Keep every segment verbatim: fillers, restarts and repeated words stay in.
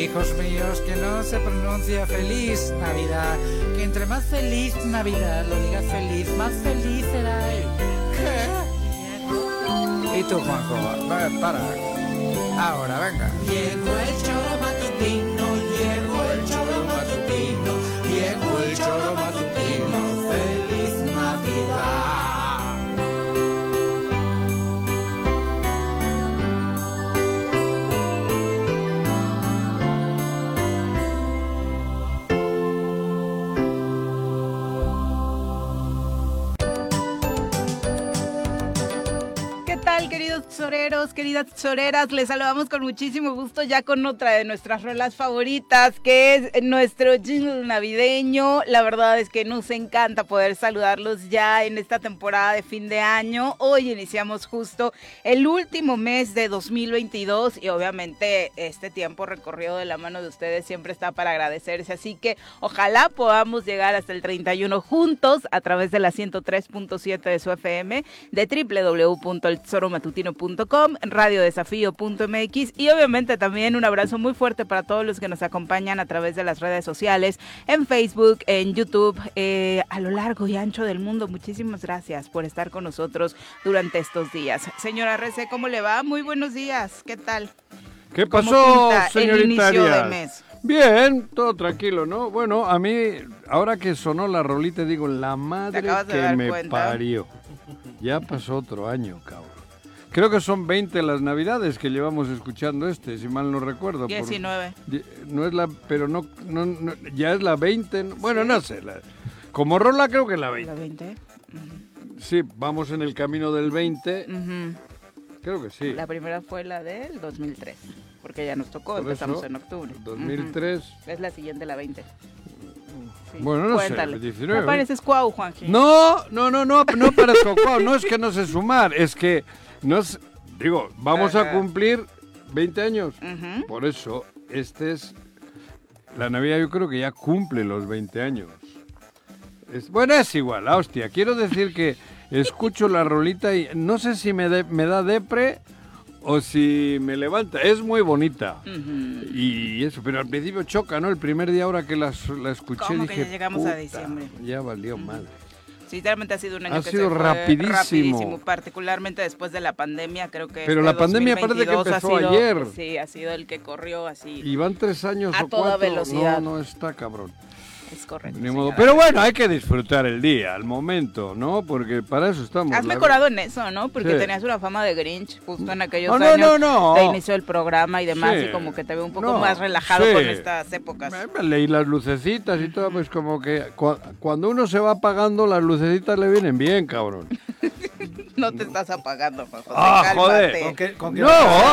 hijos míos, que no se pronuncia feliz Navidad. Que entre más feliz Navidad lo digas feliz, más feliz será él. ¿Qué? ¿Y tú, Juanjo? Va, para. Ahora, venga. Llegó el choro matutino, llegó el choro matutino, llegó el choro matutino, feliz Navidad. Queridos tesoreros, queridas tesoreras, les saludamos con muchísimo gusto ya con otra de nuestras rolas favoritas, que es nuestro jingle navideño. La verdad es que nos encanta poder saludarlos ya en esta temporada de fin de año. Hoy iniciamos justo el último mes de dos mil veintidós y obviamente este tiempo recorrido de la mano de ustedes siempre está para agradecerse, así que ojalá podamos llegar hasta el treinta y uno juntos a través de la ciento tres punto siete de su F M, de doble u doble u doble u punto el tesoro matutino punto com, radio desafío punto m x y obviamente también un abrazo muy fuerte para todos los que nos acompañan a través de las redes sociales, en Facebook, en YouTube, eh, a lo largo y ancho del mundo. Muchísimas gracias por estar con nosotros durante estos días. Señora Rece, ¿cómo le va? Muy buenos días, ¿qué tal? ¿Qué pasó, señorita el inicio Arias? de mes? Bien, todo tranquilo, ¿no? Bueno, a mí, ahora que sonó la rolita, digo, la madre que me cuenta? parió. Ya pasó otro año, cabrón. Creo que son veinte las navidades que llevamos escuchando este, si mal no recuerdo. diecinueve. Por, no es la, pero no, no, no ya es la veinte, bueno, ¿sí? No sé, la, como rola creo que es la veinte. ¿La veinte? Uh-huh. Sí, vamos en el camino del veinte, uh-huh. Creo que sí. La primera fue la del dos mil tres, porque ya nos tocó, por empezamos eso, en octubre. dos mil tres. Uh-huh. Es la siguiente, la veinte. Sí. Bueno, no Cuéntale. sé, diecinueve. Me pareces cuau, Juanji. No, no, no, no, no parezco cuau, no es que no sé sumar, es que nos, digo, vamos uh-huh. a cumplir veinte años, uh-huh. por eso, este es, la Navidad yo creo que ya cumple los veinte años. Es, bueno, es igual, la hostia, quiero decir que escucho la rolita y no sé si me, de, me da depre o si me levanta, es muy bonita, uh-huh. y eso, pero al principio choca, ¿no? El primer día ahora que la, la escuché ¿Cómo dije, que ya llegamos puta, a diciembre? Ya valió uh-huh. madre. Sí, realmente ha sido un año ha que sido se fue rapidísimo. rapidísimo, particularmente después de la pandemia, creo que Pero este la pandemia parece que empezó ha sido, ayer. Sí, ha sido el que corrió así. Y van tres años a o toda cuatro. velocidad. No, no está cabrón. Es correcto. Ni modo. Pero bueno, hay que disfrutar el día, el momento, ¿no? Porque para eso estamos. Has la... mejorado en eso, ¿no? Porque sí. tenías una fama de Grinch justo en aquellos no, no, años no, no. de inicio del programa y demás, sí. y como que te veo un poco no, más relajado sí. con estas épocas. Me, me leí las lucecitas y todo, pues como que cu- cuando uno se va apagando, las lucecitas le vienen bien, cabrón. No te estás apagando, Juan José, ah, cálmate. joder. ¿Con qué, con qué no,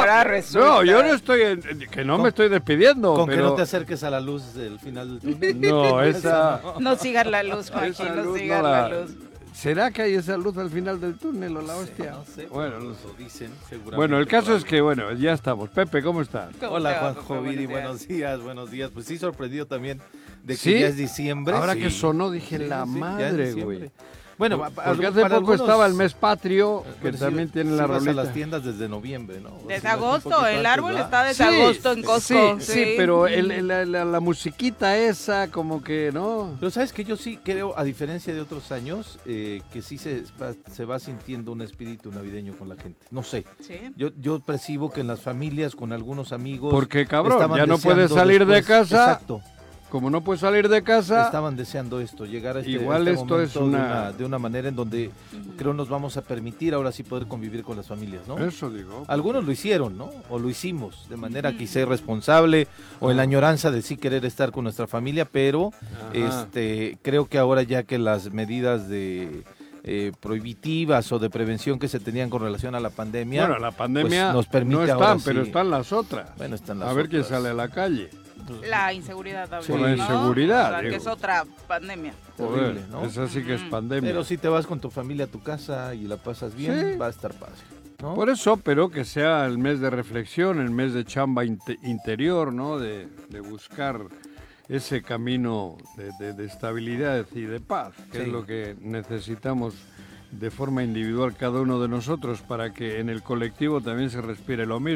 no, yo no estoy, en, que no con, me estoy despidiendo. Con pero... que no te acerques a la luz del final del túnel. No, esa... No sigas la luz, Juanji, no luz sigas no la... la luz. ¿Será que hay esa luz al final del túnel o la hostia? No sé, bueno, no sé. Dicen, seguramente. Bueno, el caso es que, bueno, ya estamos. Pepe, ¿cómo estás? Hola, Juanjo Viri, buenos días, buenos días. Pues sí, sorprendido también de que ¿Sí? ya es diciembre. Ahora sí. que sonó, dije, sí, la sí, madre, güey. Bueno, porque para, hace para poco algunos, estaba el mes patrio, que bueno, también sí, tiene sí la vas rolita. a las tiendas desde noviembre, ¿no? O Desde sea, agosto, el antes, árbol ¿va? está desde sí, agosto en Costco. Sí, sí, sí, pero el, el, la, la, la musiquita esa, como que, ¿no? Pero sabes que yo sí creo, a diferencia de otros años, eh, que sí se va, se va sintiendo un espíritu navideño con la gente. No sé. ¿Sí? Yo, yo percibo que en las familias, con algunos amigos... Porque, cabrón, estaban ya no deseando puedes salir después, de casa. Exacto. Como no puedes salir de casa... Estaban deseando esto, llegar a este, igual este esto es momento una... De, una, de una manera en donde uh-huh. creo nos vamos a permitir ahora sí poder convivir con las familias, ¿no? Eso digo. Algunos lo hicieron, ¿no? O lo hicimos de manera uh-huh. quizá irresponsable o en la añoranza de sí querer estar con nuestra familia, pero Ajá. este creo que ahora ya que las medidas de... Eh, prohibitivas o de prevención que se tenían con relación a la pandemia. Bueno, la pandemia pues, nos permite no están, sí. pero están las otras. Bueno, están las a ver otras. quién sale a la calle. La inseguridad también, sí. La inseguridad, ¿no? O sea, digo. que es otra pandemia. Terrible, ¿no? Esa sí que es pandemia. Pero si te vas con tu familia a tu casa y la pasas bien, sí. va a estar fácil, ¿no? Por eso, pero que sea el mes de reflexión, el mes de chamba inte- interior, ¿no? De, de buscar ese camino de, de, de estabilidad y de paz, que sí. es lo que necesitamos de forma individual cada uno de nosotros para que en el colectivo también se respire lo mismo.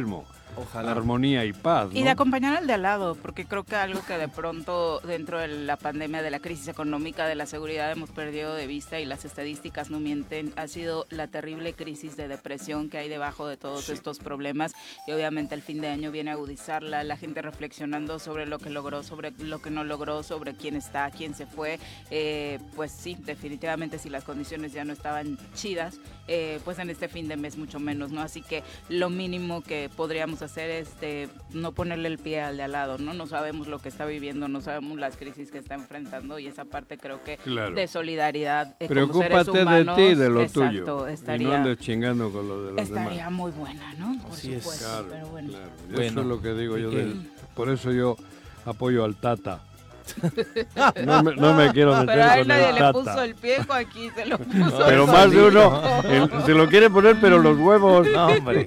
Ojalá. armonía y paz, ¿no? Y de acompañar al de al lado, porque creo que algo que de pronto dentro de la pandemia, de la crisis económica, de la seguridad hemos perdido de vista y las estadísticas no mienten, ha sido la terrible crisis de depresión que hay debajo de todos sí. estos problemas y obviamente el fin de año viene a agudizarla, la gente reflexionando sobre lo que logró, sobre lo que no logró, sobre quién está, quién se fue, eh, pues sí, definitivamente si las condiciones ya no estaban chidas, eh, pues en este fin de mes mucho menos, ¿no? Así que lo mínimo que podríamos hacer es de no ponerle el pie al de al lado, ¿no? No sabemos lo que está viviendo, no sabemos las crisis que está enfrentando y esa parte creo que claro. de solidaridad eh, Preocúpate como seres humanos, de ti y de lo exacto, tuyo. Estaría, y no andes chingando con lo de los estaría demás. muy buena, ¿no? Por Así supuesto, es. Claro, pero bueno. claro. Bueno, eso es lo que digo yo. que... Del, por eso yo apoyo al Tata. No me, no me quiero meter pero a él con nadie el le Tata. puso el pie, aquí se lo puso. Pero el más de solito. uno el- se lo quiere poner, pero los huevos. No, hombre.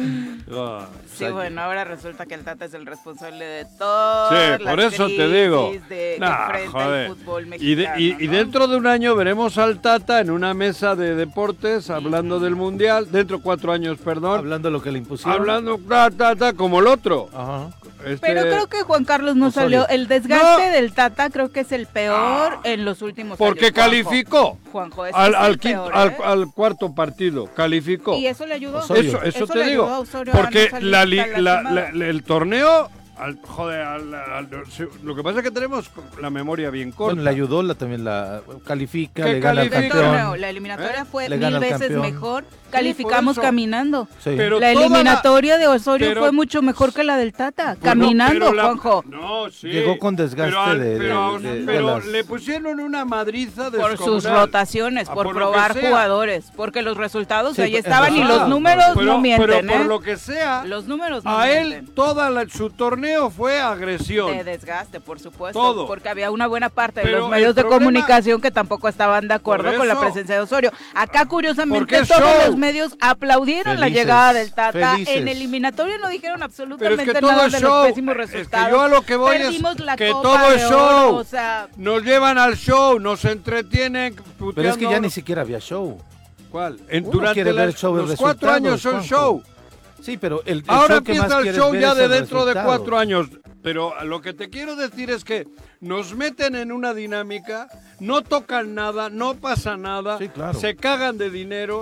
Ah. Sí, bueno, ahora resulta que el Tata es el responsable de todo. Sí, por eso te digo. De, Nah, que enfrenta joder. el fútbol Y, mexicano, de- y- y ¿no? dentro de un año veremos al Tata en una mesa de deportes hablando del Mundial, dentro de cuatro años, perdón, Hablando de lo que le impusieron. hablando ta, ta, ta, como el otro. Ajá. Este, Pero creo que Juan Carlos no Osorio. salió. El desgaste No. del Tata creo que es el peor en los últimos porque años. Juanjo. calificó Juanjo, ese al, es el al, quinto- peor, al- ¿eh? al cuarto partido, calificó. Y eso le ayudó. Osorio. Eso, eso, Eso te le digo, ayudó a Osorio a no porque salir la, li- tan la- lastimado. la- el torneo, al- joder, al- al- lo que pasa es que tenemos la memoria bien corta. Bueno, le ayudó, la, también la califica, ¿Qué le gana al califica? El campeón. torneo, la eliminatoria ¿Eh? fue Le mil gana al veces campeón. mejor. Calificamos por eso. caminando. Sí. Pero La toda eliminatoria de Osorio pero- fue mucho mejor que la del Tata. Bueno, Caminando, pero la- Juanjo. No, sí. Llegó con desgaste pero, al- de- de- Pero, de- de pero las- le pusieron una madriza Por descomunal. sus rotaciones, Ah, por, por lo probar que sea. jugadores, porque los resultados Sí, ahí pues, estaban y ajá. los números Pero, no mienten, pero por ¿eh? lo que sea, Los números no a mienten. él toda la- su torneo fue agresión. De desgaste, por supuesto, Todo. porque había una buena parte de Pero los medios el de problema- comunicación que tampoco estaban de acuerdo Por con la eso. presencia de Osorio. Acá, curiosamente, Porque es todos show. los medios aplaudieron la Felices, llegada del Tata. felices. En eliminatoria no dijeron Pero absolutamente es que todo nada es de show. los pésimos Es que resultados. yo a lo que voy es Perdimos la que Copa todo de es Oro, show. o sea, Nos llevan al show, nos entretienen. Pero es que puteando. ya ni siquiera había show. ¿Cuál? En, Uno durante quiere ver las- el show de los cuatro resultados, años son Juanjo. show. Sí, pero el, el Ahora show que más empieza el quieres show ver ya es de el dentro de resultado. cuatro años. Pero lo que te quiero decir es que nos meten en una dinámica, no tocan nada, no pasa nada, Sí, claro. se cagan de dinero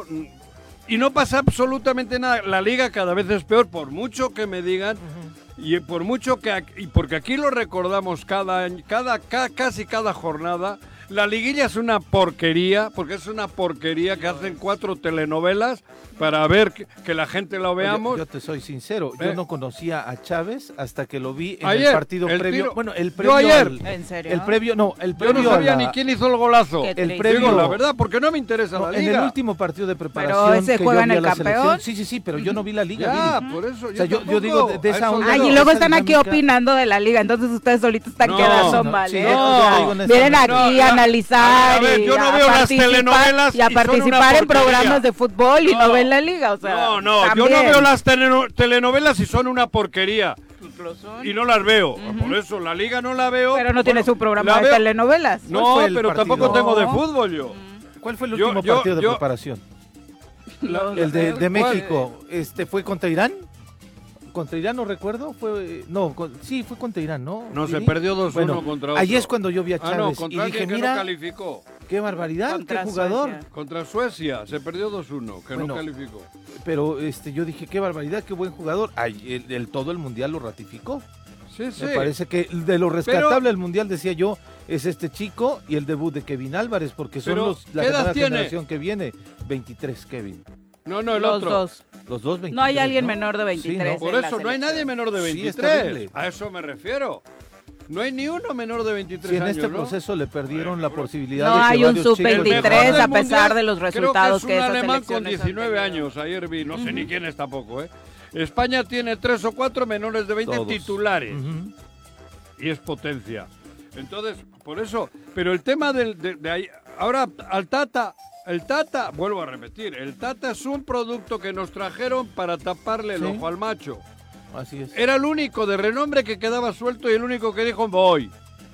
y no pasa absolutamente nada. La liga cada vez es peor, por mucho que me digan. Y por mucho que ac- y porque aquí lo recordamos cada año, cada ca- casi cada jornada, la liguilla es una porquería, porque es una porquería que hacen cuatro telenovelas para ver que, que la gente la Oye, veamos. Yo te soy sincero, Eh. yo no conocía a Chávez hasta que lo vi en Ayer, el partido el previo. tiro- Bueno, el yo previo ayer. al- ¿en serio? el previo, no, el Yo previo no sabía a la- ni quién hizo el golazo. Qué el triste. previo, Digo la verdad, porque no me interesa la no, en liga. el último partido de preparación ese que juega yo en vi a el la campeón. selección. Sí, sí, sí, pero yo no vi la liga. Ya, Viri. por eso. O sea, yo- yo tampoco. digo, de- de esa A eso onda- Ay, digo. y luego esa están aquí dinámica- opinando de la liga, entonces ustedes solitos están No, quedando no, mal, sí, ¿eh? yo- no. O sea, yo digo en vienen esta- aquí No, a ya- analizar a ver, y yo no a veo las participar, telenovelas y a y son una participar en porquería. programas de fútbol y no No. ven la liga, o sea, No, no, yo también. no veo las teleno- telenovelas y son una porquería. Lo son. Y no las veo. Por eso la liga no la veo. Pero no tiene Bueno, su programa la de veo- telenovelas. ¿Cuál No, fue el pero partido? tampoco tengo de No. fútbol yo. ¿Cuál fue el Yo- último yo- partido de yo- preparación? La- El de, de ¿cuál? México, este fue contra Irán. Contra Irán no recuerdo, fue no, con- sí, fue contra Irán, ¿no? No, se Viri? perdió dos uno Bueno, contra otro. ahí es cuando yo vi a Ah, Chávez no, y contra dije, alguien que mira, no calificó. qué barbaridad, Contra qué jugador. Suecia. Contra Suecia, se perdió dos uno, que Bueno, no calificó. Pero este, yo dije, qué barbaridad, qué buen jugador. Ay, el, el- todo el mundial lo ratificó. Sí, sí. Me parece que de lo rescatable del mundial, decía yo, es este chico y el debut de Kevin Álvarez, porque son Pero, los, la ¿qué edad nueva tiene? generación que viene. veintitrés, Kevin. No, no, el Los otro. dos. Los dos veintitrés. No hay alguien ¿no? menor de veintitrés. Sí, Por en la eso no hay selección. nadie menor de Sí, es veintitrés. terrible. A eso me refiero. No hay ni uno menor de veintitrés Si en años, este ¿no? proceso le perdieron la posibilidad No de que hay un varios sub chicos- El mejor veintitrés del a pesar mundial, de los creo resultados que que es un esas alemán con selecciones han diecinueve tenido. años. Ayer vi, no sé ni quién es tampoco, ¿eh? España tiene tres o cuatro menores de veinte Todos. titulares. Ujú. Y es potencia. Entonces, por eso, pero el tema del, de, de ahí, ahora al Tata, el Tata, vuelvo a repetir, el Tata es un producto que nos trajeron para taparle el Sí. ojo al macho. Así es. Era el único de renombre que quedaba suelto y el único que dijo voy.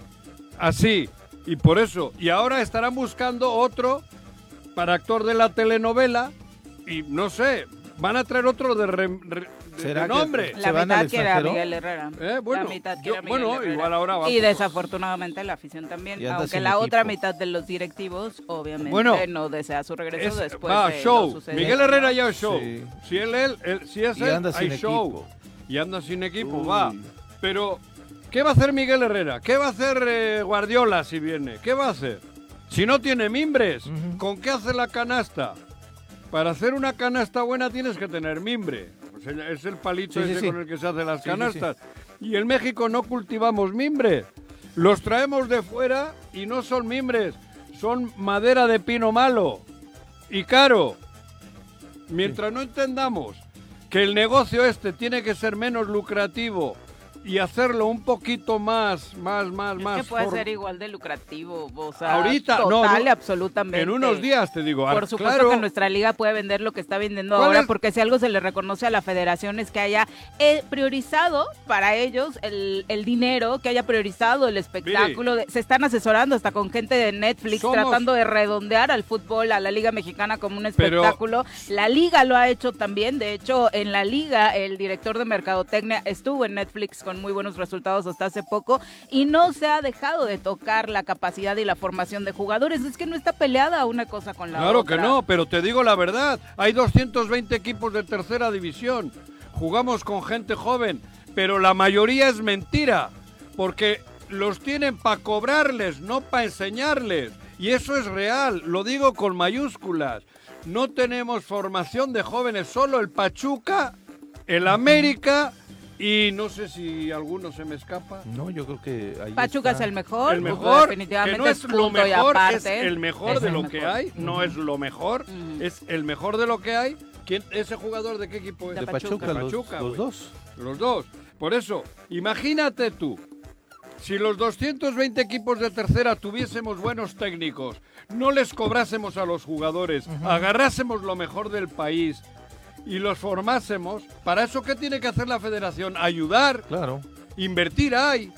Así, y por eso, y ahora estarán buscando otro para actor de la telenovela y no sé, van a traer otro de re- re- de, ¿Será de que nombre. La van al mitad quiere a extranjero? Miguel Herrera. Eh, bueno, la mitad yo- quiere a Miguel bueno, Herrera. igual ahora va Y por- desafortunadamente la afición también, Y anda aunque sin la otra equipo. mitad de los directivos obviamente Bueno, no desea su regreso Es, después va, de show. lo sucedido. Miguel Herrera ya es show. Sí. Si él, él, él- si es Y él, anda hay sin show. equipo. Y anda sin equipo, Uy. va. Pero, ¿qué va a hacer Miguel Herrera? ¿Qué va a hacer eh, Guardiola si viene? ¿Qué va a hacer? Si no tiene mimbres, Ujú. ¿con qué hace la canasta? Para hacer una canasta buena tienes que tener mimbre. Pues el- es el palito Sí, sí, ese sí. con el que se hacen las Sí, sí, canastas. Y en México no cultivamos mimbre. Los traemos de fuera y no son mimbres. Son madera de pino malo y caro. Mientras no entendamos que el negocio este tiene que ser menos lucrativo y hacerlo un poquito más, más, más, Es más. que puede for- ser igual de lucrativo, o sea, Ahorita, no, total no. y absolutamente. En unos días te digo. Por ah, supuesto claro, que nuestra liga puede vender lo que está vendiendo ¿Cuál ahora, es? porque si algo se le reconoce a la federación es que haya eh, priorizado para ellos el, el dinero, que haya priorizado el espectáculo. de- se están asesorando hasta con gente de Netflix, Somos- tratando de redondear al fútbol, a la liga mexicana como un Pero- espectáculo. La liga lo ha hecho también. De hecho, en la liga, el director de mercadotecnia estuvo en Netflix con muy buenos resultados hasta hace poco y no se ha dejado de tocar la capacidad y la formación de jugadores. Es que no está peleada una cosa con la Claro otra. que no, pero te digo la verdad. Hay doscientos veinte equipos de tercera división. Jugamos con gente joven, pero la mayoría es mentira. Porque los tienen para cobrarles, no para enseñarles. Y eso es real, lo digo con mayúsculas. No tenemos formación de jóvenes, solo el Pachuca, el América y no sé si alguno se me escapa. No, yo creo que ahí Pachuca está. es el mejor, El pues, mejor, definitivamente que no es lo punto y mejor, aparte. es el mejor Es de el lo mejor. que hay, no es lo mejor, Ujú. es el mejor de lo que hay. ¿Quién, ese jugador de qué equipo es? De De Pachuca, Pachuca. los, Pachuca, los güey. dos. Los dos. Por eso, imagínate tú, si los doscientos veinte equipos de tercera tuviésemos buenos técnicos, no les cobrásemos a los jugadores, agarrásemos lo mejor del país y los formásemos, ¿para eso qué tiene que hacer la federación? Ayudar, Claro. invertir hay.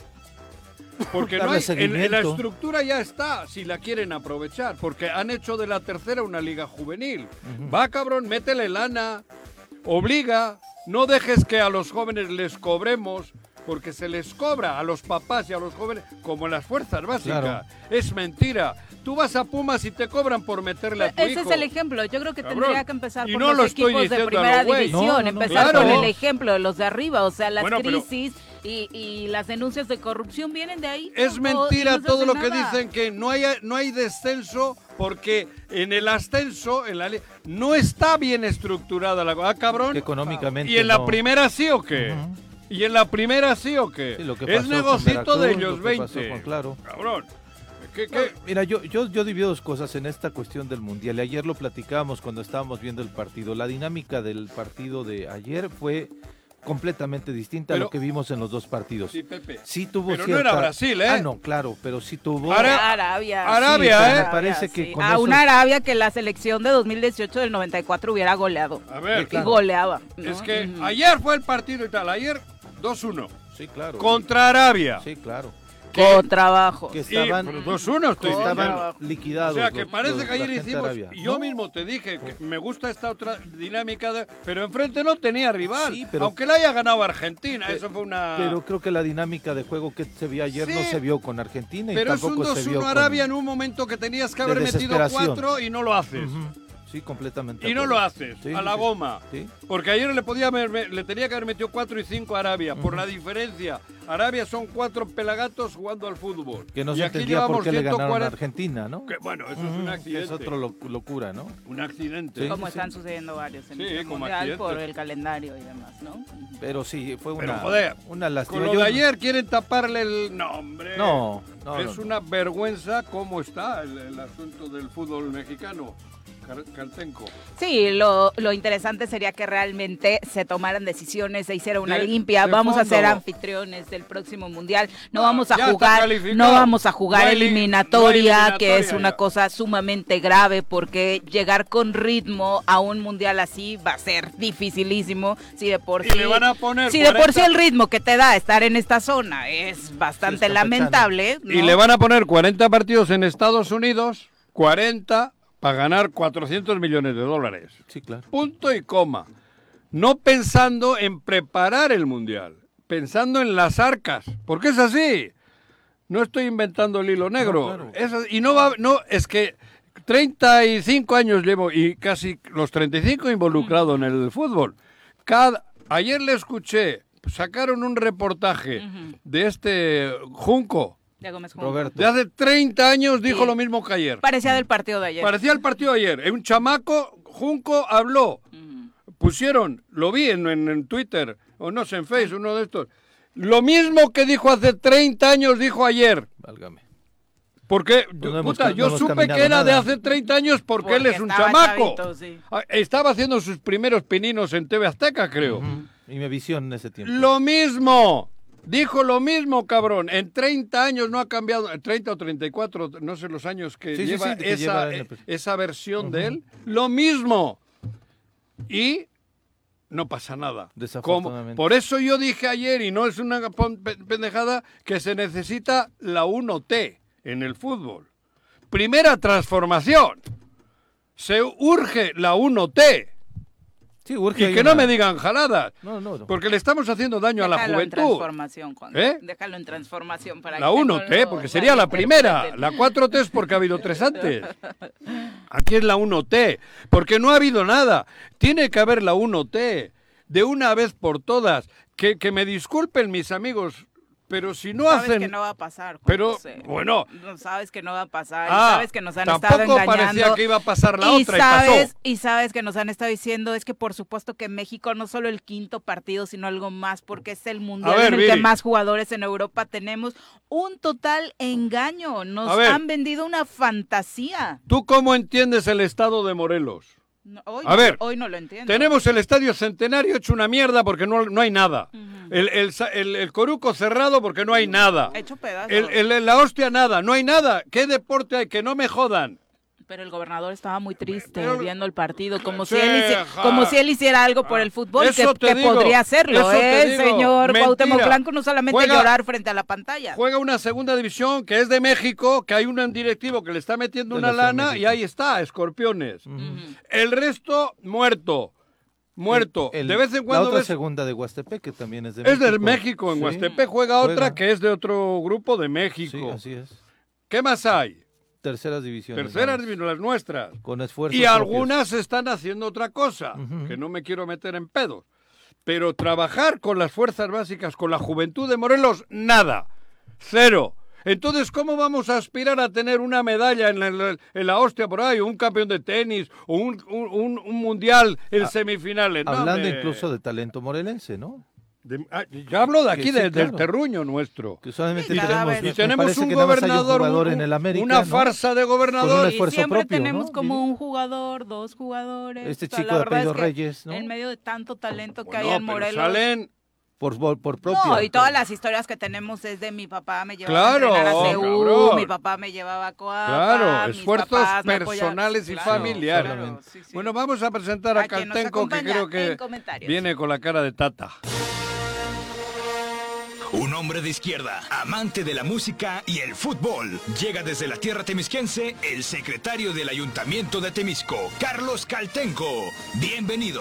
Porque no Darle hay, en, en la seguimiento. estructura ya está, si la quieren aprovechar, porque han hecho de la tercera una liga juvenil. Ujú. Va, cabrón, métele lana, obliga, no dejes que a los jóvenes les cobremos, porque se les cobra a los papás y a los jóvenes como en las fuerzas básicas. Claro. Es mentira. Tú vas a Pumas y te cobran por meterle a tu Ese hijo. es el ejemplo. Yo creo que Cabrón. tendría que empezar Y por no los lo estoy equipos de diciendo a lo primera güey. división. No, no, no, empezar claro. con el ejemplo de los de arriba. O sea, las Bueno, pero- crisis y, y las denuncias de corrupción vienen de ahí. Es todo, mentira y no se todo hace lo que nada. dicen, que no hay, no hay descenso porque en el ascenso, en la li- no está bien estructurada la cosa. Ah, cabrón. Que económicamente ¿Y en la no. primera sí o qué? Ujú. ¿Y en la primera sí o qué? Sí, lo que es pasó con negocito de Veracruz, ellos lo que pasó veinte. con- claro. Cabrón. ¿Qué, qué? Mira, yo, yo, yo divido dos cosas en esta cuestión del Mundial. Y ayer lo platicábamos cuando estábamos viendo el partido. La dinámica del partido de ayer fue completamente distinta a Pero- lo que vimos en los dos partidos. Sí, Pepe. Sí tuvo Pero no cierta... era Brasil, ¿eh? Ah, no, claro, pero sí tuvo... Ahora- Arabia. Arabia, sí, ¿eh? Arabia, Me parece que sí. con A eso- una Arabia que la selección de dos mil dieciocho del noventa y cuatro hubiera goleado. A ver, Y claro. goleaba. ¿no? es que Ujú. ayer fue el partido y tal. Ayer dos uno. Sí, claro. Contra Arabia. Sí, claro. Con trabajo. Que Y estaban, dos uno estoy que Con diciendo. estaban trabajo. O liquidados. sea, que los- parece los- que ayer la gente hicimos, arabia. yo No, mismo te dije que me gusta esta otra dinámica, de- pero enfrente no tenía rival, Sí, pero- aunque la haya ganado Argentina, Pe- eso fue una... Pero creo que la dinámica de juego que se vio ayer no Sí. se vio con Argentina y Pero es un tampoco se dos vio uno con... Arabia en un momento que tenías que de haber metido desesperación. cuatro y no lo haces. Ujú. Sí, completamente. Y de no acuerdo. lo haces, Sí, a la sí. goma. Sí. Porque ayer le podía haber- le tenía que haber metido cuatro y cinco a Arabia, por la diferencia. Arabia son cuatro pelagatos jugando al fútbol. Que no Y se aquí entendía por llevamos qué le ganaron a ciento cuarenta Argentina, ¿no? Que, bueno, eso es Ujú, un que accidente. Es otra lo- locura, ¿no? Un accidente. Sí. Como están sucediendo varios en Sí, este como mundial accidentes. por el calendario y demás, ¿no? Pero sí, fue Pero, una, joder, una lástima. Con lo Yo- de ayer quieren taparle el nombre. No, no, Es no, no. una vergüenza cómo está el, el asunto del fútbol mexicano. Car- Caltenco. Sí, lo, lo interesante sería que realmente se tomaran decisiones, se hiciera una De- limpia. de Vamos a fondo. ser anfitriones del próximo mundial. No Ah, vamos a ya está jugar, calificado. no vamos a jugar No hay li- eliminatoria, no hay que es eliminatoria una ya. cosa sumamente grave porque llegar con ritmo a un mundial así va a ser dificilísimo. Si de por Y sí, le van a poner si de por sí cuarenta el ritmo que te da estar en esta zona es bastante Sí, está lamentable. Y ¿no? le van a poner cuarenta partidos en Estados Unidos, cuarenta para ganar cuatrocientos millones de dólares. Sí, claro. Punto y coma. no pensando en preparar el Mundial, pensando en las arcas, porque es así. No estoy inventando el hilo negro. No, claro. es, y no va, no, es que treinta y cinco años llevo y casi los treinta y cinco involucrado en el fútbol. Cada, ayer le escuché, sacaron un reportaje uh-huh. de este Junco. De Gómez Junco. Roberto. De hace treinta años dijo sí. lo mismo que ayer. Parecía del partido de ayer. Parecía el partido de ayer. Un chamaco, Junco, habló. Uh-huh. Pusieron, lo vi en, en, en Twitter, o no sé, en Facebook, uno de estos. Lo mismo que dijo hace treinta años, dijo ayer. Válgame. Porque, no puta, hemos, yo no supe que era nada. de hace treinta años porque, porque él es un chamaco. Chavito, sí. Estaba haciendo sus primeros pininos en T V Azteca, creo. Uh-huh. Y mi visión en ese tiempo. Lo mismo. Dijo lo mismo, cabrón. En treinta años no ha cambiado, treinta o treinta y cuatro, no sé los años que sí, lleva, sí, sí, que esa, lleva el... esa versión uh-huh. de él. Lo mismo. Y no pasa nada. Desafortunadamente. Como, por eso yo dije ayer, y no es una pendejada, que se necesita la uno T en el fútbol. Primera transformación. Se urge la uno T. Sí, urge. Y que una... no me digan jaladas. No, no, no. Porque le estamos haciendo daño Déjalo a la juventud. En transformación, Juan. ¿Eh? Déjalo en transformación. Para la que uno T, no porque sería la primera. La cuatro T es porque ha habido tres antes. Aquí es la uno T. Porque no ha habido nada. Tiene que haber la uno T. De una vez por todas. Que, que me disculpen mis amigos. Pero si no sabes hacen... Sabes que no va a pasar, Juan Pero, José. bueno... No, sabes que no va a pasar, ah, sabes que nos han estado engañando. Tampoco parecía que iba a pasar la y otra sabes, y pasó. Y sabes que nos han estado diciendo, es que por supuesto que México no solo el quinto partido, sino algo más, porque es el mundial ver, en el Viri. que más jugadores en Europa tenemos. Un total engaño, nos han vendido una fantasía. ¿Tú cómo entiendes el estado de Morelos? No, hoy, a ver, hoy no lo entiendo. Tenemos el Estadio Centenario hecho una mierda porque no, no hay nada. Uh-huh. el, el, el, el Coruco cerrado porque no hay nada. Hecho pedazos. El, el, el, la hostia nada, no hay nada. ¿Qué deporte hay? Que no me jodan. Pero el gobernador estaba muy triste Pero, viendo el partido, como si, él hiciera, como si él hiciera algo por el fútbol, que, que digo, podría hacerlo. ¿eh? El señor Cuauhtémoc Blanco no solamente juega, llorar frente a la pantalla. Juega una segunda división que es de México, que hay un directivo que le está metiendo de una lana y ahí está, Escorpiones. Uh-huh. El resto, muerto. Muerto. El, el, de vez en cuando la otra ves... segunda de Huastepec, que también es de es México. Es de México, en sí. Huastepec juega, juega otra que es de otro grupo de México. Sí, así es. ¿Qué más hay? Terceras divisiones. Terceras divisiones, las nuestras. Con esfuerzos Y propios. Algunas están haciendo otra cosa, uh-huh. que no me quiero meter en pedos. Pero trabajar con las fuerzas básicas, con la juventud de Morelos, nada. Cero. Entonces, ¿cómo vamos a aspirar a tener una medalla en la, en la hostia por ahí, o un campeón de tenis, o un, un, un mundial en ah, semifinales? Hablando no, me... incluso de talento morelense, ¿no? De, ah, yo hablo de aquí, sí, de, claro. del terruño nuestro. Que solamente sí, tenemos, y tenemos un gobernador, un un, en el América, una ¿no? farsa de gobernador. Y siempre propio, tenemos ¿no? como un jugador, dos jugadores. Este o sea, chico de apellido es Reyes, ¿no? En medio de tanto talento que bueno, hay en Morelos. Salen... Por, por, por propio. No, y todas las historias que tenemos es de mi papá me llevaba claro, a entrenar a C U, cabrón. mi papá me llevaba a Coapa. Claro, esfuerzos apoyaban, personales y claro, familiares. Claro, sí, sí. Bueno, vamos a presentar a, a Caltenco, que creo que viene con la cara de tata. Un hombre de izquierda, amante de la música y el fútbol. Llega desde la tierra temisquense el secretario del Ayuntamiento de Temisco, Carlos Caltenco. Bienvenido.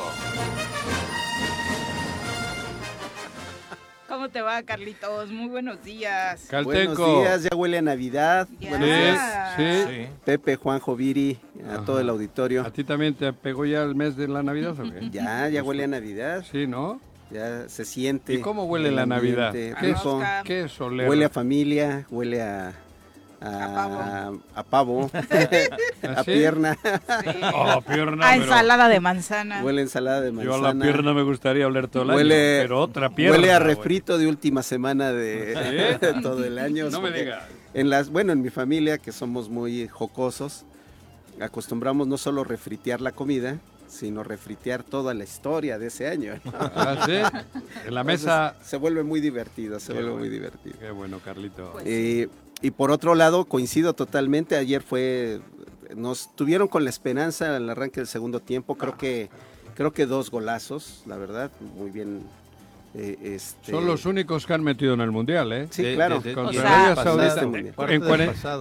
¿Cómo te va, Carlitos? Muy buenos días. Caltenco. Buenos días, ya huele a Navidad. Ya. Buenos sí, días. Sí. sí. Pepe, Juanjo, Viri, a Ajá. todo el auditorio. ¿A ti también te pegó ya el mes de la Navidad o qué? Ya, ya huele a Navidad. Sí, ¿no? Ya se siente. ¿Y cómo huele la Navidad? ¿Qué, ¿Qué solero? Huele a familia, huele a... A, a pavo, a, ¿Ah, a sí? pierna. Sí. Oh, pierna. A ensalada pero... de manzana. Huele a ensalada de manzana. Yo a la pierna me gustaría oler todo el huele, año, pero otra pierna. Huele a refrito de última semana de, ¿sí? de todo el año. No me digas. En las, bueno, en mi familia, que somos muy jocosos, acostumbramos no solo refritear la comida, sino refritear toda la historia de ese año, ¿no? ¿Ah, sí? En la mesa... Entonces, se vuelve muy divertido, se qué vuelve bueno, muy divertido. Qué bueno, Carlito. Pues, eh, y por otro lado, coincido totalmente, ayer fue, nos tuvieron con la esperanza al arranque del segundo tiempo, creo que, creo que dos golazos, la verdad, muy bien. Eh, este... Son los únicos que han metido en el Mundial, ¿eh? Sí, de, claro. De, de, o sea, pasado, este en, en,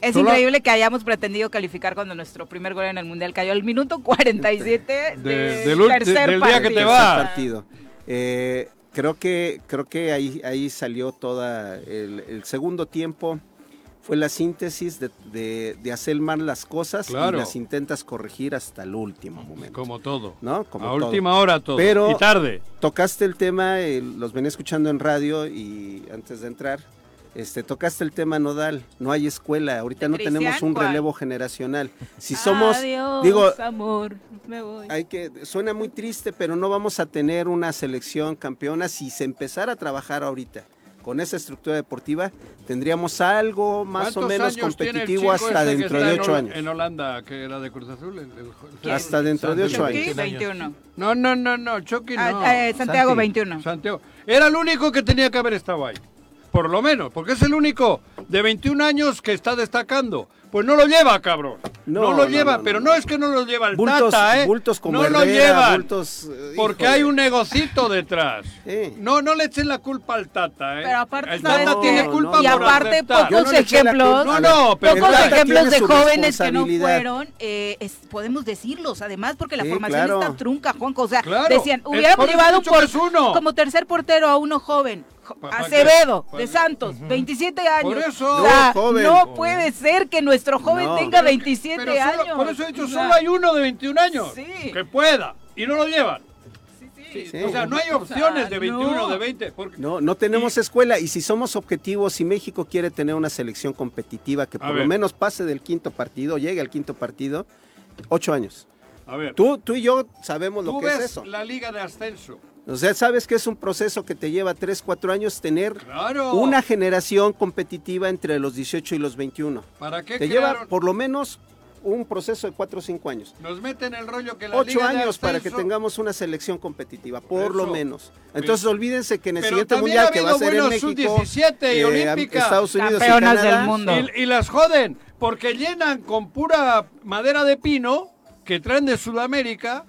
Es Solo- increíble que hayamos pretendido calificar cuando nuestro primer gol en el Mundial cayó al minuto cuarenta y siete De- del del ulti- tercer del día que te partido. vas. partido. Eh, creo que creo que ahí ahí salió toda el, el segundo tiempo. Fue la síntesis de, de, de hacer mal las cosas Claro. y las intentas corregir hasta el último momento. Como todo. ¿No? Como a todo. última hora todo. Pero- y tarde. Tocaste el tema, eh, los venía escuchando en radio y antes de entrar, este, tocaste el tema nodal. No hay escuela, ahorita ¿De no Cristian? tenemos un ¿Cuál? relevo generacional. Si somos, Adiós, digo, amor, me voy. hay que, suena muy triste, pero no vamos a tener una selección campeona si se empezara a trabajar ahorita. Con esa estructura deportiva tendríamos algo más o ¿Cuántos menos años tiene el competitivo chico hasta este que dentro está de en ocho Hol- años. En Holanda, que era de Cruz Azul. el- el- ¿Quién? Hasta dentro de ocho Chucky, años. veintiuno. No, no, no, no, Chucky no. Ah, eh, Santiago, Santi. veintiuno. Santiago. Era el único que tenía que haber estado ahí. Por lo menos, porque es el único de veintiún años que está destacando. Pues no lo lleva, cabrón. No, No, lo no, lleva, no, no, pero no. no es que no lo lleva el Bultos, Tata, ¿eh? bultos como no lo Herrera, llevan, bultos, eh, porque híjole. hay un negocito detrás. Sí. No, no le echen la culpa al Tata, ¿eh? Pero aparte, el ¿sabes Tata qué? tiene culpa y por aparte, aceptar. Yo pocos no le eché la ejemplos, culpa. No, no, pero pocos el Tata ejemplos tiene de su jóvenes que no responsabilidad. fueron, eh, es- podemos decirlos, además, porque la Sí, formación claro. está trunca, Juanco. O sea, Claro. decían, Es hubiéramos por eso llevado he un dicho que por- es uno. como tercer portero a uno joven. Jo- Pa- pa' Acevedo, qué? de Pa- Santos, veintisiete años. Por eso. O sea, No, joven. no puede ser que nuestro joven No. tenga veintisiete Pero solo- años. por eso he dicho, O sea, solo hay uno de veintiún años Sí. que pueda y no lo llevan. sí. Sí. O sea, no hay O opciones sea, de veintiuno, no. de veinte. Porque... No, no tenemos escuela y si somos objetivos, si México quiere tener una selección competitiva que A por ver. lo menos pase del quinto partido, llegue al quinto partido, ocho años. A ver, Tú, tú y yo sabemos lo tú que ves es eso. la liga de ascenso. O sea, sabes que es un proceso que te lleva tres, cuatro años tener Claro. una generación competitiva entre los dieciocho y los veintiuno. ¿Para qué Te crearon? lleva por lo menos un proceso de cuatro o cinco años. Nos meten el rollo que la Ocho liga de años para que ascenso- tengamos una selección competitiva, por Eso. lo menos. Entonces olvídense que en el Pero siguiente también mundial ha que va a habido ser en buenos México, sub diecisiete y eh, olímpica. Estados Unidos Campeonas y Canadá, del mundo. Y, y las joden, porque llenan con pura madera de pino que traen de Sudamérica,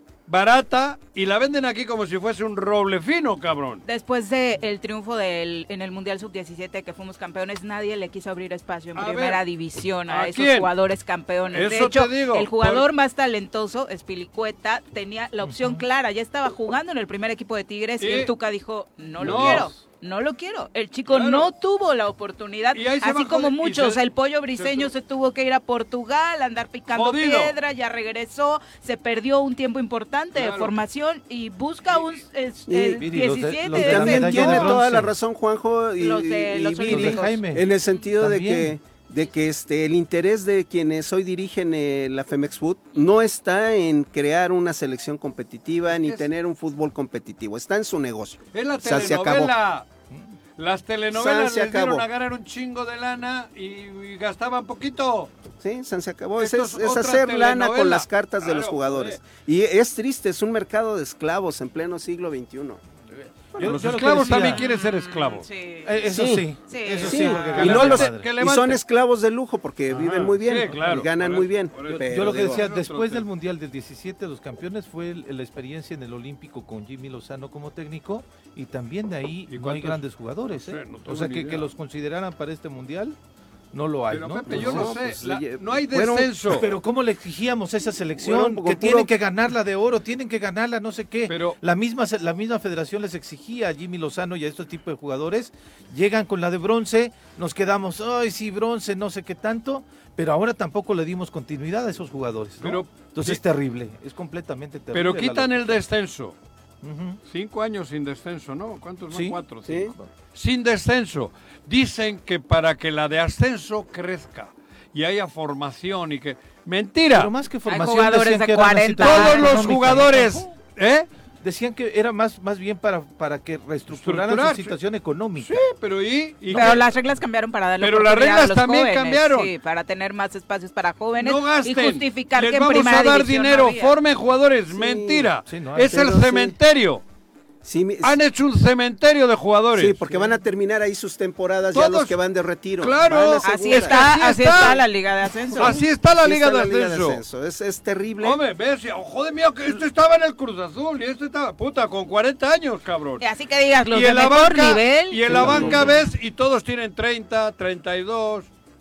barata, y la venden aquí como si fuese un roble fino, cabrón. Después del triunfo del, en el Mundial sub diecisiete que fuimos campeones, nadie le quiso abrir espacio en A primera ver, división a, ¿a esos quién? jugadores campeones. de Eso hecho, te digo, el jugador por- más talentoso, Espilicueta, tenía la opción clara, ya estaba jugando en el primer equipo de Tigres y, Y- el Tuca dijo, no lo No. quiero. No lo quiero. El chico Claro. no tuvo la oportunidad. Y ahí se Así va como jodi- y muchos. se- el pollo briseño se- se, tuvo que ir a Portugal, andar picando Jodido. piedra, ya regresó. Se perdió un tiempo importante de Claro. formación y busca un es- Y- el Viri, los de- diecisiete. los Y de de la también medalla tiene de toda bronce. la razón Juanjo y, Los de y los Viri, Los de Jaime. en el sentido de También. que de que este el interés de quienes hoy dirigen eh, la Femex Food no está en crear una selección competitiva ni es- tener un fútbol competitivo, está en su negocio. Es la O sea, se acabó. telenovela. Las telenovelas Se les dieron acabó. a ganar un chingo de lana y, y gastaban poquito. Sí, San se acabó. Es, Esto es, es es otra hacer lana con telenovela. las cartas de los Claro, jugadores. Y es triste, es un mercado de esclavos en pleno siglo veintiuno. Yo- Los yo lo que esclavos decía- también quieren ser esclavos. Sí. Eh, Eso Sí. sí, Sí. eso Sí. sí, porque Y, Que no ganan los- padre. que y levante. son esclavos de lujo porque Ajá, viven muy bien sí, claro, y ganan por muy eso, bien. por eso. Pero Yo lo que digo, decía, otro después del tema. Mundial del diecisiete, los campeones fue el- la experiencia en el Olímpico con Jimmy Lozano como técnico y también de ahí ¿Y no hay cuántos? grandes jugadores. No sé, ¿eh? no tengo O sea, ni que, idea. que los consideraran para este Mundial, no lo hay, Pero ¿no? Pepe, yo No, no sé, pues, la- oye, no hay bueno, descenso. Pero ¿cómo le exigíamos a esa selección? Bueno, con que puro- tienen que ganarla de oro, tienen que ganarla no sé qué. Pero- la, misma, se- la misma federación les exigía a Jimmy Lozano y a estos tipos de jugadores. Llegan con la de bronce, nos quedamos, ay sí, bronce, no sé qué tanto. Pero ahora tampoco le dimos continuidad a esos jugadores, ¿no? Pero- Entonces sí. es terrible, es completamente terrible. Pero la quitan el locura. descenso. Ujú. Cinco años sin descenso, ¿no? ¿Cuántos más? Sí, Cuatro, sí. cinco. Sin descenso. Dicen que para que la de ascenso crezca y haya formación y que... ¡Mentira! Pero más que formación jugadores decían de que era una cuarenta situación Todos los económica, jugadores... ¿no? ¿Eh? Decían que era más, más bien para, para que reestructuraran Estructurar, su sí. situación económica. Sí, pero ¿y? ¿Y Pero qué? las reglas cambiaron para darle Pero las oportunidad reglas a los también jóvenes, cambiaron. Sí, para tener más espacios para jóvenes No gasten. y justificar Les que en vamos primera a dar división no dinero, había. formen jugadores. Sí. Mentira. Sí, no hay, es el pero sí. cementerio. Sí, mi- Han hecho un cementerio de jugadores. sí, porque van a terminar ahí sus temporadas ya Todos- los que van de retiro. Claro. Van a Así segunda. está, Así así está. está la Liga de Ascenso. Así está la Así Liga, está de, la Liga ascenso. de Ascenso. Es, es terrible. Hombre, ves, oh, joder mío, que este estaba en el Cruz Azul y este estaba, puta, con cuarenta años, cabrón. Y así que digas, los y de en la mejor banca, nivel. y en la Sí, banca no. ves, y todos tienen treinta, treinta y dos.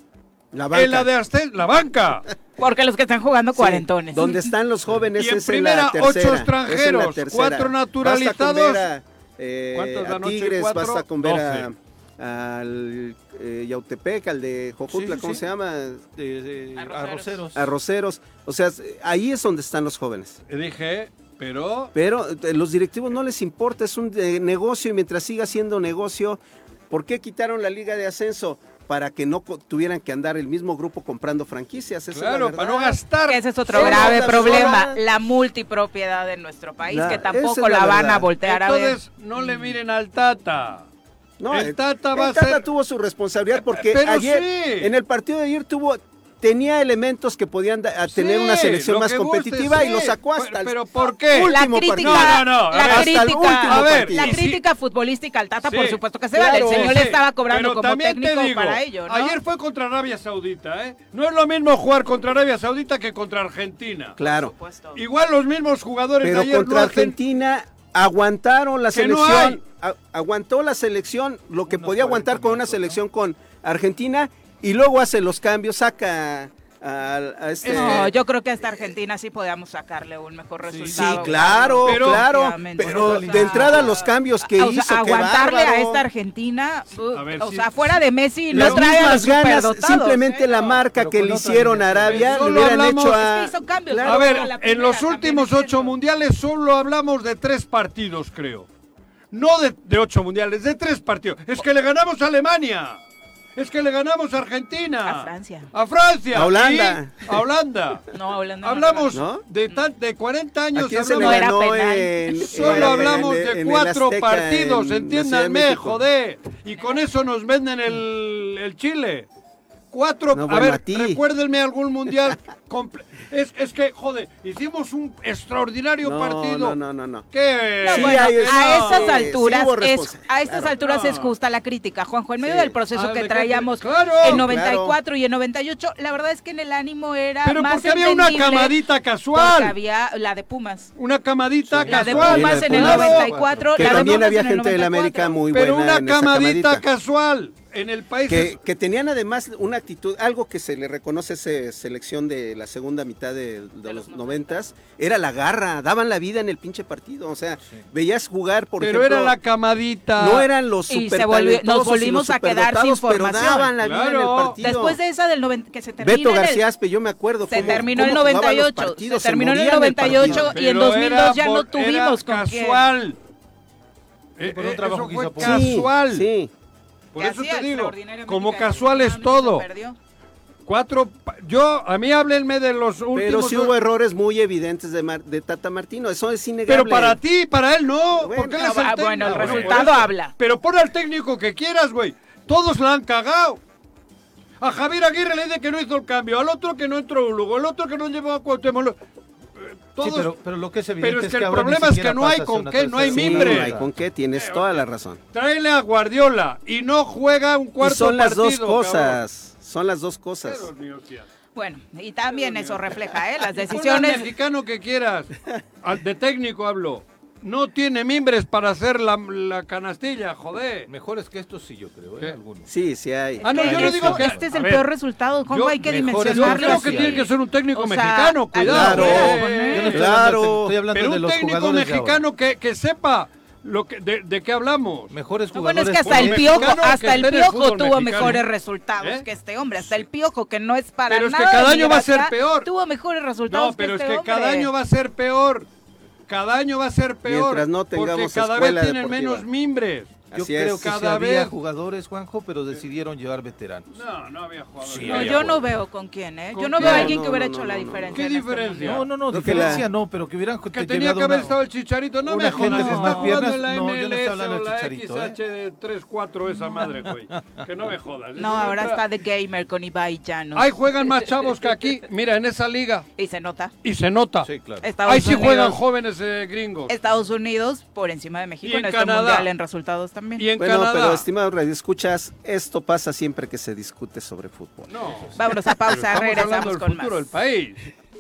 La banca. En la de ascenso, la banca. Porque los que están jugando Sí, cuarentones. donde están los jóvenes Y en es primera, en la tercera. ocho es en la extranjeros, tercera. cuatro naturalizados. Basta con ver a, eh, ¿Cuántos a dan ocho y Tigres, cuatro? basta con ver a, doce. al eh, Yautepec, al de Jojutla, Sí, sí, ¿cómo sí. se llama? De- de- Arroceros. arroceros. Arroceros. O sea, ahí es donde están los jóvenes. Dije, pero... Pero eh, los directivos no les importa, es un eh, negocio y mientras siga siendo negocio, ¿por qué quitaron la Liga de Ascenso? Para que no co- tuvieran que andar el mismo grupo comprando franquicias. Esa es la Claro, verdad. para no gastar. Que ese es otro Sí, grave no, problema, sola. la multipropiedad de nuestro país, La- que esa tampoco es la la, van a verdad. voltear a ver. Entonces, no le miren al Tata. No, El Tata el va a Tata ser- tuvo su responsabilidad porque Pero ayer, sí. en el partido de ayer tuvo, tenía elementos que podían da- a tener Sí, una selección lo más que guste, competitiva y sí. lo sacó hasta Pero- el pero ¿por qué? La último crítica, partido. No, no, no, a la ver. Hasta el crítica, último A ver, partido. la y si- crítica futbolística al Tata, por Sí. supuesto que se vale. El Claro. señor Sí, le estaba cobrando pero como también te técnico digo, para ello, ¿no? Ayer fue contra Arabia Saudita, ¿eh? No es lo mismo jugar contra Arabia Saudita que contra Argentina. Claro, Supuesto. Igual los mismos jugadores pero de ayer contra no hacen- Argentina aguantaron la Que no selección, a- aguantó la selección lo que Unos podía aguantar cuarenta con una minutos, ¿no? selección con Argentina y luego hace los cambios, saca a, a este... No, yo creo que a esta Argentina sí podíamos sacarle un mejor Sí, resultado. claro, Pero- claro, Obviamente. pero O sea, de entrada los cambios que o sea, hizo, qué aguantarle a bárbaro. esta Argentina, uh, A ver, o sí, sea, fuera de Messi no Las trae a los mismas ganas, superdotados, simplemente ¿eh? la marca pero que con le otra hicieron a Arabia, Solo le hubieran hablamos- hecho Es a... que hizo cambios, Claro. A ver, la en primera los también últimos entiendo. ocho mundiales solo hablamos de tres partidos, creo. No de, de ocho mundiales, de tres partidos. Es que le ganamos a Alemania. Es que le ganamos a Argentina. A Francia. A Francia. A Holanda. Y a Holanda. No, Holanda no Hablamos ¿No? de, tan- de cuarenta años. ¿A quién se le No era hablamos- ganó penal. en, Solo en- hablamos en- de en el cuatro Azteca, partidos, en la Ciudad de entiéndanme, México? joder. Y con eso nos venden el, el Chile. Cuatro, No, a bueno, ver, a ti. recuérdenme algún mundial. comple- es, es que, joder, hicimos un extraordinario No, partido. no, no, no, no. ¿Qué? No, Sí, bueno, hay- a no, esas sí, alturas sí hubo es responsabilidad, a estas claro. alturas No. es justa la crítica, Juanjo, en medio Sí. del proceso Ah, que ¿de qué? traíamos Claro, en noventa y cuatro claro. y en noventa y ocho, la verdad es que en el ánimo era Pero más porque había una entendible camadita porque casual. había la de Pumas. Una camadita La de casual. Pumas en el Pumas. noventa y cuatro, Que la de también Pumas había en el gente de la noventa y cuatro. América muy Pero buena una en esa camadita camadita. casual. En el país. Que, que tenían además una actitud, algo que se le reconoce a esa selección de la segunda mitad de, de los noventas, era la garra, daban la vida en el pinche partido, o sea, veías jugar, por Pero ejemplo, era la camadita. no eran los Y super se volvió- nos volvimos a quedar sin pero formación. daban la vida en el Claro. partido. Después de esa del noventa que se termina Beto en el- García Aspe, yo me acuerdo se cómo- terminó el cómo jugaba noventa y los ocho, partidos, se terminó en el moría noventa y ocho partido. y en Pero dos mil era dos ya no por- tuvimos era con quién. casual. Eh, por un eh, trabajo eso que fue hizo Pumas. Sí, casual. sí. Por Que eso hacía te digo, extraordinariamente como que casual es se todo. perdió. Cuatro, pa- yo, a mí háblenme de los últimos. Pero sí hubo errores muy evidentes de, Mar- de Tata Martino, eso es innegable. Pero para ti, para él no. Bueno, porque él no, es el ah, técnico. bueno, el por resultado eso. habla. Pero pon al técnico que quieras, güey. Todos la han cagado. A Javier Aguirre le dice que no hizo el cambio, al otro que no entró Lugo, el otro que no llevó a Cuauhtémoc. lo- eh, Todos, Sí, pero, pero lo que es evidente pero es es que que el ahora ni problema es siquiera que no hay pasas con una qué, no hay tercera Sí, mimbre. no hay con qué, tienes toda la razón. tráele a Guardiola y no juega un Y cuarto son las dos partido, cosas, son las dos cosas. cabrón. Pero, mi hostia. Bueno, y también eso refleja, ¿eh? Las Pon al decisiones. mexicano que quieras, al de técnico hablo. No tiene mimbres para hacer la, la canastilla, joder. Mejores que estos sí, yo creo, ¿eh? ¿Qué? Algunos. Sí, sí hay. Ah, no, yo no Esto- digo que- Este es a el ver, peor resultado, Juanjo, yo hay que mejores- Yo dimensionarlo. creo que sí tiene hay. que ser un técnico O sea, mexicano, cuidado. claro. eh. Yo no estoy Claro. hablando, estoy hablando Pero de un los técnico jugadores de ahora. mexicano que, que sepa lo que, de, de qué hablamos. Mejores No, jugadores. bueno, es que hasta Bueno, el mexicano Piojo, que hasta el esté en el Piojo fútbol tuvo mexicano. mejores resultados ¿Eh? que este hombre. Hasta el Piojo, que no es para Pero es que nada. cada de año va a ser gracia, peor. Tuvo mejores resultados No, pero que es este que cada hombre. año va a ser peor. Cada año va a ser peor. Mientras no tengamos porque cada escuela vez tienen deportiva. menos mimbres. Yo Así creo es. que sí Cada había vez- jugadores, Juanjo, pero decidieron llevar veteranos. No, no había jugadores. Sí, No, había yo no jugadores. veo con quién, ¿eh? ¿Con Yo no quién? veo a alguien No, que hubiera no, hecho no, la no, no. diferencia. ¿Qué en este diferencia? mundial. No, no, no, Creo que diferencia la- no, pero que hubieran Que te- tenía llevado que haber una- estado el Chicharito. No una me gente jodas, con está más jugando piernas. en la No, yo no M L estoy S hablando o del la Chicharito, X H de tres cuatro esa madre, güey. Que no me jodas. No, ahora está de gamer con Ibai Llanos. Ahí juegan más chavos que aquí. Mira, en esa liga. Y se nota. Y se nota. Sí, claro. Estados Ahí sí Unidos, juegan jóvenes eh, gringos. Estados Unidos por encima de México Y en en este Canadá. mundial en resultados también. Y en Bueno, Canadá. pero estimado Radio Escuchas, esto pasa siempre que se discute sobre fútbol. No. Vámonos a pausa, Estamos hablando regresamos del con futuro más. del país.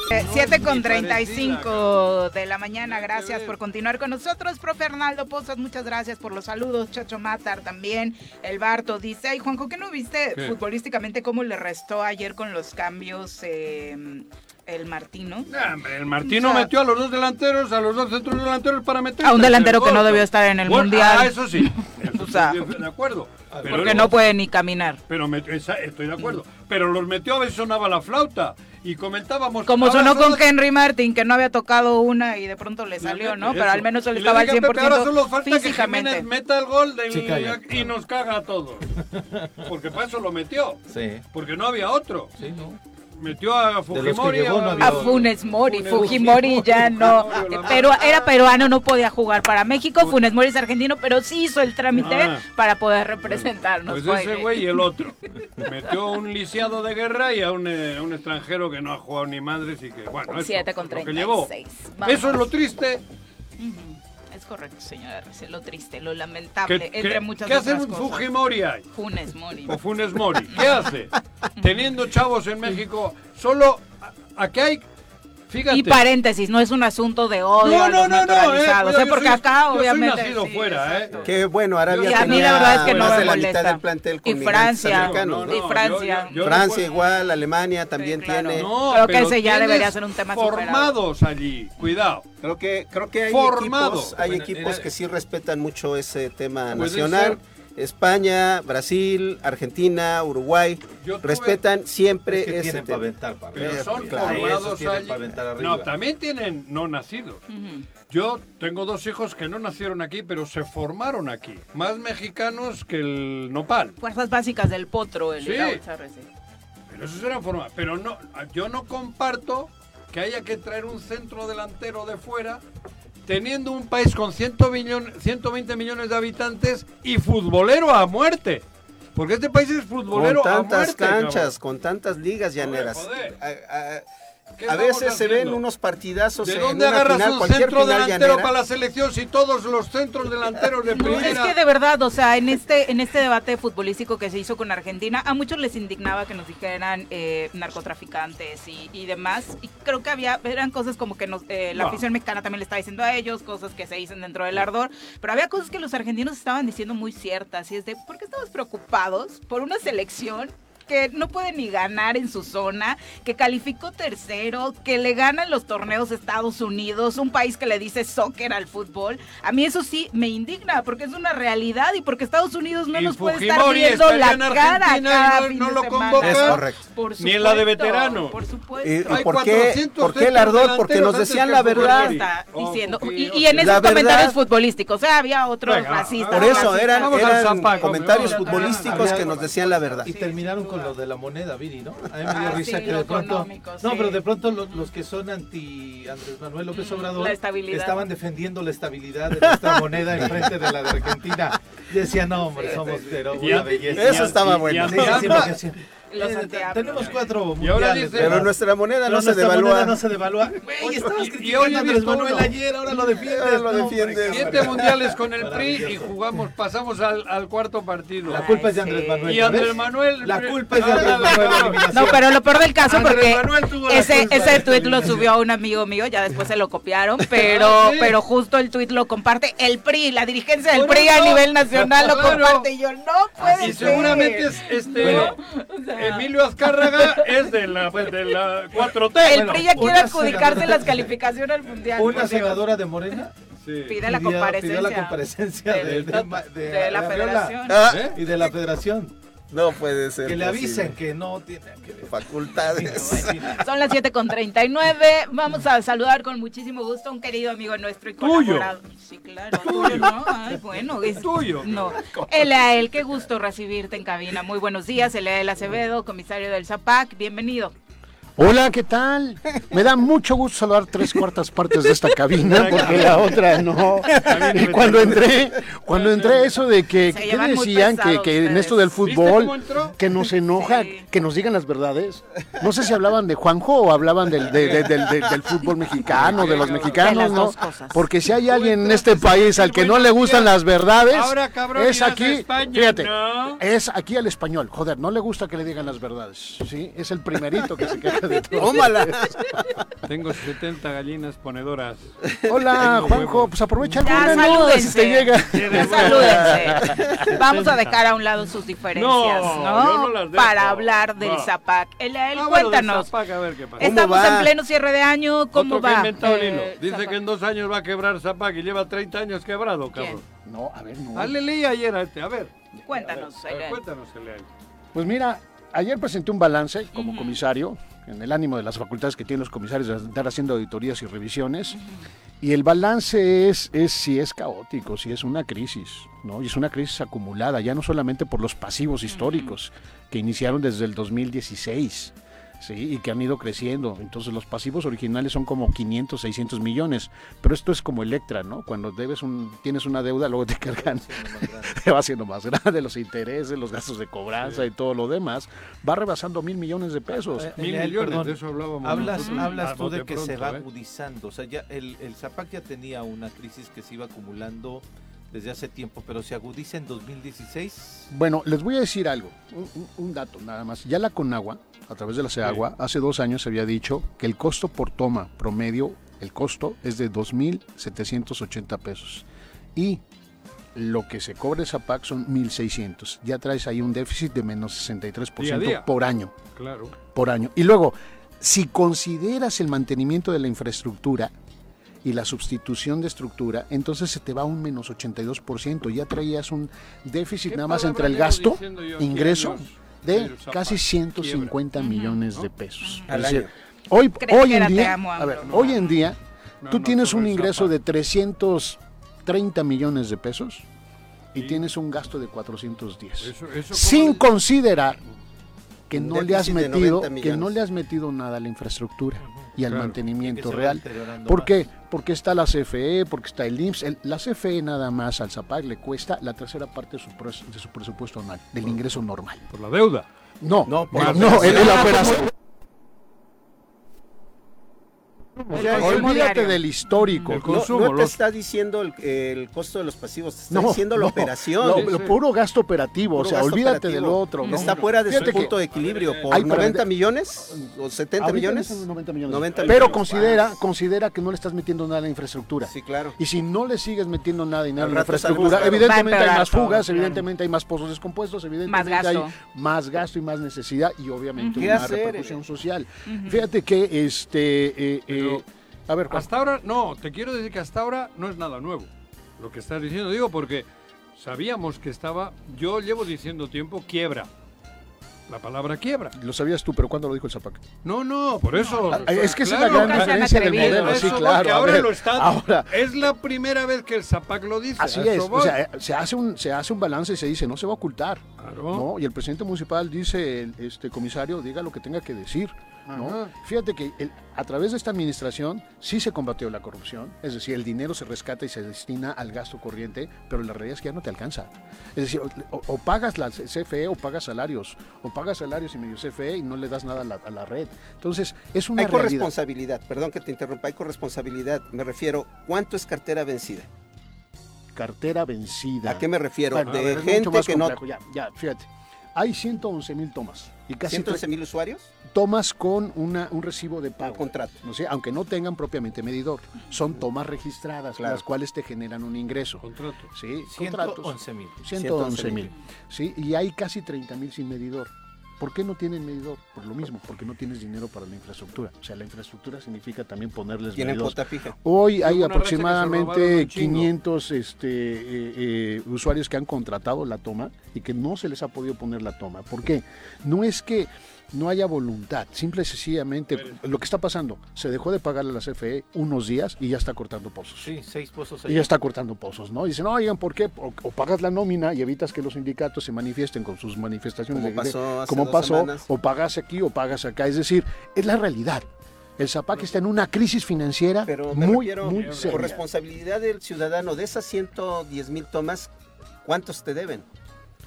siete con treinta y cinco de la mañana, gracias por continuar con nosotros, profe Arnaldo Pozas, muchas gracias por los saludos, Chacho Matar también, el Barto dice, ay Juanjo, ¿qué no viste ¿Qué? futbolísticamente cómo le restó ayer con los cambios eh, el Martino? Nah, hombre, el Martino o sea, metió a los dos delanteros, a los dos centros delanteros para meter a un delantero que no debió estar en el bueno, Mundial. Ah, eso sí, eso o sea, estoy de acuerdo. Pero porque no puede ni caminar. Pero me, estoy de acuerdo, pero los metió a ver si sonaba la flauta. Y comentábamos... Como sonó con los... Henry Martin, que no había tocado una y de pronto le salió, ¿no? Eso. Pero al menos él estaba al cien por ciento ahora solo falta físicamente. Que Jiménez meta el gol del... sí, y nos caga a todos. Porque para eso lo metió. Sí. Porque no había otro. Sí, no. Metió a Fujimori, llevó, no a Funes Mori, Funes Fujimori ya no, pero era peruano, no podía jugar para México, Funes Mori es argentino, pero sí hizo el trámite ah, para poder representarnos. Pues ese güey y el otro, metió un lisiado de guerra y a un, eh, un extranjero que no ha jugado ni madres y que, bueno, eso, siete con treinta y seis. Lo que llevó. Eso es lo triste. Uh-huh. Es correcto, señora Rece, lo triste, lo lamentable, ¿Qué, entre qué, muchas ¿qué otras hace un cosas. Fujimori ahí? Funes Mori. O Funes Mori. ¿Qué hace? Teniendo chavos en México, solo aquí hay... Fíjate. Y paréntesis, no es un asunto de odio no, a los no, no, naturalizados, no, eh, ¿eh? Porque soy, acá obviamente... Yo soy nacido sí, fuera, ¿eh? Que bueno, Arabia y a mí tenía la verdad es que no más me de la molesta. mitad del plantel con y Francia, no, no, no, y Francia. Yo, yo, yo Francia no igual, Alemania también sí, claro. tiene. No, creo que ese ya debería ser un tema formados superado. allí, cuidado. Creo que creo que hay Formado. equipos, hay bueno, equipos era, que sí respetan mucho ese tema puede nacional. Ser. España, Brasil, Argentina, Uruguay, tuve, respetan siempre es que ese tema. Aventar para pero son claro, formados allí. Para no, también tienen no nacidos. Uh-huh. Yo tengo dos hijos que no nacieron aquí, pero se formaron aquí. Más mexicanos que el nopal. Fuerzas básicas del potro, el sí. Iraúcha, Pero esos eran formados. Pero no, yo no comparto que haya que traer un centro delantero de fuera teniendo un país con ciento veinte millones de habitantes y futbolero a muerte. Porque este país es futbolero con a tantas muerte. canchas, cabrón. con tantas ligas llaneras. Joder, joder. A, a, a veces se ven unos partidazos. ¿De dónde en una agarras final, un cualquier centro final delantero llanera? para la selección si todos los centros delanteros de primera... No, es que de verdad, o sea, en este en este debate futbolístico que se hizo con Argentina, a muchos les indignaba que nos dijeran eh, narcotraficantes y, y demás, y creo que había, eran cosas como que nos, eh, la no. afición mexicana también le estaba diciendo a ellos, cosas que se dicen dentro del ardor, pero había cosas que los argentinos estaban diciendo muy ciertas, y es de, ¿por qué estamos preocupados por una selección que no puede ni ganar en su zona, que calificó tercero, que le ganan los torneos Estados Unidos, un país que le dice soccer al fútbol? A mí eso sí me indigna, porque es una realidad y porque Estados Unidos no y nos Fujimori puede estar viendo la cara cada no, fin no de lo semana. Convoca, es correcto. Por supuesto, ni en la de veterano. Por supuesto. ¿Y, y por, qué, ¿por qué el ardor? Porque nos decían la verdad. Está oh, diciendo, okay, y, okay. y en esos la comentarios verdad, futbolísticos, o sea, había otros venga, racistas. Por eso racistas. eran, eran zapaco, comentarios vamos, futbolísticos que nos decían la verdad. Y terminaron con lo de la moneda, Viri, ¿no? A mí me dio Ah, risa sí, que de pronto... sí. No, pero de pronto los, los que son anti Andrés Manuel López Obrador la estabilidad. estaban defendiendo la estabilidad de nuestra moneda en frente de la de Argentina. Y decían, no, hombre, somos pero una belleza. Eso estaba bueno. Sí, sí, porque decían, Los eh, antiamericanos. tenemos cuatro Y ahora mundiales. dice- Pero nuestra moneda no se nuestra devalúa. moneda no se devalúa. Güey, estabas Y- y criticando hoy he a Andrés visto Manuel uno. ayer, ahora lo defiendes. Ahora lo no, defiendes. hombre, Siete cabrón. mundiales con el P R I y Maravilloso. jugamos, pasamos al, al cuarto partido. La culpa es de Ay, Andrés sí. Manuel. Y Andrés ¿ves? Manuel... La culpa es de Andrés Manuel. la eliminación. No, pero lo peor del caso, Andrés porque Manuel tuvo la ese, culpa de ese esta tuit lo eliminación. subió a un amigo mío, ya después se lo copiaron, pero, Ah, sí. pero justo el tuit lo comparte el P R I, la dirigencia del Por P R I a eso. nivel nacional lo Claro. comparte, y yo, no puede Y ser. seguramente es este Bueno, o sea, Emilio Azcárraga es de la, de la cuatro T. el Bueno, P R I ya quiere una adjudicarse senadora- las calificaciones al mundial. Una por Dios. senadora de Morena Sí. Pide la pidió- comparecencia. pidió la comparecencia de, de, de- de la de federación. Ah, ¿Eh? y de la federación. no puede ser. Que le posible. avisen que no tiene que Facultades. Son las siete con treinta y nueve. Vamos a saludar con muchísimo gusto a un querido amigo nuestro y Tuyo. colaborador. Sí, claro. Tuyo, ¿no? Ay, bueno. Es Tuyo. No. Elael, qué gusto recibirte en cabina. Muy buenos días. Elael Acevedo, comisario del ZAPAC. Bienvenido. Hola, ¿qué tal? Me da mucho gusto saludar tres cuartas partes de esta cabina, porque la otra no. Y cuando entré, cuando entré eso de que, Se ¿qué llevan muy decían? Que, pesados que en ustedes. esto del ¿Viste cómo fútbol, entró? que nos enoja, Sí. que nos digan las verdades. No sé si hablaban de Juanjo o hablaban del, de- de- del, de- del fútbol mexicano, de los De mexicanos, las ¿no? dos cosas. Porque si hay alguien en este país al que no le gustan las verdades, Ahora, cabrón, es irás a aquí, España, fíjate, ¿no? es aquí al español. Joder, no le gusta que le digan las verdades, ¿sí? Es el primerito que se queja de todos. ¡Tómala! Tengo setenta gallinas ponedoras. Hola, Tengo Juanjo, huevos. pues aprovecha Ya, alguna, ¿no? Si salúdense. te llega. Ya salúdense. Vamos a dejar a un lado sus diferencias, No, ¿no? yo no las dejo. Para hablar del Va. Zapac. Elael, Ah, bueno, cuéntanos. del Zapac, a ver qué pasa. ¿Cómo Estamos va? en pleno cierre de año, ¿cómo Otro que va? ha inventado el eh, hilo. Dice Zapac? que en dos años va a quebrar Zapac y lleva treinta años quebrado, ¿Quién? cabrón. No, a ver, no. Ah, le leí ayer a este, a ver. Cuéntanos, A ver, Elael. cuéntanos, Elael. Pues mira, ayer presenté un balance como Ujú. comisario, en el ánimo de las facultades que tienen los comisarios de estar haciendo auditorías y revisiones, y el balance es, es si es caótico, si es una crisis, ¿no? Y es una crisis acumulada, ya no solamente por los pasivos históricos que iniciaron desde el dos mil dieciséis, ¿sí? Y que han ido creciendo. Entonces los pasivos originales son como quinientos, seiscientos millones, pero esto es como Electra, ¿no? Cuando debes un, tienes una deuda, luego te cargan, te va haciendo más grande, los intereses, los gastos de cobranza y todo lo demás, va rebasando mil millones de pesos. Eh, Mil Elael, millones, perdón. de eso hablábamos. Hablas, nosotros. hablas Ah, tú de bote que se pronto, va ¿eh? agudizando, o sea, ya el, el Zapac ya tenía una crisis que se iba acumulando desde hace tiempo, pero se agudiza en dos mil dieciséis. Bueno, les voy a decir algo, un, un- un dato nada más. Ya la Conagua, a través de la CEAGUA, hace dos años se había dicho que el costo por toma promedio, el costo es de dos mil setecientos ochenta pesos. Y lo que se cobra el Zapac son mil seiscientos. Ya traes ahí un déficit de menos sesenta y tres por ciento Día a día. por año. Claro. por año. Y luego, si consideras el mantenimiento de la infraestructura y la sustitución de estructura, entonces se te va a un menos ochenta y dos por ciento. Ya traías un déficit ¿Qué nada más palabra entre el llevo gasto, diciendo yo aquí ingreso, años? de Pero Zapac casi ciento cincuenta quiebra. millones Ujú. de pesos. Al Es decir, año. hoy, Crees hoy que en era te día, amo, a ver, AMLO. hoy en día, No, tú no tienes sobre un el ingreso Zapac. de trescientos treinta millones de pesos y Sí. tienes un gasto de cuatrocientos diez. Eso, eso Sin ¿cómo le- considerar que Un no le has déficit de metido noventa que no millones. le has metido nada a la infraestructura y al Claro. mantenimiento real. ¿Por qué? Porque está la C F E, porque está el I M S S. El- la C F E nada más al Zapac le cuesta la tercera parte de su, pres- de su presupuesto anual, del ingreso normal. Por la deuda. No, No, por no, la no, operación. en- en la operación. consumo Olvídate diario. del histórico. El No, consumo, no te los- está diciendo el, el costo de los pasivos, te está No, diciendo la no, operación. no, Sí, lo sí. puro gasto operativo, Puro o sea, gasto olvídate operativo. del otro. ¿no? Está fuera de Fíjate su que punto de equilibrio. ¿Por Ay, pero noventa de- millones o setenta ahorita millones? son noventa millones. noventa Pero millones. considera, considera que no le estás metiendo nada a la infraestructura. Sí, claro. Y si no le sigues metiendo nada y nada Al en la rato infraestructura, salimos, claro. evidentemente Va a hay empeorar más todo, fugas, claro. evidentemente hay más pozos descompuestos, evidentemente Más gasto. hay más gasto y más necesidad y obviamente ¿Qué una hacer? repercusión social. Fíjate que este eh, Pero- eh, a ver, Juan, Hasta ahora, no, te quiero decir que hasta ahora no es nada nuevo. Lo que estás diciendo, digo, porque sabíamos que estaba, yo llevo diciendo tiempo, quiebra. La palabra quiebra. lo sabías tú, pero ¿cuándo lo dijo el Zapac? No, no, por eso. Ah, es que esa Claro, es la gran nunca se han diferencia del atrevido. modelo, Eso sí, voy, claro. que a ahora ver, lo está. ahora, Es la primera vez que el Zapac lo dice. así a es, eso o voy. sea, eh, se hace un se hace un balance y se dice, no se va a ocultar. Claro. ¿No? Y el presidente municipal dice, el, este comisario, diga lo que tenga que decir. ¿no? Ajá. Fíjate que el- a través de esta administración sí se combatió la corrupción, es decir, el dinero se rescata y se destina al gasto corriente, pero la realidad es que ya no te alcanza. Es decir, o, o pagas la C F E o pagas salarios, o pagas salarios y medio C F E y no le das nada a la, a la red. Entonces, es una Hay realidad. corresponsabilidad, perdón que te interrumpa, hay corresponsabilidad. Me refiero, ¿cuánto es cartera vencida? Cartera vencida. ¿A qué me refiero? Bueno, a de ver, es mucho gente más que no... complejo. Ya, ya, fíjate. Hay ciento once mil tomas y casi ¿ciento once mil usuarios? tomas con una, un recibo de Un pago. contrato. No sé, aunque no tengan propiamente medidor, son tomas registradas, Claro. las cuales te generan un ingreso. Contrato. Sí, ciento contratos. once mil. ciento once mil. Sí, y hay casi treinta mil sin medidor. ¿Por qué no tienen medidor? Por lo mismo, porque no tienes dinero para la infraestructura. O sea, la infraestructura significa también ponerles Tienen medidores. cuota fija. Hoy hay Hubo una racha que se robaron aproximadamente un chingo. quinientos este, eh, eh, usuarios que han contratado la toma y que no se les ha podido poner la toma. ¿Por qué? No es que no haya voluntad, simple y sencillamente lo que está pasando, se dejó de pagarle a la C F E unos días y ya está cortando pozos. Sí, seis pozos Y ahí. ya está cortando pozos, ¿no? Y dicen, no, oigan, ¿por qué? O, o pagas la nómina y evitas que los sindicatos se manifiesten con sus manifestaciones. Como de- de- pasó hace como dos pasó, semanas. o pagas aquí o pagas acá. Es decir, es la realidad. El Zapac está en una crisis financiera Pero me muy, refiero, muy por seria. responsabilidad del ciudadano, de esas ciento diez mil tomas, ¿cuántos te deben?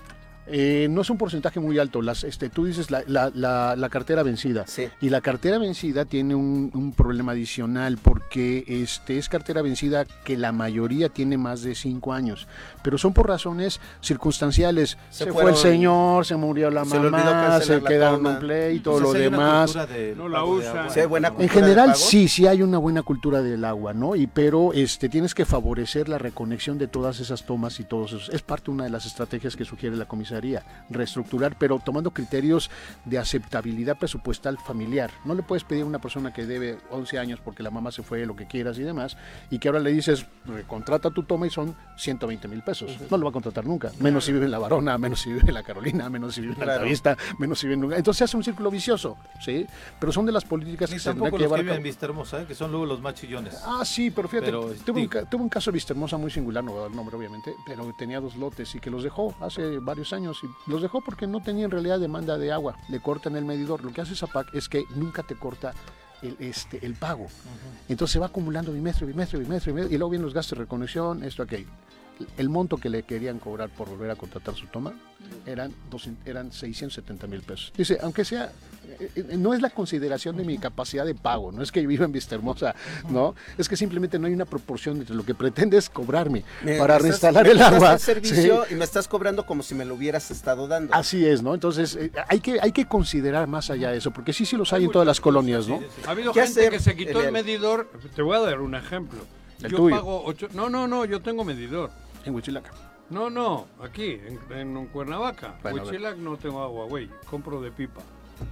Eh, no es un porcentaje muy alto. Las, este, tú dices la, la, la, la cartera vencida. Sí. Y la cartera vencida tiene un, un problema adicional porque este, es cartera vencida que la mayoría tiene más de cinco años. Pero son por razones circunstanciales. Se, se fueron, fue el señor, se murió la se mamá, se quedaron en un play y todo o sea, lo si demás. De, no la usan. ¿Sí hay buena cultura en general del pago? sí, sí hay una buena cultura del agua, ¿no? Y pero este, tienes que favorecer la reconexión de todas esas tomas y todos esos. Es parte de una de las estrategias que sugiere la comisaría. Reestructurar, pero tomando criterios de aceptabilidad presupuestal familiar. No le puedes pedir a una persona que debe once años porque la mamá se fue, lo que quieras y demás, y que ahora le dices, contrata tu toma y son ciento veinte mil pesos. No lo va a contratar nunca, menos si vive en La Varona, menos si vive en La Carolina, menos si vive en claro. Altavista, menos si vive en lugar. Entonces se hace un círculo vicioso, ¿sí? Pero son de las políticas Ni que se tendrán que los llevar que viven en Vista Hermosa, ¿eh? Que son luego los más chillones. Ah, sí, pero fíjate, pero, tuve, un, tuve un caso de Vista Hermosa muy singular, no voy a dar nombre obviamente, pero tenía dos lotes y que los dejó hace varios años y los dejó porque no tenía en realidad demanda de agua, le cortan el medidor. Lo que hace Zapac es que nunca te corta el, este, el pago. Uh-huh. Entonces se va acumulando bimestre, bimestre, bimestre, bimestre, y luego vienen los gastos de reconexión, esto, aquello. El monto que le querían cobrar por volver a contratar su toma eran, dos, eran seiscientos setenta mil pesos. Dice, aunque sea, eh, no es la consideración de mi capacidad de pago, no es que yo viva en Vista Hermosa, no, es que simplemente no hay una proporción entre lo que pretendes cobrarme me, para me reinstalar estás, el agua. El servicio sí. Y me estás cobrando como si me lo hubieras estado dando. Así es, ¿no? Entonces eh, hay que hay que considerar más allá de eso, porque sí, sí los hay, hay en todas las colonias, ¿no? Sí, sí. Ha habido gente que se quitó el, el medidor, te voy a dar un ejemplo. El yo tuyo. pago ocho, no, no, no, yo tengo medidor. En Huitzilac. No, no, aquí, en, en Cuernavaca. Bueno, Huitzilac no tengo agua, güey, compro de pipa,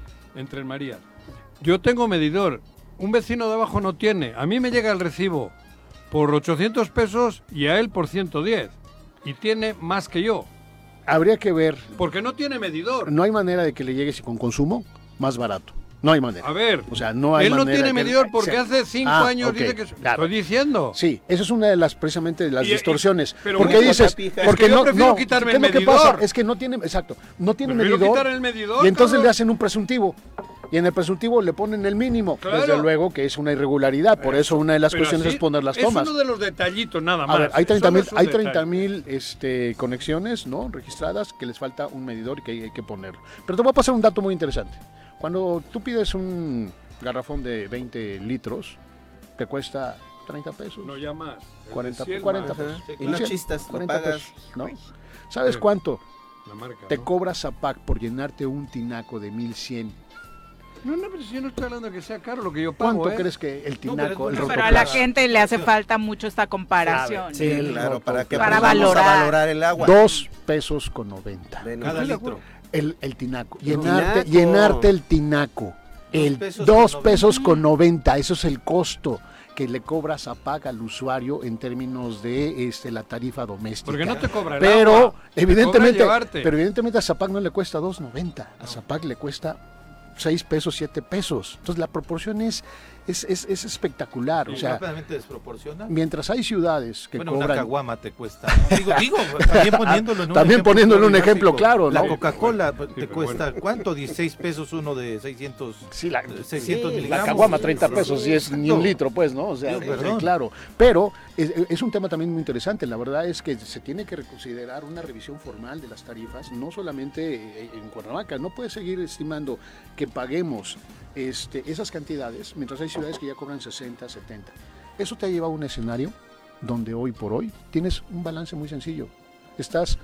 en Tres Marías. Yo tengo medidor, un vecino de abajo no tiene. A mí me llega el recibo por ochocientos pesos y a él por ciento diez. Y tiene más que yo. Habría que ver. Porque no tiene medidor. No hay manera de que le llegue con consumo más barato. No hay manera. A ver, o sea, no hay él no manera tiene que medidor él... porque sí. hace cinco ah, años okay, dice que... Claro. Estoy diciendo. Sí, esa es una de las, precisamente, de las y, distorsiones. Y, pero porque dices, pija, porque es que no, yo prefiero no, quitarme ¿qué el es lo que medidor? pasa? Es que no tiene, exacto, no tiene prefiero medidor, quitar el medidor. Y entonces cabrón. le hacen un presuntivo. Y en el presuntivo le ponen el mínimo. Claro. Desde luego que es una irregularidad. Por eso una de las pero cuestiones así, es poner las tomas. Es uno de los detallitos, nada más. A ver, hay treinta mil no hay treinta mil este, conexiones, ¿no? Registradas que les falta un medidor y que hay, hay que ponerlo. Pero te voy a pasar un dato muy interesante. Cuando tú pides un garrafón de veinte litros, te cuesta treinta pesos. No, ya más. cuarenta, cien cuarenta más. pesos. Sí, y no chistas, cuarenta no pagas. pesos, ¿no? ¿Sabes Sí. cuánto La marca, te ¿no? cobra Zapac por llenarte un tinaco de mil cien? No, no, pero si yo no estoy hablando de que sea caro lo que yo pago, ¿Cuánto ¿eh? crees que el No, tinaco, pero el es muy Pero a la rotoplas? gente le hace falta mucho esta comparación. Sí, El claro, para que Para aprendamos valorar. a valorar el agua. Dos pesos con noventa. Ven, Cada estoy de litro. El, el tinaco. El Llenarte, tinaco. llenarte el tinaco. El pesos dos con pesos con noventa. Eso es el costo que le cobra Zapac al usuario en términos de este, la tarifa doméstica. Porque no te cobra el pero agua, te evidentemente, cobra llevarte. pero evidentemente a Zapac no le cuesta dos noventa. A Zapac le cuesta seis pesos, siete pesos. Entonces la proporción es es, es, es espectacular. Y O sea, rápidamente desproporciona. mientras hay ciudades que Bueno, una cobran caguama te cuesta. Digo, digo, también poniéndolo en un también ejemplo poniéndolo en un gráfico. ejemplo claro, La ¿no? Coca-Cola Sí, te pero cuesta, bueno. ¿cuánto? dieciséis pesos uno de seiscientos, Sí, la, seiscientos sí, miligramos. La caguama, treinta Sí, pesos, sí, y es ni un litro, pues, ¿no? O sea, Dios, sí, perdón. claro. Pero es, es un tema también muy interesante. La verdad es que se tiene que reconsiderar una revisión formal de las tarifas, no solamente en Cuernavaca. No puede seguir estimando que paguemos este, esas cantidades, mientras hay ciudades que ya cobran sesenta, setenta. Eso te ha llevado a un escenario donde hoy por hoy tienes un balance muy sencillo. Estás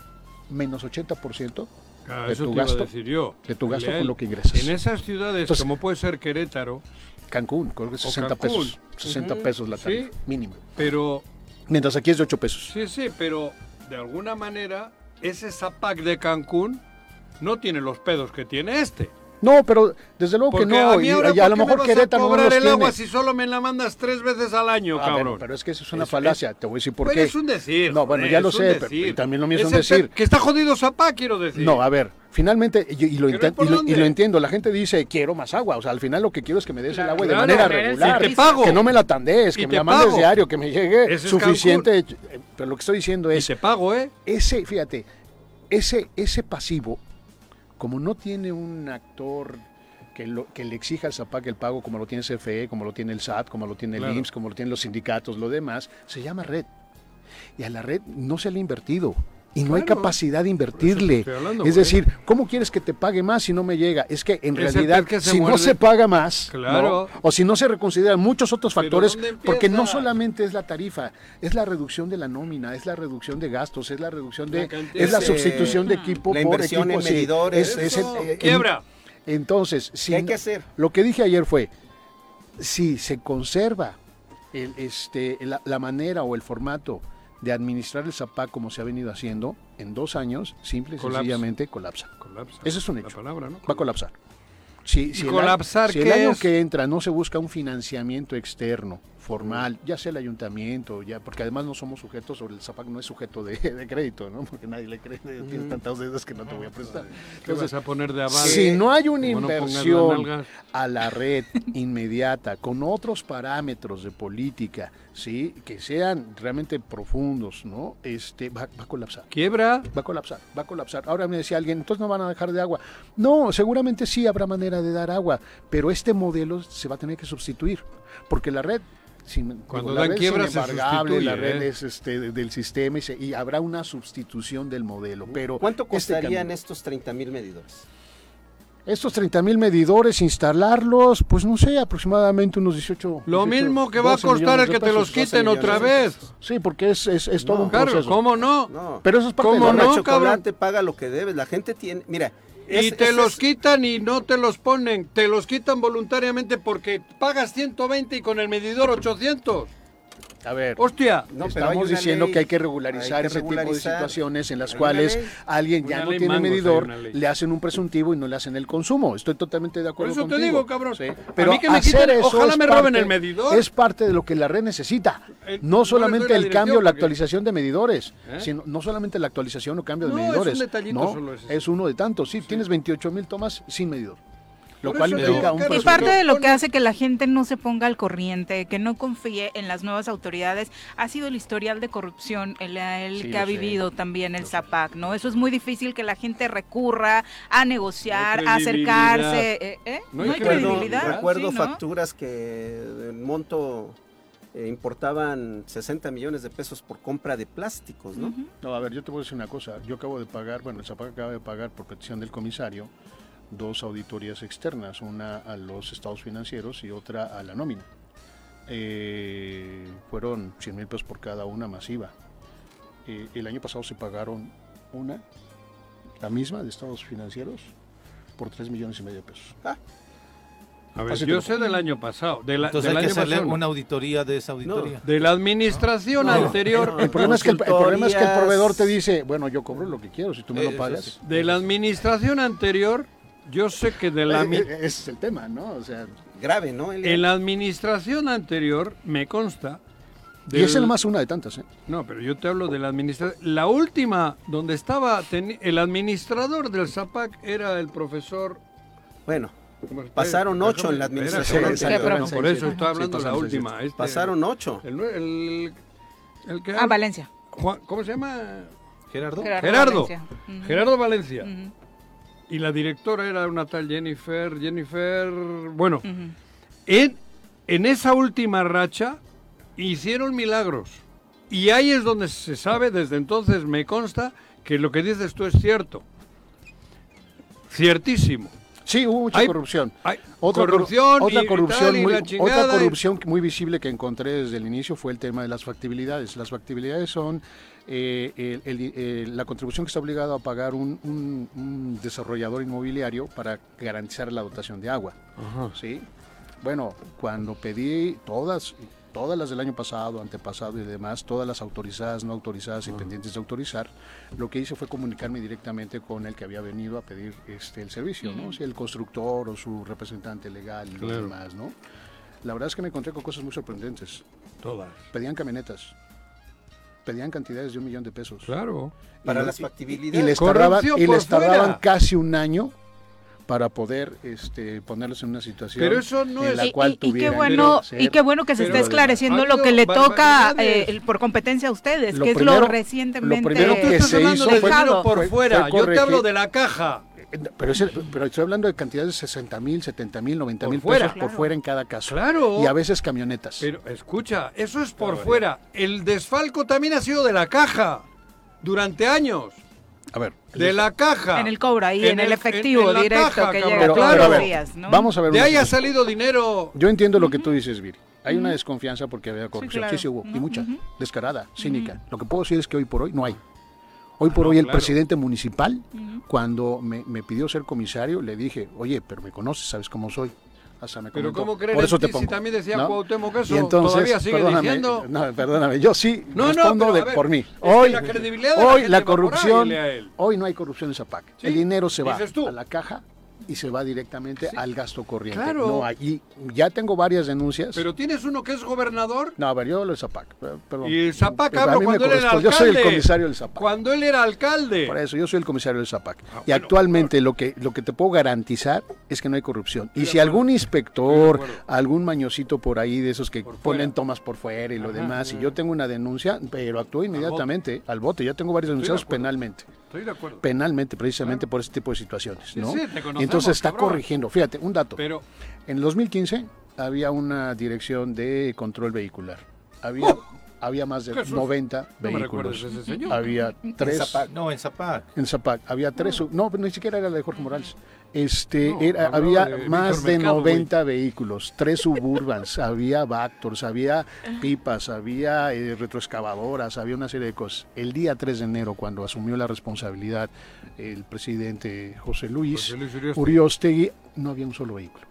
menos ochenta por ciento Claro, de eso tu te iba a gasto, decir yo. de tu gasto Leal. con lo que ingresas. En esas ciudades, Entonces, como puede ser Querétaro, Cancún, creo que sesenta Cancún. pesos. sesenta Ujú. pesos la Sí. tarifa, mínimo. pero Mientras aquí es de ocho pesos. sí, sí, pero de alguna manera ese Zapac de Cancún no tiene los pedos que tiene este. No, pero desde luego Porque que no. a mí Y, ahora, y a ¿por lo qué me mejor vas a Querétaro no cobrar los el tiene. agua si solo me la mandas tres veces al año, Ah, cabrón? bueno, pero es que eso es una Eso falacia. es- Te voy a decir por Pues qué. es un decir. No, bueno, joder, ya lo es un sé, pero decir. y también lo mío es un el decir. pe- Que está jodido Zapac, quiero decir. No, a ver, finalmente, y, y lo Pero inten- ¿por y, lo, y dónde? lo entiendo, la gente dice, quiero más agua. O sea, al final lo que quiero es que me des el agua de Claro, manera claro, regular. y te pago. Que no me la tandees, Y que me te la mandes pago. diario, que me llegue Ese es suficiente. eh, Pero lo que estoy diciendo Y es, te pago, ¿eh? ese, fíjate, ese, ese pasivo, como no tiene un actor que, lo, que le exija al Zapac el pago como lo tiene C F E, como lo tiene el S A T, como lo tiene el Claro. I M S S, como lo tienen los sindicatos, lo demás, se llama red. Y a la red no se le ha invertido. y no hay Claro. capacidad de invertirle. estoy hablando, Es güey. decir, ¿cómo quieres que te pague más si no me llega? Es que en Ese realidad, pez que se si no muerde- se paga más, Claro. ¿no? O si no se reconsideran muchos otros Pero factores, ¿dónde empieza? porque no solamente es la tarifa, es la reducción de la nómina, es la reducción de gastos, es la reducción La de, cantidad es la de- sustitución de equipo la por inversión equipo. en sí, medidores. es- es- Eso, eh, en- quiebra. Entonces, si ¿Qué hay no- que hacer? lo que dije ayer fue, si se conserva el, este, la, la manera o el formato de administrar el ZAPAC como se ha venido haciendo, en dos años, simple y Colapsa. sencillamente colapsa. Colapsa. Ese es un La hecho. palabra, ¿no? Va a colapsar. Si, si el, colapsar si el qué año es? que entra no se busca un financiamiento externo, formal, ya sea el ayuntamiento, ya porque además no somos sujetos, sobre el ZAPAC no es sujeto de, de crédito, ¿no? Porque nadie le cree, tienes tantas deudas que no te voy a prestar. ¿Qué vas a poner de aval? Si no hay una Como no pongas las inversión nalgas. a la red inmediata, con otros parámetros de política, sí, que sean realmente profundos, ¿no? Este va, va a colapsar. ¿Quiebra? Va a colapsar, va a colapsar. Ahora me decía alguien, entonces no van a dejar de agua. No, seguramente sí habrá manera de dar agua, pero este modelo se va a tener que sustituir, porque la red, sin, Cuando digo, la dan red es quiebra, se inembargable, la sustituye, red ¿eh? es este, de- del sistema y, se- y habrá una sustitución del modelo. Pero ¿Cuánto este costarían cambio- estos treinta mil medidores? estos treinta mil medidores, instalarlos, pues no sé, aproximadamente unos dieciocho. Lo dieciocho, mismo que va a doce costar el millones de que te pesos. los quiten doce otra millones de vez. pesos. Sí, porque es, es, es todo No, un Claro, proceso. ¿cómo no? No. Pero eso es parte ¿Cómo de la no, red. El chocolate cabrón? paga lo que debes. La gente tiene... Mira... Y es- te es- los es- quitan y no te los ponen. Te los quitan voluntariamente porque pagas ciento veinte y con el medidor ochocientos. A ver, Hostia. No, pero hay estamos una diciendo ley. que hay que regularizar Hay que ese tipo de regularizar. situaciones en las Hay una cuales ley. alguien ya Una no ley tiene mangos, medidor, hay una ley. le hacen un presuntivo y no le hacen el consumo. Estoy totalmente de Por acuerdo eso te contigo. digo, cabrón. Sí, A Pero mí que me hacer quiten, eso ojalá es me roben parte- el medidor. Es parte de lo que la red necesita. Eh, No no solamente les doy la el cambio, dirección la porque- actualización de medidores, ¿Eh? sino no solamente la actualización o cambio de No, es un medidores. detallito no, solo ese. es uno de tantos. Sí, tienes veintiocho mil tomas sin medidor. Lo Por cual eso implica digo, un Carlos, Y presupuesto. parte de lo que hace que la gente no se ponga al corriente, que no confíe en las nuevas autoridades, ha sido el historial de corrupción, el, el Sí, que lo ha sé. vivido también el ZAPAC, ¿no? Eso es muy difícil que la gente recurra a negociar, No hay a acercarse. ¿eh? ¿eh? No No, hay hay credibilidad. credibilidad. Recuerdo sí, ¿no? facturas que en monto eh, importaban sesenta millones de pesos por compra de plásticos, ¿no? Ujú. No, a ver, yo te voy a decir una cosa. Yo acabo de pagar, bueno, el ZAPAC acaba de pagar por petición del comisario dos auditorías externas, una a los estados financieros y otra a la nómina. Eh, fueron cien mil pesos por cada una masiva. Eh, el año pasado se pagaron una, la misma de estados financieros, por tres millones y medio de pesos. A ver, Así yo te lo sé del año pasado. De la, Entonces del hay que año hacerle pasado, no. una auditoría de esa auditoría. De la administración No, anterior. El problema, es que el, el problema es que el Consultorías. proveedor te dice, bueno, yo cobro lo que quiero, si tú me Eh, lo eso pagas. sí. De la administración anterior, yo sé que de la... Eh, mi- eh, Ese es el tema, ¿no? O sea, Grave, ¿no? El- En la administración anterior, me consta... y es del- el más una de tantas, ¿eh? No, pero yo te hablo de la administración. La última, donde estaba teni- el administrador del ZAPAC era el profesor... Bueno, ¿cómo se- pasaron déjame- ocho en la espera, administración espera, anterior. no, Sí, por sí, eso sí. estoy hablando Sí, de la pasaron seis, última. este- pasaron ocho. El, nue- el, el que Ah, Valencia. Juan- ¿Cómo se llama? Gerardo. Gerardo. Valencia. Ujú. Gerardo Valencia. Ujú, Y la directora era una tal Jennifer, Jennifer, bueno, ujú. en, en esa última racha hicieron milagros. Y ahí es donde se sabe, desde entonces me consta, que lo que dices tú es cierto. Ciertísimo. Sí, hubo mucha Hay- corrupción. Hay Otra corrupción, corru- otra y- y corrupción, tal, y muy, la otra chingada, y- corrupción muy visible que encontré desde el inicio fue el tema de las factibilidades. Las factibilidades son eh, el- el- el- la contribución que está obligado a pagar un, un- un desarrollador inmobiliario para garantizar la dotación de agua. Ajá. ¿Sí? Bueno, cuando pedí todas, todas las del año pasado, antepasado y demás, todas las autorizadas, no autorizadas y pendientes de autorizar, lo que hice fue comunicarme directamente con el que había venido a pedir este el servicio, ¿no? Si el constructor o su representante legal y los Claro. demás, ¿no? La verdad es que me encontré con cosas muy sorprendentes. Todas. Pedían camionetas, pedían cantidades de un millón de pesos. Claro. Para Y- las y- factibilidades. Y les tardaban, Corrupción y por les tardaban fuera. casi un año para poder este, ponerlos en una situación Pero eso no en es- la Y, cual y- y qué tuvieran bueno que y qué bueno que se Pero esté esclareciendo ha lo que habido le toca barbaridades. eh, el- por competencia a ustedes, Lo que es primero- lo recientemente lo primero Tú que estás se hablando hizo de fue- dinero por fue- fuera. fue Yo te corregir- hablo de la caja. Pero, es el- pero estoy hablando de cantidades de sesenta mil, setenta mil, noventa mil Por fuera. pesos por Claro. fuera en cada caso. Claro. Y a veces camionetas. Pero escucha, eso es por fuera. El desfalco también ha sido de la caja. durante años. A ver. De la caja. En el cobro, ahí, en, En el, el- efectivo en- en la directo caja, que cabrón. llega Pero, todos pero a los ver, días, ¿no? Vamos a ver De una ahí ha cosa. salido dinero. Yo entiendo lo que tú dices, Viri. Hay una desconfianza porque había corrupción. claro. Sí, sí hubo. Y Ujú, mucha. ujú. Descarada, cínica. Lo que puedo decir es que hoy por hoy no hay. Hoy por No, hoy el claro. presidente municipal, cuando me, me pidió ser comisario, le dije, oye, pero me conoces, sabes cómo soy. Hasta me Pero comentó, ¿cómo crees por eso en te ti pongo. si también decía ¿no? Cuauhtémoc eso? Y entonces, ¿Todavía sigue perdóname, diciendo? No, perdóname, yo sí No, no, respondo pero a de, ver, por mí. es que Hoy, la credibilidad de la hoy gente la, va por ahí, corrupción, lea él. hoy no hay corrupción en Zapac. Sí, El dinero se va dices tú. a la caja y se va directamente al gasto corriente. Claro. No hay. Y ya tengo varias denuncias. Pero tienes uno que es gobernador. No, a ver, yo lo de Zapac. eh, Perdón. Y el Zapac Pero a hablo mí me cuando él era corresponde. alcalde. Yo soy el comisario del Zapac. Cuando él era alcalde. Por eso, yo soy el comisario del Zapac. Ah, y bueno, actualmente lo que, lo que te puedo garantizar es que no hay corrupción. Y de si acuerdo. algún Estoy inspector, de acuerdo. algún mañosito por ahí de esos que Por fuera. ponen tomas por fuera y lo Ajá, demás, y ajá. yo tengo una denuncia, pero actúo inmediatamente al bote. Ya tengo varios Estoy de denunciados acuerdo. penalmente. Estoy de acuerdo. Penalmente, precisamente por ese tipo de situaciones. Sí, ¿no? sí, te conocemos, y entonces está cabrón. corrigiendo. Fíjate, un dato. Pero En el dos mil quince había una dirección de control vehicular. Había, ¡Oh! había más de ¿Qué es eso? noventa no me vehículos. recuerdas ese señor. Había tres. Zapac. No, en Zapac. En Zapac había tres, sub- no, ni siquiera era la de Jorge Morales. Este, No, era, hablaba había de más Víctor de Mercado, noventa vehículos, tres Suburbans, había Vactors, había pipas, había eh, retroexcavadoras, había una serie de cosas. El día tres de enero, cuando asumió la responsabilidad el presidente José Luis, José Luis Uriostegui. Uriostegui, no había un solo vehículo.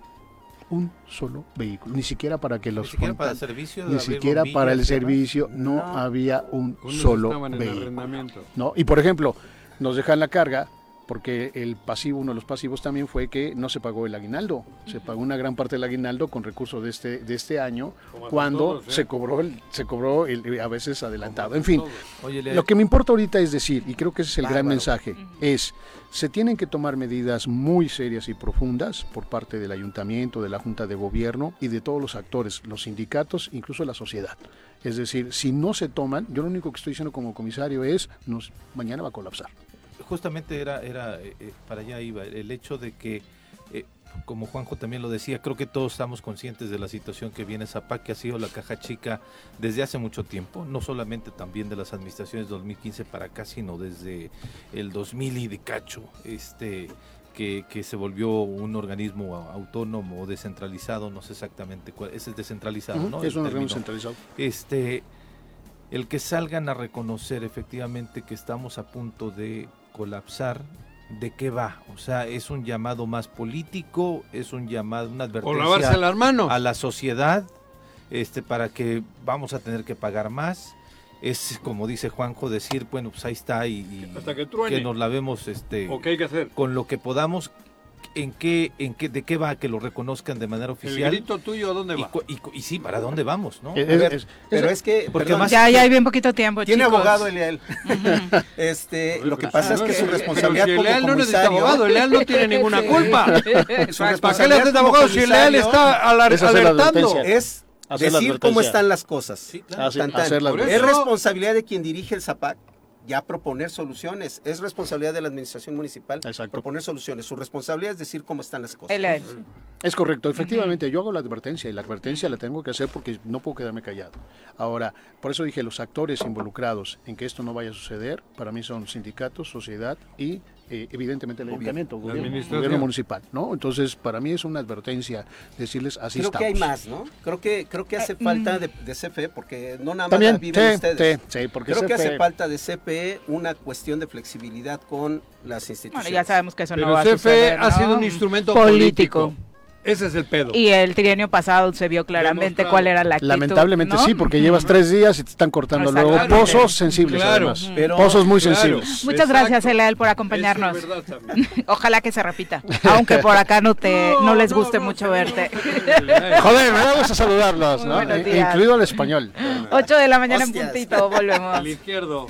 Un solo vehículo, ni siquiera para que Ni los siquiera para contan- servicio. de ni abrir siquiera para el bombillas y demás. servicio, no, No. había un Unos solo estaban en vehículo. arrendamiento. ¿no? Y por ejemplo, nos dejan la carga porque el pasivo, uno de los pasivos también fue que no se pagó el aguinaldo. Se pagó una gran parte del aguinaldo con recursos de este de este año Como a cuando todos, ¿eh? se cobró el, se cobró el, a veces adelantado. Como En fin, todos. Oye, le- lo que me importa ahorita es decir, y creo que ese es el gran Bárbaro. mensaje, es se tienen que tomar medidas muy serias y profundas por parte del ayuntamiento, de la Junta de Gobierno y de todos los actores, los sindicatos, incluso la sociedad. Es decir, si no se toman, yo lo único que estoy diciendo como comisario es, nos, mañana va a colapsar. justamente era, era eh, eh, para allá iba, el hecho de que, eh, como Juanjo también lo decía, creo que todos estamos conscientes de la situación que viene Zapac, que ha sido la caja chica desde hace mucho tiempo, no solamente también de las administraciones dos mil quince para acá, sino desde el dos mil y de cacho, este... Que, que se volvió un organismo autónomo o descentralizado, no sé exactamente cuál, ese es descentralizado, Ujú, ¿no? es El un organismo término. centralizado. Este, el que salgan a reconocer efectivamente que estamos a punto de colapsar, ¿de qué va? O sea, es un llamado más político, es un llamado, una O advertencia lavarse las manos. a la sociedad, este, para que vamos a tener que pagar más. Es como dice Juanjo, decir, bueno, pues ahí está y, y Hasta que truene. que nos lavemos este, ¿O qué hay que hacer? con lo que podamos. ¿En qué, en qué, de qué va que lo reconozcan de manera ¿El oficial? grito tuyo a dónde y, va? cu- y, cu- y sí, ¿para dónde vamos? ¿no? Es- A ver, es- pero es- es que, porque perdón, más- Ya, ya hay bien poquito tiempo, tiene chicos. abogado Eliel. Este, lo que pasa es que su Pero responsabilidad si el como Leal no necesita comisario, abogado, el Leal no tiene ninguna culpa. su ¿Para qué le responsabilidad haces de como abogado si el Leal comisario está alar- Es hacer la alertando? advertencia. es Hacer la decir cómo advertencia. están las cosas. Sí, claro. Hacer- Tan, tan. hacer la Por Es eso- responsabilidad de quien dirige el Zapac ya proponer soluciones. Es responsabilidad de la administración municipal Exacto. proponer soluciones. Su responsabilidad es decir cómo están las cosas. Él es. Es correcto, efectivamente, yo hago la advertencia y la advertencia la tengo que hacer porque no puedo quedarme callado. Ahora, por eso dije, los actores involucrados en que esto no vaya a suceder, para mí son sindicatos, sociedad y eh, evidentemente el ayuntamiento, La gobierno, administración. gobierno municipal, ¿no? Entonces, para mí es una advertencia decirles así Creo estamos. que hay más, ¿no? Creo que creo que hace falta de, de C F E, porque no nada más También, la viven sí, ustedes. sí, sí, porque Creo que C F E hace falta de C P E una cuestión de flexibilidad con las instituciones. Bueno, ya sabemos que eso no Pero va a C F E suceder, ha ¿no? sido un instrumento político. Político. Ese es el pedo. Y el trienio pasado se vio claramente Demostrado. cuál era la actitud, Lamentablemente ¿no? sí, porque llevas tres días y te están cortando luego Exactamente. pozos sensibles Claro. además. Pero- pozos muy Claro. sensibles. Muchas Exacto. gracias, Elael, por acompañarnos. Eso es verdad también. Ojalá que se repita, aunque por acá no te no, No, les no, guste no, mucho no. verte. Joder, me vamos a saludarlos, Muy ¿no? buenos Eh, días. incluido el español. ocho de la mañana Hostias. en puntito, volvemos. Al izquierdo.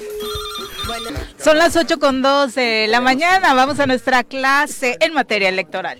Son las ocho con dos de la mañana, vamos a nuestra clase en materia electoral.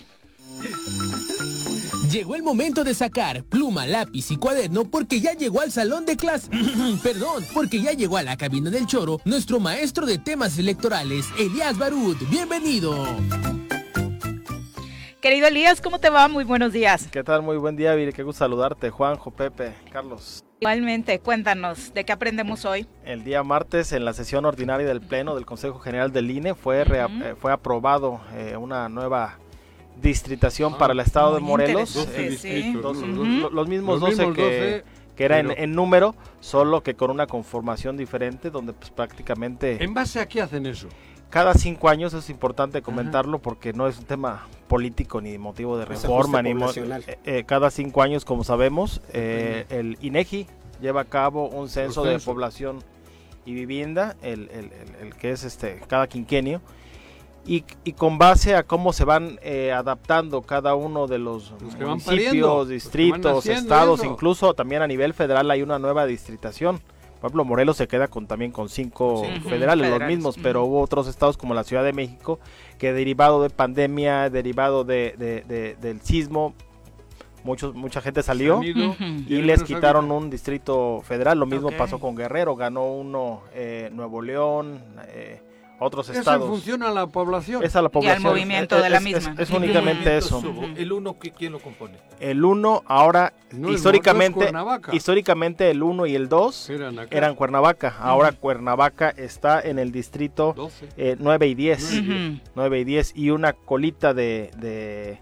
Llegó el momento de sacar pluma, lápiz y cuaderno porque ya llegó al salón de clase. Perdón, porque ya llegó a la cabina del choro nuestro maestro de temas electorales, Elías Barut. Bienvenido. Querido Elías, ¿cómo te va? Muy buenos días. ¿Qué tal? Muy buen día, Viri. Qué gusto saludarte. Juanjo, Pepe, Carlos. Igualmente, cuéntanos, ¿de qué aprendemos hoy? El día martes, en la sesión ordinaria del Pleno del Consejo General del I N E, fue, uh-huh. eh, fue aprobado eh, una nueva distritación ah, para el estado de Morelos. doce sí. dos, uh-huh. los, los mismos los doce mismos que... doce. que era en, en número, solo que con una conformación diferente, donde pues prácticamente... ¿En base a qué hacen eso? Cada cinco años, es importante comentarlo, ajá, porque no es un tema político ni motivo de reforma, ni mo eh, eh, cada cinco años, como sabemos, eh, el INEGI lleva a cabo un censo de población y vivienda, el, el, el, el que es este cada quinquenio, Y, y con base a cómo se van eh, adaptando cada uno de los, los municipios, pariendo, distritos, estados, eso. Incluso también a nivel federal hay una nueva distritación. Por ejemplo, Morelos se queda con también con cinco sí, federales, federales, los mismos, uh-huh. pero hubo otros estados como la Ciudad de México que derivado de pandemia, derivado de, de, de, del sismo, muchos mucha gente salió uh-huh. y, y les quitaron un distrito federal. Lo mismo okay. pasó con Guerrero, ganó uno eh, Nuevo León, eh, otros eso estados. Eso funciona a la población. Es a la población. Y al movimiento es, de la es, misma. Es, es únicamente eso. ¿El uno quién lo compone? El uno ahora, no, históricamente, no históricamente el uno y el dos eran, eran Cuernavaca. Ahora uh-huh. Cuernavaca está en el distrito eh, nueve y diez. Uh-huh. nueve y diez y una colita de, de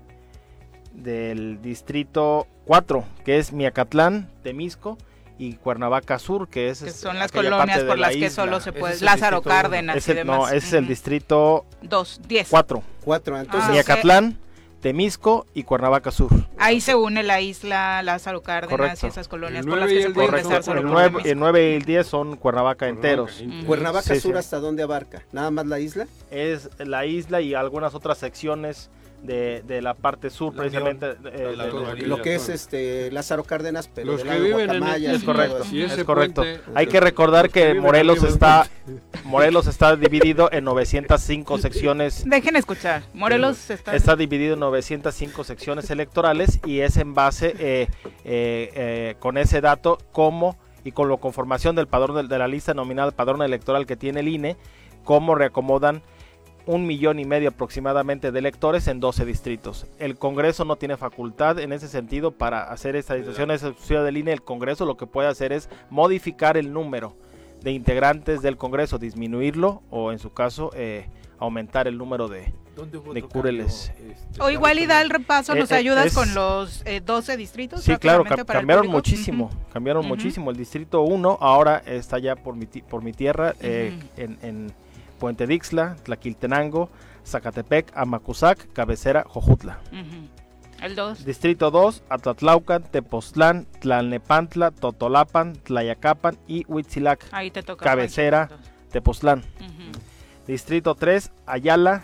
del distrito cuatro, que es Miacatlán, Temisco, y Cuernavaca Sur, que es... Que son las colonias por las que solo se puede... Lázaro Cárdenas ese, y demás. No, ese es el distrito... Dos, diez. Cuatro. Cuatro, entonces... Ah, Miacatlán, okay. Temisco y Cuernavaca Sur. Ahí se une la isla Lázaro Cárdenas Correcto. Y esas colonias por las que se puede empezar solo el nueve, el nueve y el diez son Cuernavaca, Cuernavaca enteros. Uh-huh. ¿Cuernavaca sí, Sur sí. hasta dónde abarca? ¿Nada más la isla? Es la isla y algunas otras secciones de, de la parte sur, la precisamente eh, la, la, de, lo que es este Lázaro Cárdenas, pero los de que viven en el, es correcto, y es correcto. Puente, hay que recordar que Morelos está Morelos está dividido en novecientas cinco secciones. Dejen escuchar. Morelos está está dividido en novecientas cinco secciones electorales y es en base eh, eh, eh, con ese dato como y con la conformación del padrón de, de la lista nominal padrón electoral que tiene el I N E, cómo reacomodan un millón y medio aproximadamente de electores en doce distritos. El Congreso no tiene facultad en ese sentido para hacer esta distribución, esa ciudad del I N E. El Congreso lo que puede hacer es modificar el número de integrantes del Congreso, disminuirlo o en su caso eh, aumentar el número de, de curules. Este, o igual y da el repaso, nos eh, ayudas es, con los eh, doce distritos. Sí, claro, ca cambiaron muchísimo, uh-huh. cambiaron uh-huh. muchísimo. El distrito uno ahora está ya por mi, por mi tierra, eh, uh-huh. en... en Puente Dixla, Tlaquiltenango, Zacatepec, Amacuzac, Cabecera, Jojutla. Uh-huh. El dos. Distrito dos, Atlatlaucan, Tepoztlán, Tlalnepantla, Totolapan, Tlayacapan y Huitzilac. Ahí te toca. Cabecera, Tepoztlán. Uh-huh. Distrito tres, Ayala,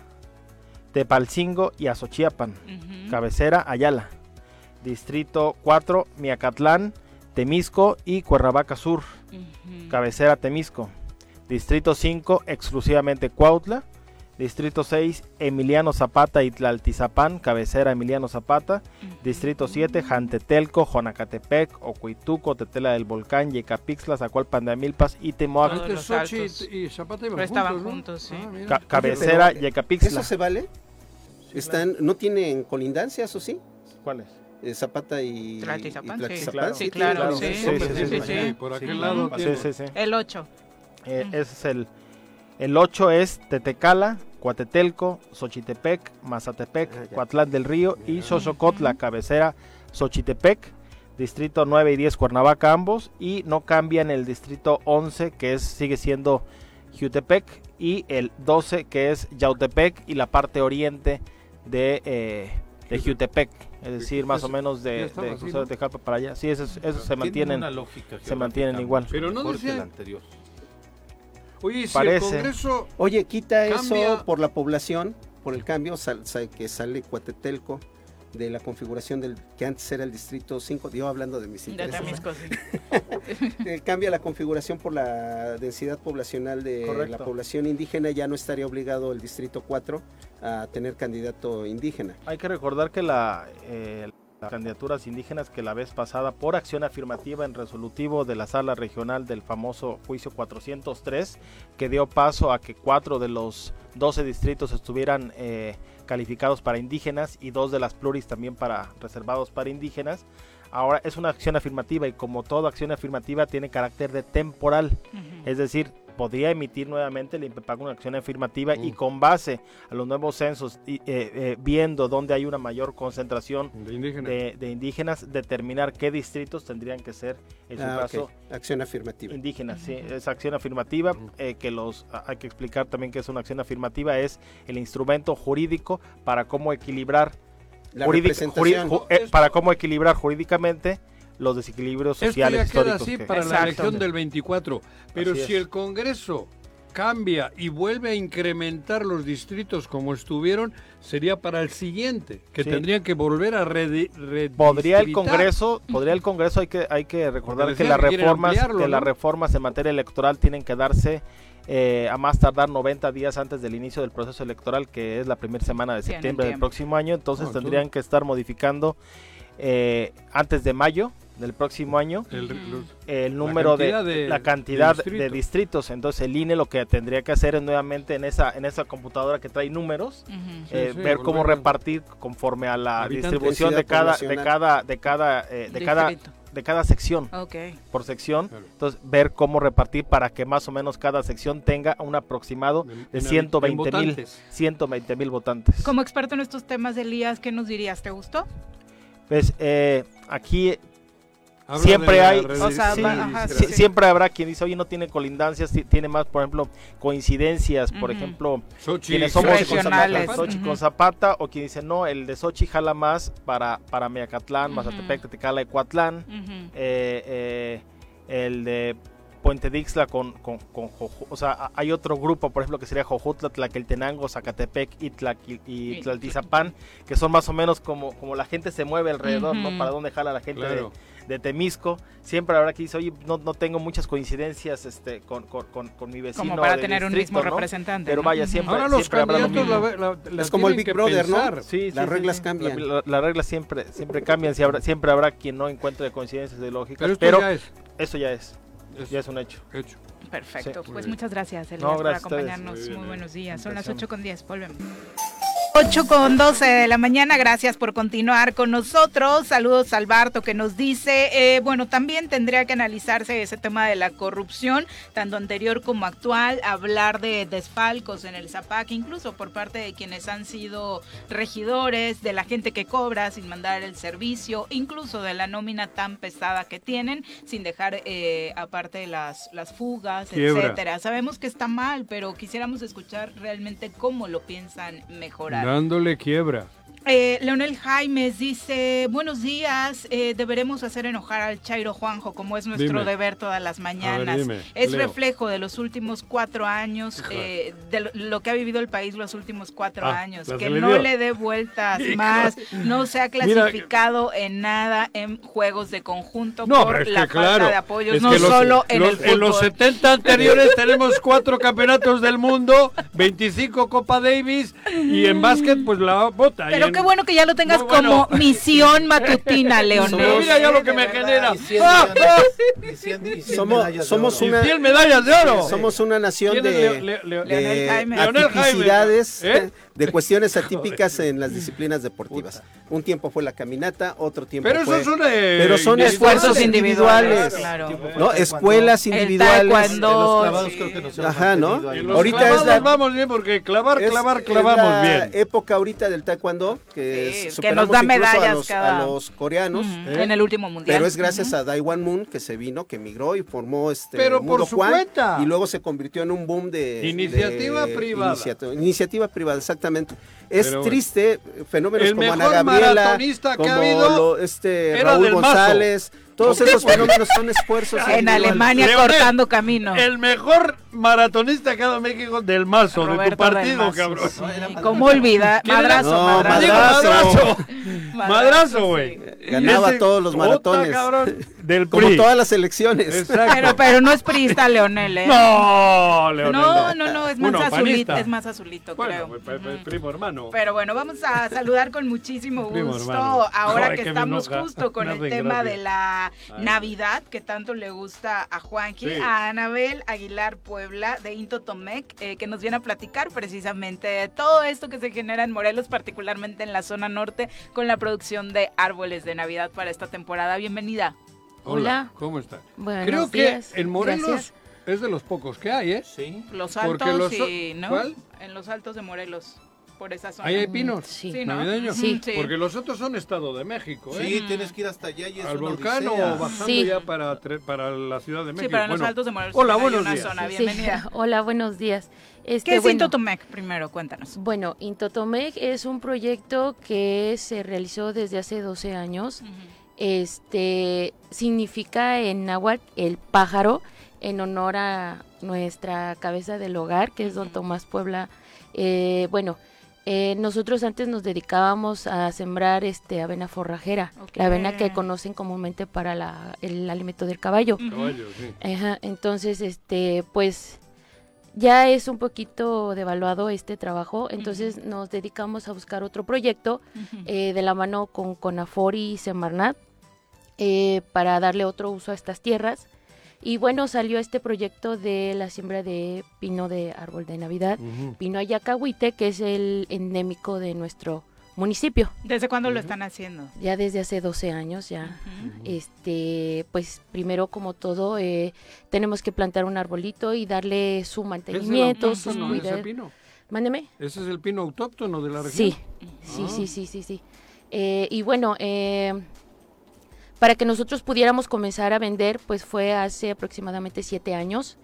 Tepalcingo y Azochiapan. Uh-huh. Cabecera, Ayala. Distrito cuatro, Miacatlán, Temisco y Cuernavaca Sur. Uh-huh. Cabecera, Temisco. Distrito cinco, exclusivamente Cuautla. Distrito seis, Emiliano Zapata y Tlaltizapán, cabecera Emiliano Zapata. Uh-huh. Distrito siete, Jantetelco, Jonacatepec, Ocuituco, Tetela del Volcán, Yecapixtla, Zacualpan de Amilpas y Temoac. Antes Sochi y Zapata iban Pero estaban juntos, juntos, ¿no? sí. Ah, Ca cabecera, Oye, Yecapixtla. ¿Eso se vale? Sí, ¿Están, ¿No tienen colindancias o sí? ¿Cuáles? Eh, Zapata y Tlaltizapán, y sí, claro, sí, claro, sí, sí, sí, sí, sí. Por aquel sí, lado sí, sí, sí. El ocho. Eh, ese es el el ocho es Tetecala, Coatetelco, Xochitepec, Mazatepec, ah, Coatlán del Río y Xochocotla, cabecera Xochitepec. Distrito nueve y diez Cuernavaca ambos y no cambian el distrito once que es sigue siendo Jutepec y el doce que es Yautepec y la parte oriente de eh, de Jutepec, es decir, más o menos de, de, de Crucero de Tejalpa para allá. Sí, eso, eso se mantienen, se mantienen igual. Pero no decía el anterior. Oye, si Parece. el Congreso Oye, quita cambia... eso por la población, por el cambio sal, sal, que sale Coatetelco de la configuración del que antes era el distrito cinco, yo hablando de mis intereses. De cambia la configuración por la densidad poblacional de Correcto. La población indígena, ya no estaría obligado el distrito cuatro a tener candidato indígena. Hay que recordar que la, eh, las candidaturas indígenas que la vez pasada, por acción afirmativa en resolutivo de la sala regional del famoso juicio cuatrocientos tres, que dio paso a que cuatro de los doce distritos estuvieran eh, calificados para indígenas y dos de las pluris también para reservados para indígenas. Ahora es una acción afirmativa y como toda acción afirmativa tiene carácter de temporal, uh-huh. es decir, podría emitir nuevamente el INPEPAC una acción afirmativa uh. y con base a los nuevos censos, y, eh, eh, viendo dónde hay una mayor concentración de indígenas. De, de indígenas, determinar qué distritos tendrían que ser, en su ah, caso, okay. acción afirmativa. Indígenas, uh-huh. sí, es acción afirmativa, uh-huh. eh, que los hay que explicar también que es una acción afirmativa, es el instrumento jurídico para cómo equilibrar, la jurídic, representación. Jurí, eh, para cómo equilibrar jurídicamente los desequilibrios sociales Esto ya queda históricos. así que... para Exacto. la elección del veinticuatro, pero Así si es. el Congreso cambia y vuelve a incrementar los distritos como estuvieron, sería para el siguiente, que sí. tendrían que volver a redistribuir. Podría el Congreso, podría el Congreso, hay que hay que recordar que las reformas, que ¿no? las reformas en materia electoral tienen que darse eh, a más tardar noventa días antes del inicio del proceso electoral, que es la primera semana de septiembre del próximo año, entonces no, tendrían todo. que estar modificando eh, antes de mayo del próximo año el, los, el número de, de la cantidad de, distrito. de distritos. Entonces el I N E lo que tendría que hacer es nuevamente en esa en esa computadora que trae números, uh-huh. eh, sí, sí, ver cómo repartir conforme a la distribución de cada de cada de cada eh, de cada de cada sección, okay. por sección, claro. Entonces ver cómo repartir para que más o menos cada sección tenga un aproximado de, de ciento veinte mil ciento veinte mil votantes. Como experto en estos temas, Elías, ¿qué nos dirías? ¿Te gustó? Pues eh, aquí Habla siempre hay, o sea, sí, ajá, sí, sí. siempre habrá quien dice, oye, no tiene colindancias, tiene más, por ejemplo, coincidencias, uh-huh. por ejemplo, Sochi, quienes somos regionales, con Sochi uh-huh. con Zapata, o quien dice, no, el de Sochi jala más para, para Meacatlán, uh-huh. Mazatepec, Tecala y Coatlán, uh-huh. eh, eh, el de Puente Dixla con, con, con Jojo, o sea, hay otro grupo, por ejemplo, que sería Jojutla, Tlaqueltenango, Zacatepec y, Tlaqui, y Tlaltizapán, que son más o menos como, como la gente se mueve alrededor, uh-huh. ¿no? Para dónde jala la gente claro. de de Temisco. Siempre habrá que dice, oye, no, no tengo muchas coincidencias este con, con, con, con mi vecino. Como para tener distrito, un mismo ¿no? representante. Pero ¿no? vaya, siempre, ahora los siempre habrá lo mismo. La, la, la es como el Big Brother, pensar. ¿no? Sí, sí, las sí, reglas sí. cambian. Las la, la reglas siempre, siempre cambian, siempre habrá, siempre habrá quien no encuentre coincidencias ideológicas. Pero, esto pero ya es. eso ya es. es. Ya es un hecho. hecho. Perfecto, sí, pues bien. muchas gracias, Elías, no, por gracias acompañarnos. Muy, bien, muy buenos días. Son las Empezamos. ocho con diez, volvemos. ocho con doce de la mañana, gracias por continuar con nosotros. Saludos a Alberto que nos dice, eh, bueno, también tendría que analizarse ese tema de la corrupción, tanto anterior como actual, hablar de desfalcos en el Zapac, incluso por parte de quienes han sido regidores, de la gente que cobra sin mandar el servicio, incluso de la nómina tan pesada que tienen, sin dejar eh, aparte las, las fugas, Quiebra. etcétera. Sabemos que está mal, pero quisiéramos escuchar realmente cómo lo piensan mejorar. Dándole quiebra. Eh, Leonel Jaimes dice, buenos días, eh, deberemos hacer enojar al Chairo Juanjo, como es nuestro dime. deber todas las mañanas. Ver, dime, es Leo. reflejo de los últimos cuatro años, eh, de lo, lo que ha vivido el país los últimos cuatro ah, años, que que le no dio. le dé vueltas más, no se ha clasificado Mira, en nada en juegos de conjunto no, por es la que, falta claro, de apoyos, es no que los, solo en los, el fútbol. En los setenta anteriores tenemos cuatro campeonatos del mundo, veinticinco Copa Davis y en básquet pues la bota. Pero en, qué bueno que ya lo tengas bueno. como misión matutina, Leonel. Mira ya lo que me genera. Somos, somos una cien medallas de oro. Somos una nación de, Leo, Leo, Leo, de Jaime. atipicidades, ¿Eh? de cuestiones atípicas en las disciplinas deportivas. Un tiempo fue la caminata, otro tiempo pero fue... Eso son de, pero son de esfuerzos individuales. Claro. ¿No? Escuelas individuales. El taekwondo, sí. creo que nos Ajá, ¿no? Ahorita es la... vamos bien porque clavar, es, clavar, clavamos es la bien. época ahorita del taekwondo que, sí, que nos da medallas a los, cada... a los coreanos. Uh-huh. ¿Eh? En el último mundial. Pero es gracias uh-huh. a Daiwan Moon que se vino, que emigró y formó este Pero Mundo por su Juan, cuenta. Y luego se convirtió en un boom de... Iniciativa de, privada. Iniciativa, iniciativa privada, exactamente. Es Pero triste, fenómenos el como mejor Ana Gabriela, maratonista como que ha habido lo, este, era Raúl del González, todos esos fenómenos son esfuerzos en Alemania Leonel, cortando camino. El mejor maratonista acá de México del Mazo, Roberto de tu partido, del cabrón. Mazo, sí. ¿Cómo olvidar? Madrazo, no, madrazo. madrazo. Madrazo, güey. Ganaba Ese todos los maratones. Ota, cabrón, del Como P R I. todas las elecciones. Exacto. Pero, pero no es priista, Leonel, ¿eh? No, Leonel. No, no, no, es más Bueno, azulito, panista. es más azulito, Bueno, creo. pues, pues, primo hermano. Pero bueno, vamos a saludar con muchísimo Primo gusto, hermano. ahora Joder, que que me estamos enoja. justo con Me el hacen tema gracia. de la Ay. Navidad, que tanto le gusta a Juanji, Sí. a Anabel Aguilar Puebla, de Intotomec, eh, que nos viene a platicar precisamente de todo esto que se genera en Morelos, particularmente en la zona norte, con la producción de árboles de Navidad para esta temporada. Bienvenida. Hola, Hola. ¿cómo está? Buenos Creo que días. en Morelos Gracias. es de los pocos que hay, ¿eh? Sí. Los Porque Altos los- y, ¿no? ¿Cuál? En los Altos de Morelos, por esa zona. Ahí hay pinos Sí. Sí, ¿no? navideños. Sí. Sí. Porque los otros son Estado de México, ¿eh? Sí, tienes que ir hasta allá y es Al una volcán odisea. o bajando Sí. ya para, tre- para la Ciudad de México. Sí, pero en los Bueno, Altos de Morelos hola, hay buenos una días. zona. Sí. Bienvenida. Hola, buenos días. Este, ¿Qué es bueno, Intotomec? Primero, cuéntanos. Bueno, Intotomec es un proyecto que se realizó desde hace doce años. Este significa en náhuatl el pájaro, en honor a nuestra cabeza del hogar, que es don Tomás Puebla. Eh, bueno, eh, nosotros antes nos dedicábamos a sembrar este avena forrajera, Ok. la avena que conocen comúnmente para la- el alimento del caballo. Caballo, sí. Ajá, entonces, este, pues ya es un poquito devaluado este trabajo, entonces nos dedicamos a buscar otro proyecto eh, de la mano con Conafor y Semarnat eh, para darle otro uso a estas tierras. Y bueno, salió este proyecto de la siembra de pino de árbol de Navidad, Ujú. pino ayacahuite, que es el endémico de nuestro municipio. ¿Desde cuándo lo están haciendo? Ya desde hace doce años ya. Este, pues primero como todo eh, tenemos que plantar un arbolito y darle su ¿Es el mantenimiento, sus autóctono ese cuidados. pino? Mándeme. ¿Ese es el pino autóctono de la región? Sí, sí, Ah. sí, sí, sí, sí. Eh, y bueno, eh, para que nosotros pudiéramos comenzar a vender, pues fue hace aproximadamente siete años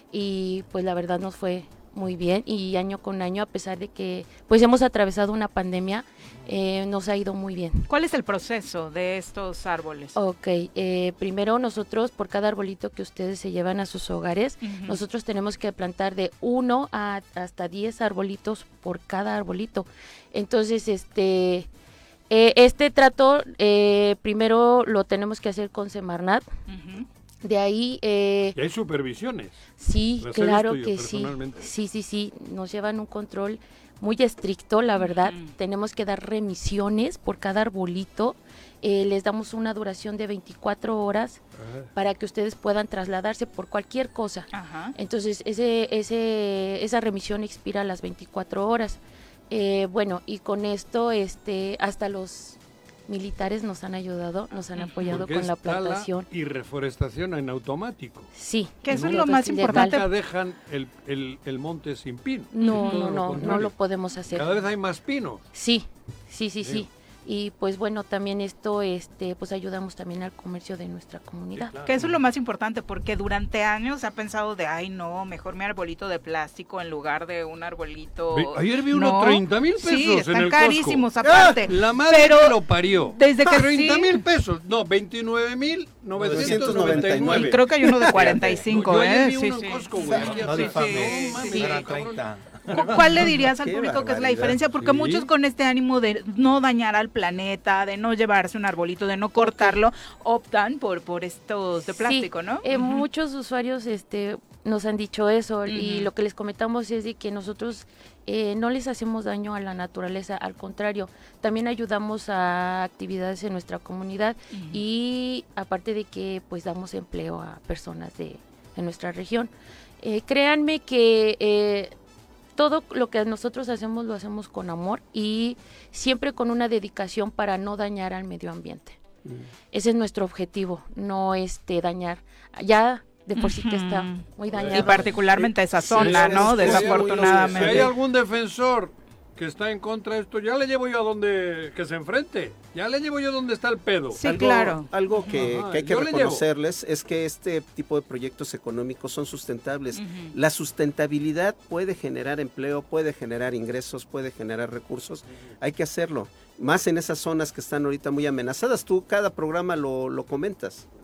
y pues la verdad nos fue muy bien y año con año, a pesar de que pues hemos atravesado una pandemia, eh, nos ha ido muy bien. ¿Cuál es el proceso de estos árboles? Ok, eh, primero nosotros por cada arbolito que ustedes se llevan a sus hogares, Ujú. nosotros tenemos que plantar de uno a hasta diez arbolitos por cada arbolito. Entonces, este, eh, este trato eh, primero lo tenemos que hacer con Semarnat. Ujú. De ahí, eh, Y hay supervisiones. sí, Las he claro visto yo que sí, personalmente. sí, sí, sí, nos llevan un control muy estricto, la verdad. Ujú. Tenemos que dar remisiones por cada arbolito. Eh, les damos una duración de veinticuatro horas para que ustedes puedan trasladarse por cualquier cosa. Ajá. Entonces, ese, ese, esa remisión expira a las veinticuatro horas. Eh, bueno, y con esto, este, hasta los militares nos han ayudado, nos han apoyado Porque con es la tala plantación. y reforestación en automático. Sí. Que eso en es lo otras más ilegales. importante. Nunca dejan el, el, el monte sin pino. No, Todo no, lo no, no contrario. lo podemos hacer. Cada vez hay más pinos. Sí, sí, sí, Sí. sí. Y pues bueno, también esto, este, pues ayudamos también al comercio de nuestra comunidad. Que eso es lo más importante, porque durante años se ha pensado de, ay no, mejor mi arbolito de plástico en lugar de un arbolito... Ve, ayer vi uno No. treinta mil pesos Sí, en están el carísimos Costco. aparte. ¡Ah! La madre Pero que lo parió. desde que treinta sí. mil pesos. No, veintinueve mil novecientos noventa y Y nueve. creo que hay uno de cuarenta y cinco, Yo ayer ¿eh? vi Sí, uno sí. en Costco, güey. aquí No atrás. difames, No mames, sí. eran cabrón. treinta. Cu- ¿Cuál le dirías al Qué público que es la barbaridad. diferencia? Porque Sí. muchos con este ánimo de no dañar al planeta, de no llevarse un arbolito, de no cortarlo, optan por, por estos de Sí, plástico, ¿no? eh, Ujú. Muchos usuarios este, nos han dicho eso y Ujú. lo que les comentamos es de que nosotros eh, no les hacemos daño a la naturaleza, al contrario, también ayudamos a actividades en nuestra comunidad Ujú. y aparte de que pues damos empleo a personas de, de nuestra región. Eh, créanme que eh, todo lo que nosotros hacemos lo hacemos con amor y siempre con una dedicación para no dañar al medio ambiente. Ese es nuestro objetivo, no este dañar. Ya de por sí que está Ujú. muy Y dañado. particularmente esa zona, sí, ¿no? sí, sí, Desafortunadamente. Si hay algún defensor que está en contra de esto, ya le llevo yo a donde que se enfrente. Ya le llevo yo donde está el pedo. Sí, algo, claro. Algo que, Ajá, que hay que yo le llevo. reconocerles es que este tipo de proyectos económicos son sustentables. Ujú. La sustentabilidad puede generar empleo, puede generar ingresos, puede generar recursos. Hay que hacerlo. Más en esas zonas que están ahorita muy amenazadas. Tú cada programa lo, lo comentas.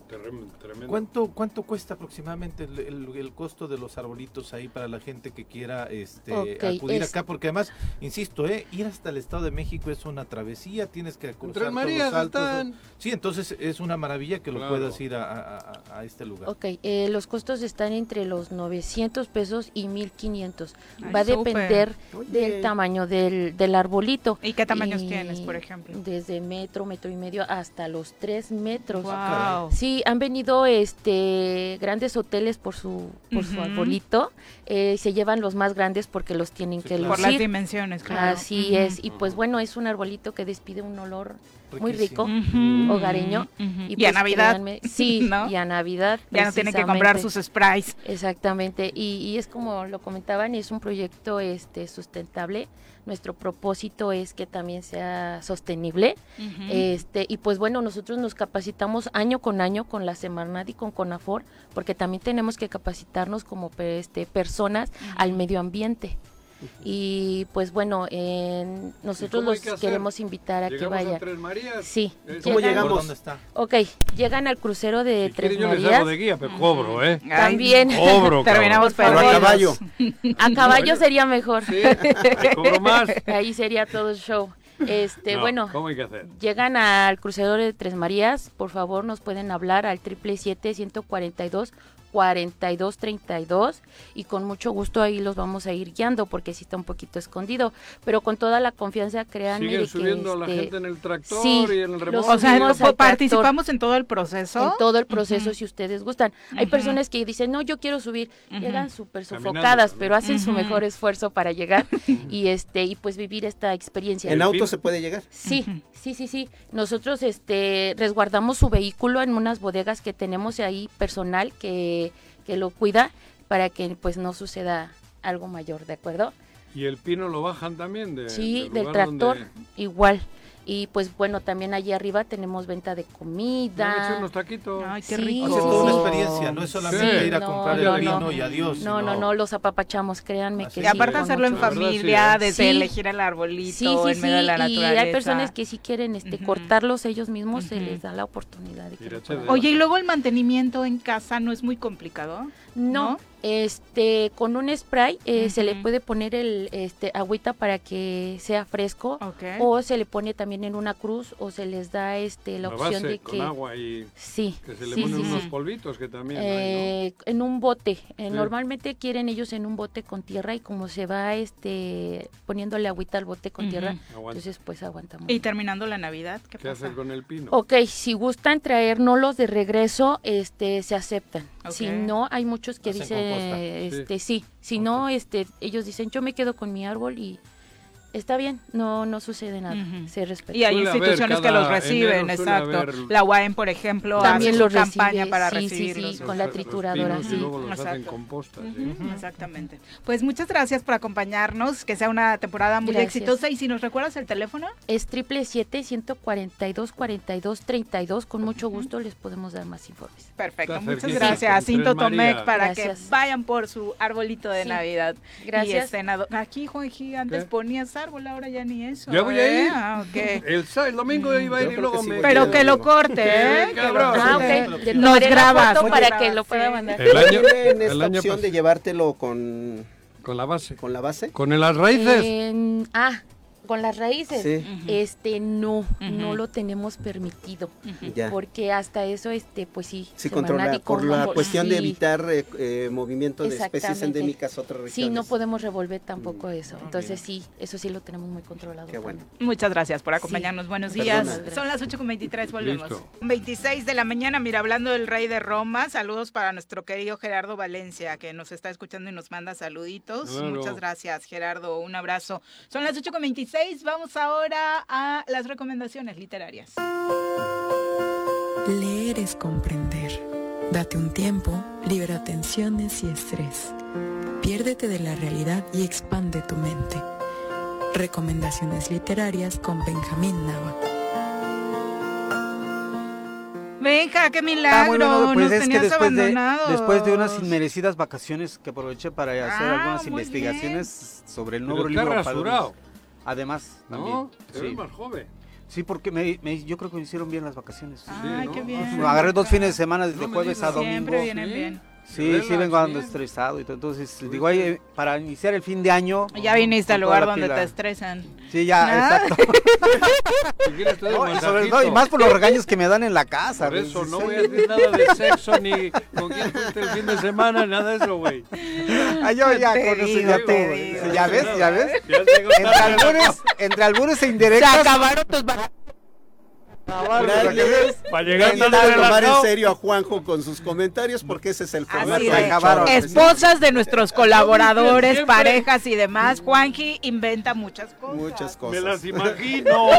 tremendo. ¿Cuánto, ¿Cuánto cuesta aproximadamente el, el, el costo de los arbolitos ahí para la gente que quiera este, okay, acudir es... acá? Porque además, insisto, ¿eh? ir hasta el Estado de México es una travesía, tienes que cruzar Tres Marías todos los altos. están... Sí, entonces es una maravilla que lo claro. puedas ir a, a, a, a este lugar. Ok, eh, los costos están entre los novecientos pesos y mil quinientos. Ay, Va a súper. depender Oye. del tamaño del, del arbolito. ¿Y qué tamaños Y tienes, por ejemplo? Desde metro, metro y medio hasta los tres metros. Wow. Sí, han venido este grandes hoteles por su por su Ujú. arbolito. Eh, se llevan los más grandes porque los tienen Sí, que claro. Por las lucir. dimensiones, claro. Así Ujú. es. Y pues bueno, es un arbolito que despide un olor muy rico, Ujú. hogareño. Ujú. Y, Y a pues, Navidad. créanme, sí, ¿no? y a Navidad. Ya no tienen que comprar precisamente. sus sprays. Exactamente, y, y es como lo comentaban, es un proyecto este sustentable. Nuestro propósito es que también sea sostenible. Ujú. Este, y pues bueno, nosotros nos capacitamos año con año con la Semarnat y con CONAFOR, porque también tenemos que capacitarnos como pe- este, personas Ujú. al medio ambiente. Y pues bueno, en- nosotros cómo hay los que hacer? queremos invitar a que Llegamos a vayan. Tres Marías. Sí. ¿Eh? ¿Cómo llegan- llegamos? ¿Por dónde está? Ok, llegan al crucero de Si Tres quieren, yo les Marías. hago de guía, pero cobro, ¿eh? Ay, También. Cobro, Terminamos Pero a perdidos. caballo. A caballo sería mejor. Sí, te cobro más. Ahí sería todo el show. Este, No, bueno, ¿cómo hay que hacer? llegan al crucero de Tres Marías, por favor nos pueden hablar al triple siete ciento cuarenta y dos cuarenta y dos treinta y dos y con mucho gusto ahí los vamos a ir guiando porque sí está un poquito escondido, pero con toda la confianza, créanme Siguen de que subiendo a la este, gente en el tractor sí, y en el los remolque. O sea, subimos ¿no- al participamos en todo el proceso. en todo el proceso Ujú. si ustedes gustan. Hay Ujú. personas que dicen, no, yo quiero subir, Ujú. llegan súper Caminando sofocadas, también. pero hacen su Ujú. mejor esfuerzo para llegar y este y pues vivir esta experiencia. ¿En El auto fin- se puede llegar? Sí, sí, sí, sí. Nosotros este resguardamos su vehículo en unas bodegas que tenemos ahí personal que, que lo cuida para que pues no suceda algo mayor, ¿de acuerdo? ¿Y el pino lo bajan también? De, Sí, del lugar tractor, donde- igual. Y pues bueno, también allí arriba tenemos venta de Me han hecho comida. unos taquitos. Ay, qué Sí, rico. Haces toda una Sí. experiencia, no es solamente Sí. ir a No, comprar no, el vino no. y adiós. No, no, sino- no, los apapachamos, créanme Así que Y sí, aparte con hacerlo en mucho gusto. familia, Sí, desde Sí. elegir el arbolito Sí, sí, en medio de la sí, y naturaleza. hay personas que si quieren este Ujú. cortarlos ellos mismos, se Ujú. les da la oportunidad de que Ir a lo echar puedan de- Oye, y luego el mantenimiento en casa no es muy complicado. No, ¿no? este, con un spray eh, se le Ujú. puede poner el este agüita para que sea fresco Ok. o se le pone también en una cruz o se les da este la La opción base de con que agua y sí, que se le sí, ponen sí, unos sí. polvitos que también hay, Eh, en un bote. Eh, Sí. Normalmente quieren ellos en un bote con tierra y como se va este poniéndole agüita al bote con Ujú. tierra, ¿no? Aguanta. entonces pues aguantamos. Y terminando la Navidad, ¿qué, ¿Qué pasa? hacer con el pino? Ok, si gustan traérnoslos de regreso, este, se aceptan. Ok. Si no, hay muchos que Hacen dicen, composta. este, sí. Si no, este, ellos dicen, yo me quedo con mi árbol y está bien, no, no sucede nada, Ujú. se respeta. Y hay Suele haber instituciones que cada los reciben, enero suele exacto. haber- La U A M, por ejemplo, También hace los campaña recibe, para sí, sí, sí, recibirlos. con la Los- los trituradora, pinos sí. Y luego los hacen Exacto. composta, sí. Ujú, exactamente. Pues muchas gracias por acompañarnos, que sea una temporada muy Gracias. exitosa. Y si nos recuerdas el teléfono, Es triple siete ciento cuarenta y dos cuarenta y dos treinta y dos, con mucho gusto les podemos dar más informes. perfecto. Está Muchas cerquita, gracias, con Cinto Tres Marías. Tomec, para Gracias. que vayan por su arbolito de Sí. Navidad. Gracias. Y estén ado- Aquí, Juanji, antes ¿Qué? ponías árbol, ahora ya ni eso. Ya voy a ¿eh? ir. Ah, ok. El, sa- el domingo iba a ir Yo y creo luego que sí me... voy Pero a que ir, lo amigo. corte, ¿eh? Sí, Que cabrón. lo Ah, corte. ok. Le Nos tomaré la grabas. foto Oye, para grabas, que lo pueda sí. mandar. El año, ¿Tienen el esta año opción pas- de llevártelo con, con la base. con la base? Con el- las raíces. En- ah, con las raíces. Sí. Este no, no Ujú. lo tenemos permitido. Ya. Porque hasta eso, este, pues sí. Sí, Semarnat controla, y por la Conafort, cuestión de sí. evitar eh, eh, movimiento de especies Exactamente. endémicas a otras regiones. Sí, no podemos revolver tampoco Mm, eso. Entonces sí, eso sí lo tenemos muy controlado. Qué bueno. Muchas gracias por acompañarnos. Sí. Buenos Perdona. días. Son las ocho con veintitrés, volvemos. Listo. veintiséis de la mañana, mira, hablando del rey de Roma, saludos para nuestro querido Gerardo Valencia, que nos está escuchando y nos manda saluditos. Claro. Muchas gracias, Gerardo. Un abrazo. Son las ocho con veintiséis, vamos ahora a las recomendaciones literarias. Leer es comprender. Date un tiempo, libera tensiones y estrés. Piérdete de la realidad y expande tu mente. Recomendaciones literarias con Benjamín Nava. Benja, qué Ah, milagro, muy bueno, pues nos es que tenías después de, abandonados. después de unas inmerecidas vacaciones que aproveché para hacer Ah, algunas muy investigaciones sobre el Pero nuevo está libro para rasurado. adultos. Además, también. ¿No? Te ves sí. más joven. Sí, porque me, me- yo creo que me hicieron bien las vacaciones. Ay, ¿no? qué bien. Me agarré dos fines de semana desde No me jueves digas. a domingo. Siempre vienen bien. Sí, Relax, sí vengo ando bien. estresado y todo. Entonces, digo, ahí, eh, para iniciar el fin de año. Ya viniste al con toda lugar la donde pila. te estresan. Sí, ya, ¿Ah? exacto. Si quieres te doy No, un y sobre masajito. todo, y más por los regaños que me dan en la casa. Por eso, pues, no sí. voy a decir nada de sexo, ni con quién fuiste el fin de semana, nada de eso, güey. Ah, yo ya Te con eso digo, ya te todo. digo. Sí, ya ves, ya ves. Ya tengo Entre nada. albures, entre albures e Se indirectas. acabaron tus vacaciones. Nadie Para llegar intenta tarde tomar en relajado. serio a Juanjo con sus comentarios porque ese es el formato. Así del de, acabaron. choro. esposas de nuestros colaboradores, Siempre. parejas y demás, Juanji inventa muchas cosas. Muchas Me cosas. las imagino.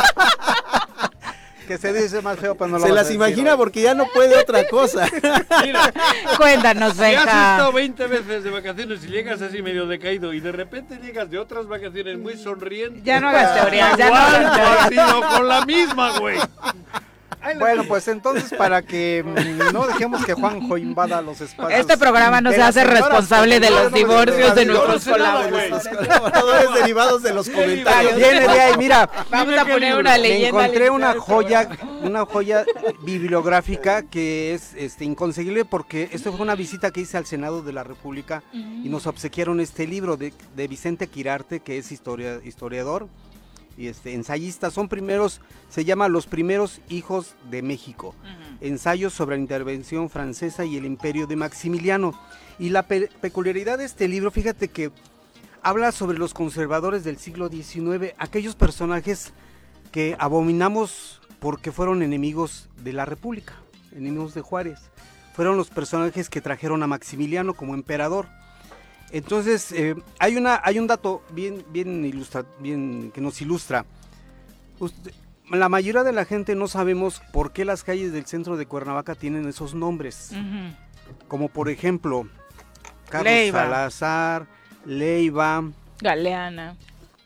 Que se dice más feo, pero no lo Se vas a las decir, imagina ¿no? porque ya no puede otra cosa. Mira, Cuéntanos, si has Benja. estado veinte veces de vacaciones y llegas así medio decaído y de repente llegas de otras vacaciones muy sonriente. Ya no hagas teorías, ya no Igual, hagas teorías. partido con la misma, güey. Bueno, pues entonces para que mm, no dejemos que Juanjo invada los espacios. Este programa no de se las hace señoras, responsable de porque los no divorcios de no nuestros sé nada, colaboradores. güey. Los colaboradores derivados de los comentarios. Viene de ahí, mira. Vamos a poner una Me leyenda. encontré al una iniciar el joya, programa. una joya bibliográfica que es este inconseguible porque esto fue una visita que hice al Senado de la República y nos obsequiaron este libro de, de Vicente Quirarte, que es historia, historiador y este ensayista. Son primeros, se llama Los primeros hijos de México. Ensayos sobre la intervención francesa y el imperio de Maximiliano. Y la pe- peculiaridad de este libro, fíjate que habla sobre los conservadores del siglo diecinueve, aquellos personajes que abominamos porque fueron enemigos de la República, enemigos de Juárez. Fueron los personajes que trajeron a Maximiliano como emperador. Entonces, eh, hay una hay un dato bien bien ilustra, bien que nos ilustra. Usted- la mayoría de la gente no sabemos por qué las calles del centro de Cuernavaca tienen esos nombres. Ujú. Como por ejemplo, Carlos Leiva. Salazar, Leiva, Galeana.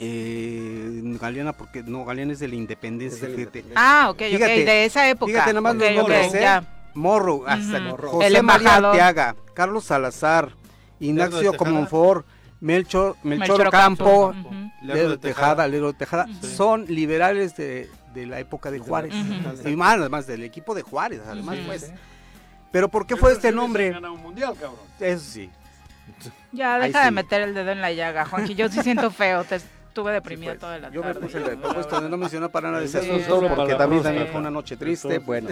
eh, Galeana, porque no, Galeana es de la Independencia, Es de la fíjate. Ah, ok, ok, Fíjate, de esa época. Fíjate nada más Ok, los ok, nombres, ¿eh? ya. Morro, hasta Ujú. José El María embajador. Arteaga, Carlos Salazar, Ignacio Tejada. Comonfort, Melchor, Melchor, Melchor Campo, Ocampo. Ujú. Lero de Tejada, Lero de Tejada, son liberales de, de la época de Juárez. Ujú. Y más, además del equipo de Juárez, además Ujú. pues. Pero ¿por qué fue este nombre? Gana un mundial, cabrón. Eso sí. Ya, Ahí deja de sí. meter el dedo en la llaga, Juanji. Yo sí siento feo. Te estuve deprimida toda la Yo me tarde. puse el propuesto de no mencionar para nada ese Sí, asunto solo para porque la también, próstata. también fue una noche triste. Entonces. Bueno.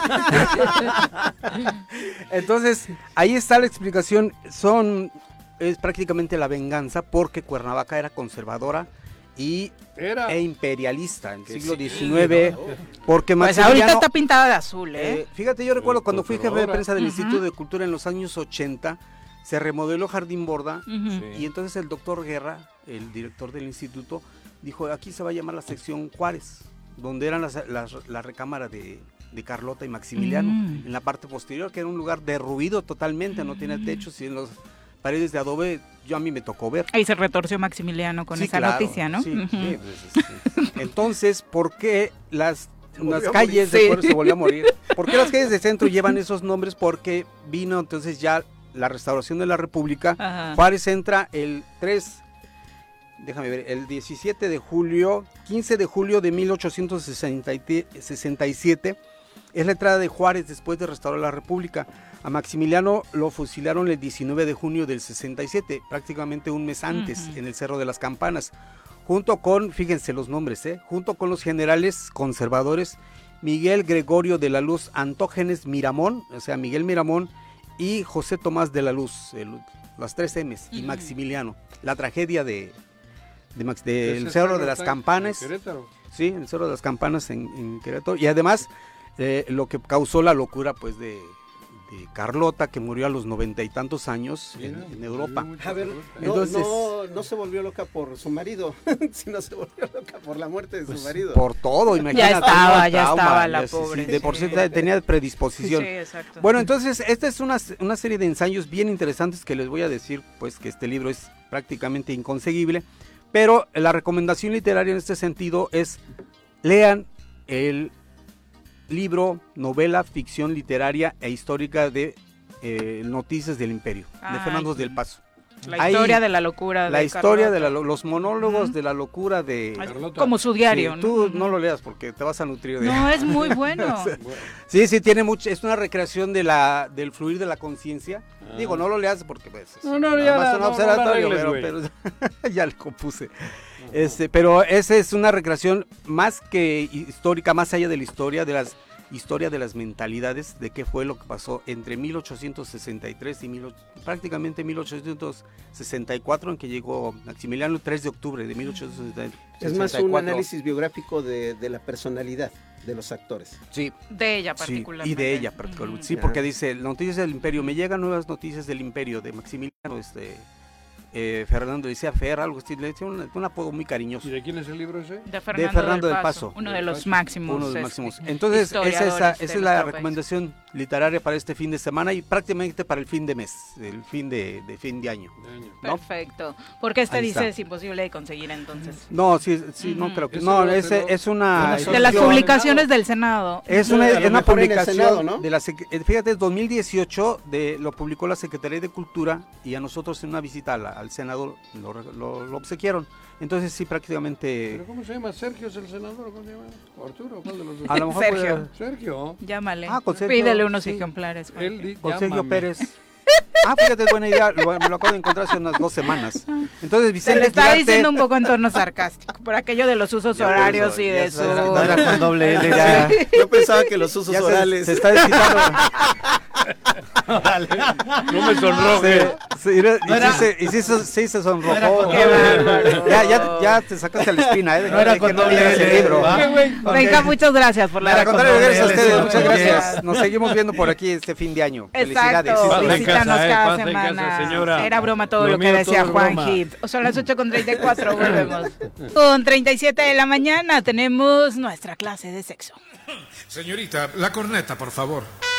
Entonces, ahí está la explicación. Son, es prácticamente la venganza porque Cuernavaca era conservadora y Era. e imperialista en el Que siglo sí, diecinueve, ¿no? porque Pues ahorita Maximiliano, está pintada de azul, ¿eh? eh, fíjate, yo recuerdo cuando fui jefe de conservadora. prensa del Ujú. Instituto de Cultura en los años ochenta, se remodeló Jardín Borda Ujú. Sí. y entonces el doctor Guerra, el director del instituto, dijo, aquí se va a llamar la sección Juárez, donde eran las, las- la recámara de, de Carlota y Maximiliano, Mm. en la parte posterior, que era un lugar derruido totalmente, no tiene techos y en las paredes de adobe, yo a mí me tocó ver. Ahí se retorció Maximiliano con Sí, esa claro, noticia, ¿no? sí, Ujú. sí, pues, este, entonces, ¿por qué las, volvió las a calles morir. de Juárez se volvió a morir? ¿Por qué las calles del centro llevan esos nombres? Porque vino entonces ya la restauración de la República. Ajá. Juárez entra el tres, déjame ver, el diecisiete de julio, quince de julio de mil ochocientos sesenta y siete, es la entrada de Juárez después de restaurar la República. A Maximiliano lo fusilaron el diecinueve de junio del sesenta y siete, prácticamente un mes antes, Ujú. en el Cerro de las Campanas, junto con, fíjense los nombres, ¿eh? junto con los generales conservadores Miguel Gregorio de la Luz Antógenes Miramón, o sea, Miguel Miramón, y José Tomás de la Luz, el- las tres M's, y Ujú. Maximiliano. La tragedia de, de Max- del Ese Cerro de cerro las está en Campanas, Querétaro. sí, el Cerro de las Campanas en, en Querétaro, y además eh, lo que causó la locura pues de, de Carlota, que murió a los noventa y tantos años en, Mira, en Europa. A ver, no, Entonces- no, no se volvió loca por su marido, sino se volvió loca por la muerte de su Pues, marido. por todo, imagínate. Ya estaba, ¿no? ya Trauma, estaba la ya, sí, sí, pobre, de por sí sí. tenía predisposición. Sí, exacto. Bueno, entonces, esta es una, una serie de ensayos bien interesantes que les voy a decir, pues que este libro es prácticamente inconseguible, pero la recomendación literaria en este sentido es lean el libro, novela, ficción literaria e histórica de eh, Noticias del Imperio, de Ay. Fernando del Paso. La Ahí, historia de la locura. La de historia Carlota. de la, los monólogos uh-huh. de la locura de Carlota. Como su diario. Sí, ¿no? Tú no lo leas porque te vas a nutrir de. No, es muy bueno. sí, sí, tiene mucho. Es una recreación de la, del fluir de la conciencia. Ah. Digo, no lo leas porque pues, no, no, ya la, un no, observatorio, no pero, pero ya le compuse. Este, pero esa es una recreación más que histórica, más allá de la historia, de las historia de las mentalidades, de qué fue lo que pasó entre mil ochocientos sesenta y tres y mil, prácticamente mil ochocientos sesenta y cuatro, en que llegó Maximiliano, el tres de octubre de mil ochocientos sesenta y cuatro. Es más un análisis biográfico de, de la personalidad de los actores. Sí. De ella particularmente. Sí, y de ella particularmente. Uh-huh. Sí, porque dice, noticias del imperio, me llegan nuevas noticias del imperio, de Maximiliano, este... Eh, Fernando decía Fer, algo así, le decía un, un apodo muy cariñoso. ¿Y de quién es el libro ese? De Fernando, de Fernando del, del Paso, Paso. Uno de los máximos. Uno de los máximos. Entonces, esa, esa, esa es la recomendación país. literaria para este fin de semana y prácticamente para el fin de mes, el fin de, de fin de año. De año. ¿No? Perfecto. Porque este Ahí dice está. es imposible de conseguir entonces. No, sí, sí, uh-huh. no creo que. No, es, es una. De las publicaciones del Senado. Es una, es una publicación Senado, ¿no? de la. Fíjate, dos mil dieciocho de, lo publicó la Secretaría de Cultura y a nosotros en una visita a la, al Senado lo, lo, lo obsequiaron. Entonces sí, prácticamente... ¿Pero cómo se llama? ¿Sergio es el senador? ¿Cómo se llama? ¿Arturo? ¿Cuál de los dos? A lo mejor Sergio. Puede... Sergio. Llámale. Ah, con Sergio. Pídele unos sí. ejemplares. Él, con Sergio Pérez. Ah, fíjate, es buena idea. Lo, me lo acabo de encontrar hace unas dos semanas. Entonces, Vicente Se le estaba Quirarte... diciendo un poco en tono sarcástico, por aquello de los usos ya horarios eso, y de su... No era con doble L. Ya. Yo pensaba que los usos ya orales... Se, se está desquitando. Dale, no me sonroje. Sí, sí, y, no sí, se, y sí, se, sí se sonrojó. Qué bárbaro. Ya, ya, ya te sacaste la espina, ¿eh? No era con doble L. Libro. Venga, muchas gracias por la Al contrario, gracias a ustedes, muchas gracias. Nos seguimos viendo por aquí este fin de año. Felicidades. Visítanos cada semana. Era broma todo lo que decía Juan Hit. Son las ocho con treinta y cuatro, volvemos. Con treinta y siete de la mañana tenemos nuestra clase de sexo. Señorita, la corneta, por favor.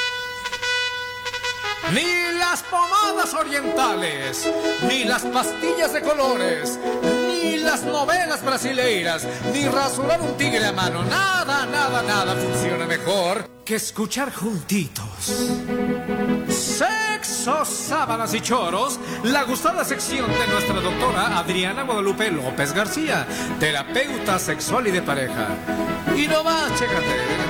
Ni las pomadas orientales, ni las pastillas de colores, ni las novelas brasileiras, ni rasurar un tigre a mano. Nada, nada, nada funciona mejor que escuchar juntitos. Sexo, sábanas y choros, la gustada sección de nuestra doctora Adriana Guadalupe López García, terapeuta sexual y de pareja. Y no más, chécate.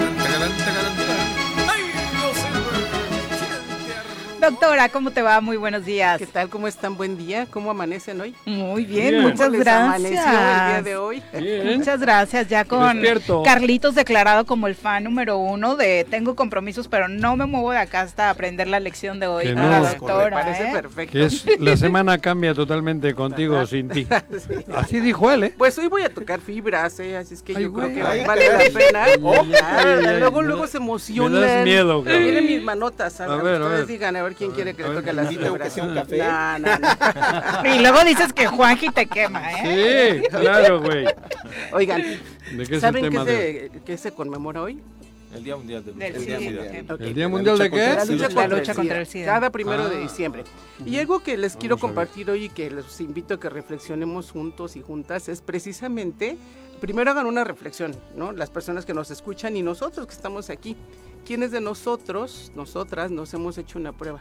Doctora, ¿cómo te va? Muy buenos días. ¿Qué tal? ¿Cómo están? Buen día. ¿Cómo amanecen hoy? Muy bien, bien. muchas ¿Cómo gracias. Les amaneció el día de hoy? Bien. Muchas gracias. Ya con Despierto. Carlitos declarado como el fan número uno de Tengo compromisos, pero no me muevo de acá hasta aprender la lección de hoy. Que no, la doctora, me parece ¿eh? perfecto. Que es, la semana cambia totalmente contigo o sin ti. Sí. Así dijo él, ¿eh? Pues hoy voy a tocar fibras, ¿eh? Así es que ay, yo güey. creo que ay, vale la pena. Ay, ay, ay, luego, ay, luego me, se emocionan. Me das miedo, güey. Miren mis manotas, a, a ver, ustedes a ver. digan a ver quién a quiere que le toque las fibras. Que sea un café. No, no, no. Y luego dices que Juanji te quema, ¿eh? Sí, claro, güey. Oigan, ¿de qué ¿saben es el tema qué, de... se, qué se conmemora hoy? El Día Mundial del del SIDA. SIDA. Okay. ¿El Día Mundial de qué? La lucha, la lucha contra el SIDA. Cada primero ah. de diciembre. Y algo que les quiero compartir hoy y que les invito a que reflexionemos juntos y juntas es precisamente, primero hagan una reflexión, ¿no? Las personas que nos escuchan y nosotros que estamos aquí. ¿Quiénes de nosotros, nosotras, nos hemos hecho una prueba?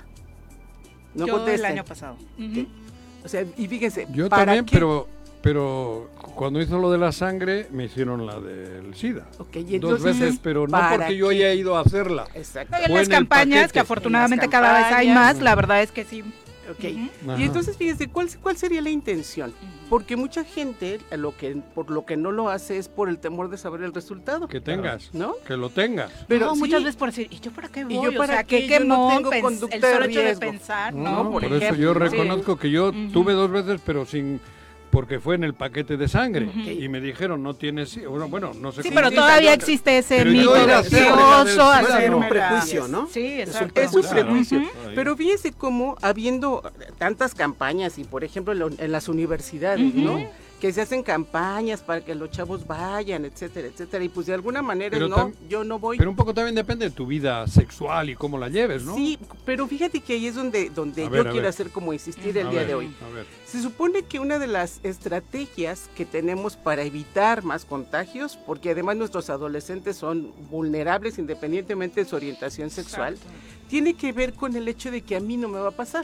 No Yo contesten. El año pasado. Uh-huh. O sea, y fíjense. Yo ¿para también, qué? pero pero cuando hizo lo de la sangre, me hicieron la del SIDA. Okay, dos veces, pero no porque qué? yo haya ido a hacerla. Exacto. En las campañas, que afortunadamente cada vez hay más, la verdad es que sí. Ok, uh-huh. Y entonces fíjense, ¿cuál, ¿cuál sería la intención? Porque mucha gente, lo que por lo que no lo hace es por el temor de saber el resultado. Que tengas, ¿no? Que lo tengas. Pero no, sí. Muchas veces por decir, ¿y yo para qué voy? ¿Y yo para o sea, qué? que yo no tengo pens- conducta el solo de hecho de riesgo. pensar, no, ¿no? Por, por eso ejemplo, yo reconozco sí. que yo uh-huh. tuve dos veces, pero sin... porque fue en el paquete de sangre uh-huh. y me dijeron no tienes bueno, bueno no sé sí cómo pero todavía existe ese mito religioso es un prejuicio, ¿no? Sí, exacto. Es un prejuicio, uh-huh. Pero fíjese cómo habiendo tantas campañas y por ejemplo en las universidades, uh-huh. ¿no? Que se hacen campañas para que los chavos vayan, etcétera, etcétera, y pues de alguna manera pero no, tam- yo no voy. Pero un poco también depende de tu vida sexual y cómo la lleves, ¿no? Sí, pero fíjate que ahí es donde, donde yo ver, quiero ver. hacer como insistir el a día ver, de hoy. A ver. Se supone que una de las estrategias que tenemos para evitar más contagios, porque además nuestros adolescentes son vulnerables independientemente de su orientación sexual, exacto. Tiene que ver con el hecho de que a mí no me va a pasar.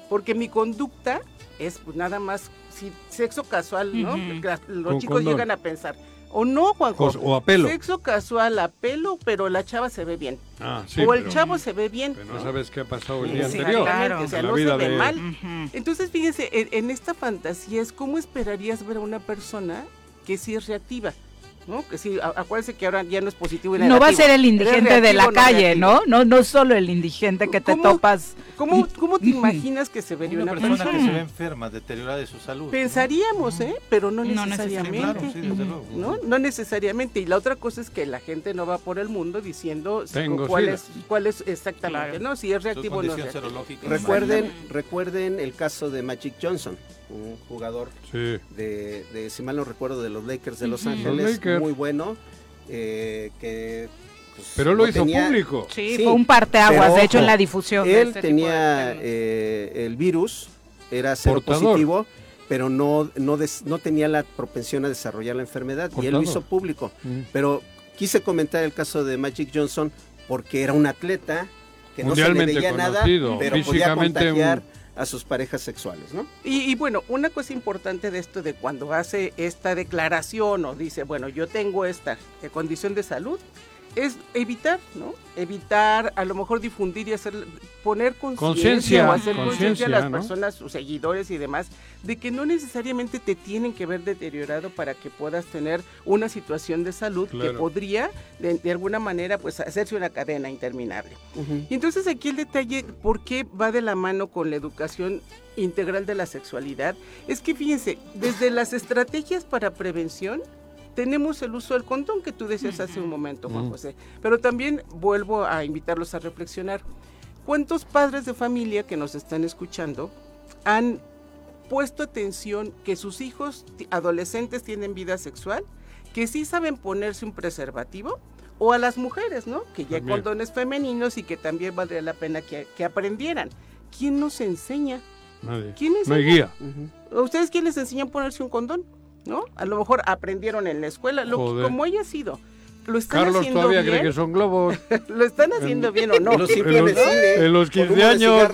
porque mi conducta es pues, nada más si, sexo casual, ¿no? Uh-huh. Las, los Con chicos condón. llegan a pensar, o no, Juanjo, Cos- o a pelo. sexo casual a pelo, pero la chava se ve bien. Ah, sí, o el pero- chavo se ve bien. Pero no sabes qué ha pasado el día Sí, anterior. claro. O sea, en la no se vida ve de... mal. Entonces, fíjense, en, en esta fantasía es cómo esperarías ver a una persona que sí es reactiva, ¿no? Que sí, a- acuérdense que ahora ya no es positivo y No va a negativo. ser el Eres indigente de la reactivo, calle, reactivo. ¿no? No no solo el indigente que te ¿Cómo- topas. ¿Cómo, cómo te imaginas que se vería Una una, persona que se ve enferma, deteriorada de su salud. Pensaríamos, ¿eh? Pero no No necesariamente. necesariamente. Claro, sí, desde luego. ¿no? No necesariamente. Y la otra cosa es que la gente no va por el mundo diciendo Tengo cuál sida. es, cuál es exactamente, ¿no? Si es reactivo o no es condición reactivo. serológica. Recuerden, recuerden el caso de Magic Johnson, un jugador Sí. de, de, si mal no recuerdo, de los Lakers de Los Ujú. Ángeles, Los Lakers. muy bueno, eh, que... pues, Pero lo no hizo tenía- público. Sí, Sí, fue un parteaguas, pero, de hecho, en ojo, la difusión. de Él este tipo de tenía temas. eh, el virus, era cero Portador. positivo, pero no, no, des- no tenía la propensión a desarrollar la enfermedad y él lo Portador. hizo público. Mm. Pero quise comentar el caso de Magic Johnson porque era un atleta que no se le Mundialmente veía nada, conocido, pero podía físicamente contagiar un- a sus parejas sexuales, ¿no? Y, y bueno, una cosa importante de esto, de cuando hace esta declaración o dice, bueno, yo tengo esta eh, condición de salud, es evitar, ¿no? Evitar, a lo mejor difundir y hacer, poner conciencia Conciencia, o hacer conciencia a las conciencia, ¿no? personas, sus seguidores y demás, de que no necesariamente te tienen que ver deteriorado para que puedas tener una situación de salud que Claro. podría, de, de alguna manera, pues hacerse una cadena interminable. Y entonces aquí el detalle, ¿por qué va de la mano con la educación integral de la sexualidad? Es que fíjense, desde las estrategias para prevención, tenemos el uso del condón que tú decías hace un momento, Juan Mm. José, pero también vuelvo a invitarlos a reflexionar. ¿Cuántos padres de familia que nos están escuchando han puesto atención que sus hijos ti- adolescentes tienen vida sexual, que sí saben ponerse un preservativo? O a las mujeres, ¿no? Que ya hay También. condones femeninos y que también valdría la pena que, que aprendieran. ¿Quién nos enseña? Nadie. ¿Quién No hay enseña? guía. ¿A ustedes quién les enseñan a ponerse un condón? ¿No? A lo mejor aprendieron en la escuela, lo que, Joder. como haya sido. Lo están Carlos haciendo todavía bien. cree que son globos. Lo están haciendo bien o no. En los En los, en los quince años.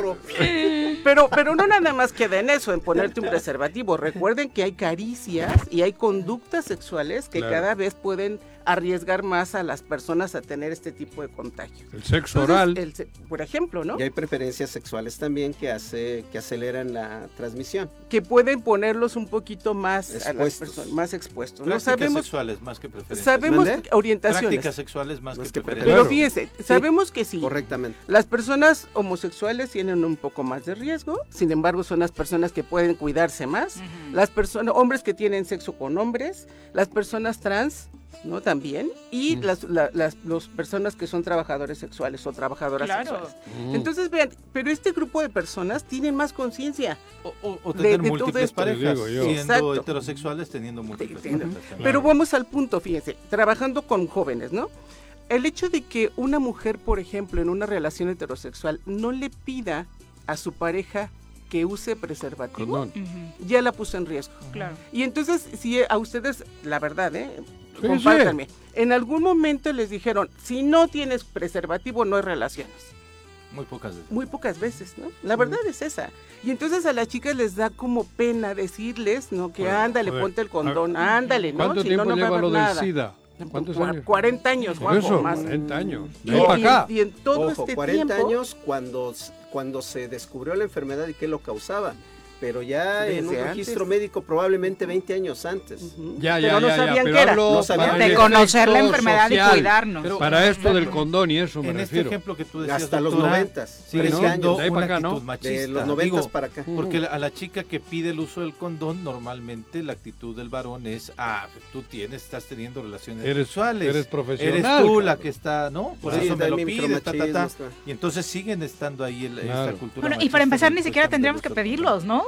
Pero, pero no nada más queda en eso, en ponerte un preservativo. Recuerden que hay caricias y hay conductas sexuales que Claro. cada vez pueden arriesgar más a las personas a tener este tipo de contagio. El sexo Entonces, oral. el se- por ejemplo, ¿no? Y hay preferencias sexuales también que hace que aceleran la transmisión. Que pueden ponerlos un poquito más a las Expuestos. personas, más expuestos. No Prácticas sabemos, sexuales más que preferencias. sabemos ¿Mande? orientaciones. Prácticas sexuales más, Más que que preferencias. Pero Claro. fíjense, sabemos que sí. Correctamente. Las personas homosexuales tienen un poco más de riesgo, sin embargo son las personas que pueden cuidarse más, las personas, hombres que tienen sexo con hombres, las personas trans, ¿no? También, y las, la- las los personas que son trabajadores sexuales o trabajadoras Claro. sexuales. Mm. Entonces vean, pero este grupo de personas tienen más conciencia. O, o- o de- tener de todo múltiples esto. parejas, Digo yo. siendo Exacto. heterosexuales, teniendo múltiples Entiendo. parejas. también. Pero vamos al punto, fíjense, trabajando con jóvenes, ¿no? El hecho de que una mujer, por ejemplo, en una relación heterosexual, no le pida a su pareja que use preservativo, Condón. ya la puso en riesgo. Claro. Y entonces, si a ustedes, la verdad, ¿eh? Sí, Compártanme. En algún momento les dijeron, si no tienes preservativo, no hay relaciones. Muy pocas veces. Muy pocas veces, ¿no? La verdad es esa. Y entonces a las chicas les da como pena decirles, ¿no? Que Joder, ándale, joder. ponte el condón, ándale, ¿no? ¿Cuánto Si tiempo no, no va a lleva haber lo del nada. SIDA? ¿Cuántos Cua- años? cuarenta años, Por Juanjo, eso, más. cuarenta años. Y, De ahí para y- acá. y en todo Ojo, este cuarenta tiempo, años cuando, cuando se descubrió la enfermedad y qué lo causaba. Pero ya Desde en un antes. registro médico probably veinte años antes. Ujú. Ya, ya, Pero no ya, ya, sabían pero qué era. hablo No sabían. para De el conocer la efecto enfermedad y social. cuidarnos. Pero para esto del condón y eso me En este refiero. ejemplo que tú decías, Hasta los doctora, noventas, sigue treinta siendo años. De ahí una para acá, ¿no? actitud machista. De los noventas Digo, para acá. Porque a la chica que pide el uso del condón, normalmente la actitud del varón es, ah, tú tienes, estás teniendo relaciones Eres- sexuales. eres profesional, Eres tú cabrón. la que está, ¿no? Por Sí, eso me lo también pides, ta, ta, ta. micromachismo, está. Y entonces siguen estando ahí el, Claro. esta cultura Bueno, y machista para empezar del ni siquiera supuestamente tendríamos que uso del pedirlos, ¿no?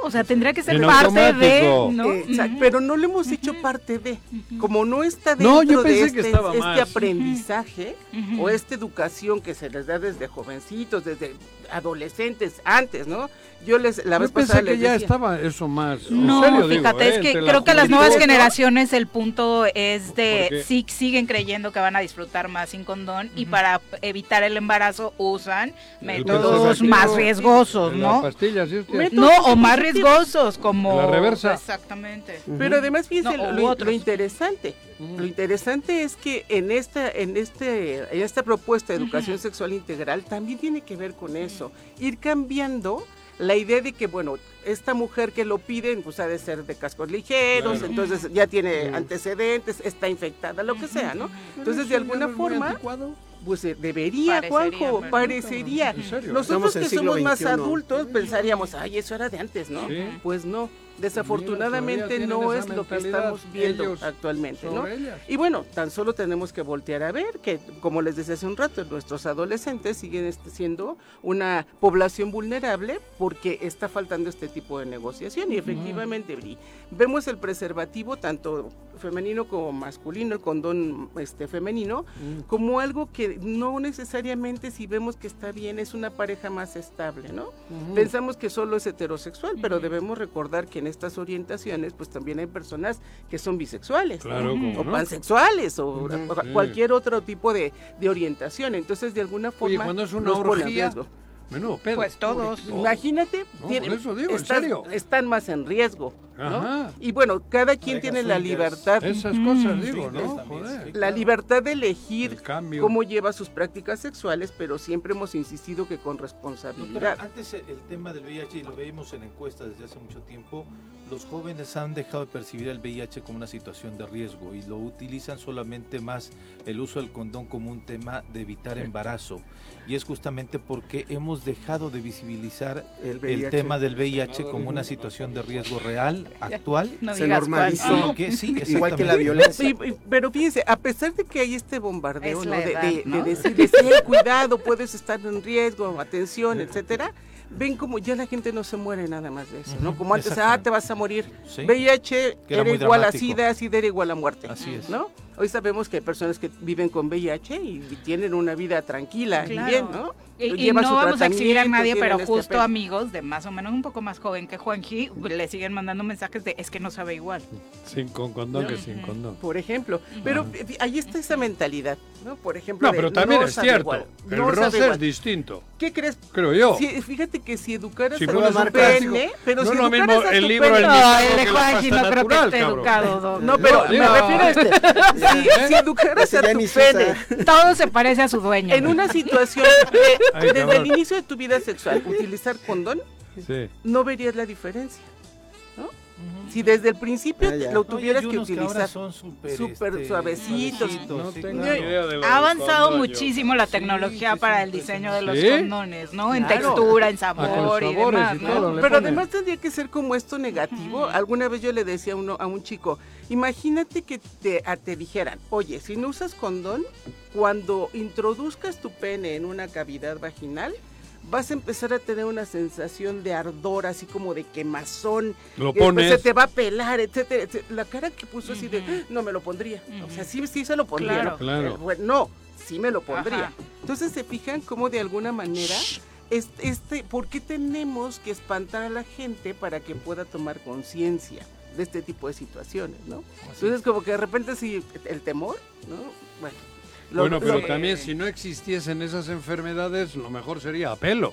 O sea, tendría que ser En parte de, automático. ¿no? Exacto, pero no le hemos hecho parte de. Como no está No, dentro yo de pensé este, que estaba este más. aprendizaje Ujú. o esta educación que se les da desde jovencitos, desde adolescentes, antes, ¿no? Yo les la Yo vez pensé pasada que les ya decía, estaba eso más. En No, serio digo, fíjate, ¿eh? es que Entre creo la que las juventud, nuevas ¿no? generaciones el punto es de ¿Por qué? sí siguen creyendo que van a disfrutar más sin condón y para evitar el embarazo usan métodos preservativo. más riesgosos, En ¿no? La pastilla, ¿sí? Hostia. Métodos No, o más preservativos. riesgosos como La reversa. Exactamente. Pero además fíjense No, lo, u lo- lo otros. interesante, lo interesante es que en esta, en este, en esta propuesta de educación sexual integral también tiene que ver con eso, ir cambiando la idea de que bueno, esta mujer que lo pide, pues ha de ser de cascos ligeros, Claro. entonces ya tiene Sí. antecedentes, está infectada, lo que sea, ¿no? Entonces de alguna forma, pues eh, debería, Parecería, Juanjo, ¿verdad? parecería. ¿En serio? Nosotros Estamos en que siglo somos más veintiuno. adultos pensaríamos, ay, eso era de antes, ¿no? Sí. Pues no, Mira, desafortunadamente todavía no tienen es esa lo que mentalidad estamos viendo ellos actualmente, ¿no? sobre ellas. Y bueno, tan solo tenemos que voltear a ver que, como les decía hace un rato, nuestros adolescentes siguen este- siendo una población vulnerable porque está faltando este tipo de negociación y efectivamente Bri, vemos el preservativo tanto femenino como masculino, el condón este femenino, como algo que no necesariamente si vemos que está bien es una pareja más estable, ¿no? Pensamos que solo es heterosexual, pero debemos recordar que en estas orientaciones pues también hay personas que son bisexuales, ¿no? Claro, cómo o no. pansexuales o Ujú. o Sí. cualquier otro tipo de, de orientación. Entonces, de alguna Oye, forma cuando es una nos pone en orgía, riesgo. menudo pedo. Pues todos. No. Imagínate, No, tienen- por eso digo, en están, serio. están más en riesgo, ¿no? Ajá. Y bueno, cada quien Parejas tiene la swingers. libertad, Esas cosas Mm. digo, Swingers ¿no? también, Joder. sí. la libertad de elegir El cambio. cómo lleva sus prácticas sexuales, pero siempre hemos insistido que con Doctora, responsabilidad. antes el el tema del V I H, y lo veíamos en encuestas desde hace mucho tiempo, los jóvenes han dejado de percibir el V I H como una situación de riesgo y lo utilizan solamente más el uso del condón como un tema de evitar embarazo. Y es justamente porque hemos dejado de visibilizar El el, V I H. tema del V I H como una situación de riesgo real, actual. No Se digas normalizó. cuál. Sino que- sí, Igual que la exactamente. violencia. Sí, y- pero fíjense, a pesar de que hay este bombardeo, Es ¿no? la De, edad, de- ¿no? de decir, de sí, cuidado, puedes estar en riesgo, atención, etcétera, ven como ya la gente no se muere nada más de eso, ¿no? Ujú, Como antes, ah, exactamente. te vas a morir. Sí. V I H Que era era muy igual a dramático. SIDA, SIDA era igual a muerte. Así es. ¿No? Hoy sabemos que hay personas que viven con V I H y tienen una vida tranquila y Claro. bien, ¿no? Y, y Llevan no su vamos a exhibir a tratamiento, nadie, pero tienen este justo apego. amigos de más o menos un poco más joven que Juanji le siguen mandando mensajes de es que no sabe igual. Sin con condón que sin condón. Por ejemplo, pero eh, ahí está esa mentalidad, ¿no? Por ejemplo, No, de pero también no es sabe cierto. igual, El no sabe roce es igual. distinto. ¿Qué crees? Creo yo. Sí, fíjate que si educaras Si a pones tu un plástico, pene, pero no si es lo educaras mismo a el tu libro pene- el No, mismo el de que la Juanji pasta no creo que natural, esté cabrón. educado, Doc. No, pero No, me digo- refiero a este. Si, si educaras Ese a ya tu ni se usa. pene Todo se parece a su dueño. en una situación de, Ay, desde cabrón. el inicio de tu vida sexual, utilizar condón, Sí. no verías la diferencia, ¿no? Si desde el principio Ah, ya. lo No, y tuvieras hay que unos ahora utilizar. son súper, súper este, suavecitos. No sí, tengo claro. ni idea de lo Ha del avanzado condón, yo. muchísimo la Sí, tecnología sí, para sí, el diseño de ¿sí? los ¿Sí? condones, ¿no? En Claro. textura, en Ah, sabor con los y sabores demás, y ¿no? todo, le Pero ponen. además tendría que ser como esto negativo. Alguna vez yo le decía a, uno, a un chico, imagínate que te, a- te dijeran, oye, si no usas condón, cuando introduzcas tu pene en una cavidad vaginal, vas a empezar a tener una sensación de ardor, así como de quemazón, Lo que después pones. se te va a pelar, etcétera, etcétera. La cara que puso así de, no me lo pondría. O sea, sí, sí se lo pondría. Claro. ¿no? Claro. Eh, bueno, no, sí me lo pondría. Ajá. Entonces se fijan cómo de alguna manera, este, este, ¿por qué tenemos que espantar a la gente para que pueda tomar conciencia de este tipo de situaciones, ¿no? Entonces como que de repente sí, el temor, ¿no? Bueno. lo- Bueno, pero lo- también si no existiesen esas enfermedades, lo mejor sería a pelo.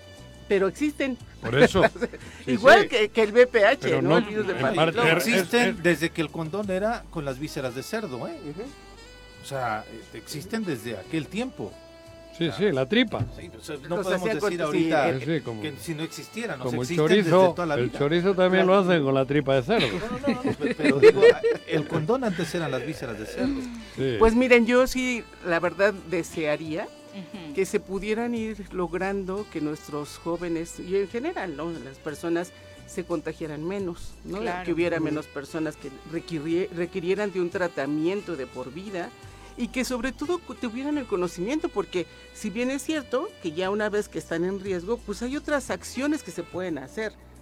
Pero existen. Por eso. Sí, Igual sí. Que, que el V P H, Pero ¿no? no, El virus de en papiloma. parte- er- Existen es- es- desde que el condón era con las vísceras de cerdo, ¿eh? O sea, eh, existen desde aquel tiempo. Sí, sí, la tripa. Sí, o sea, no Entonces, podemos hacían decir cortes, ahorita sí, sí, como- que si no existieran, o sea, Como el existen desde chorizo, toda la el vida. chorizo también lo hacen con la tripa de cerdo. No, no, no, no, pero- pero digo, el condón antes eran las vísceras de cerdo. Sí. Pues miren, yo sí, la verdad, desearía Ujú. que se pudieran ir logrando que nuestros jóvenes y en general, ¿no? Las personas se contagiaran menos, ¿no? Claro. Que hubiera menos personas que requirie- requirieran de un tratamiento de por vida y que sobre todo cu- tuvieran el conocimiento, porque si bien es cierto que ya una vez que están en riesgo, pues hay otras acciones que se pueden hacer.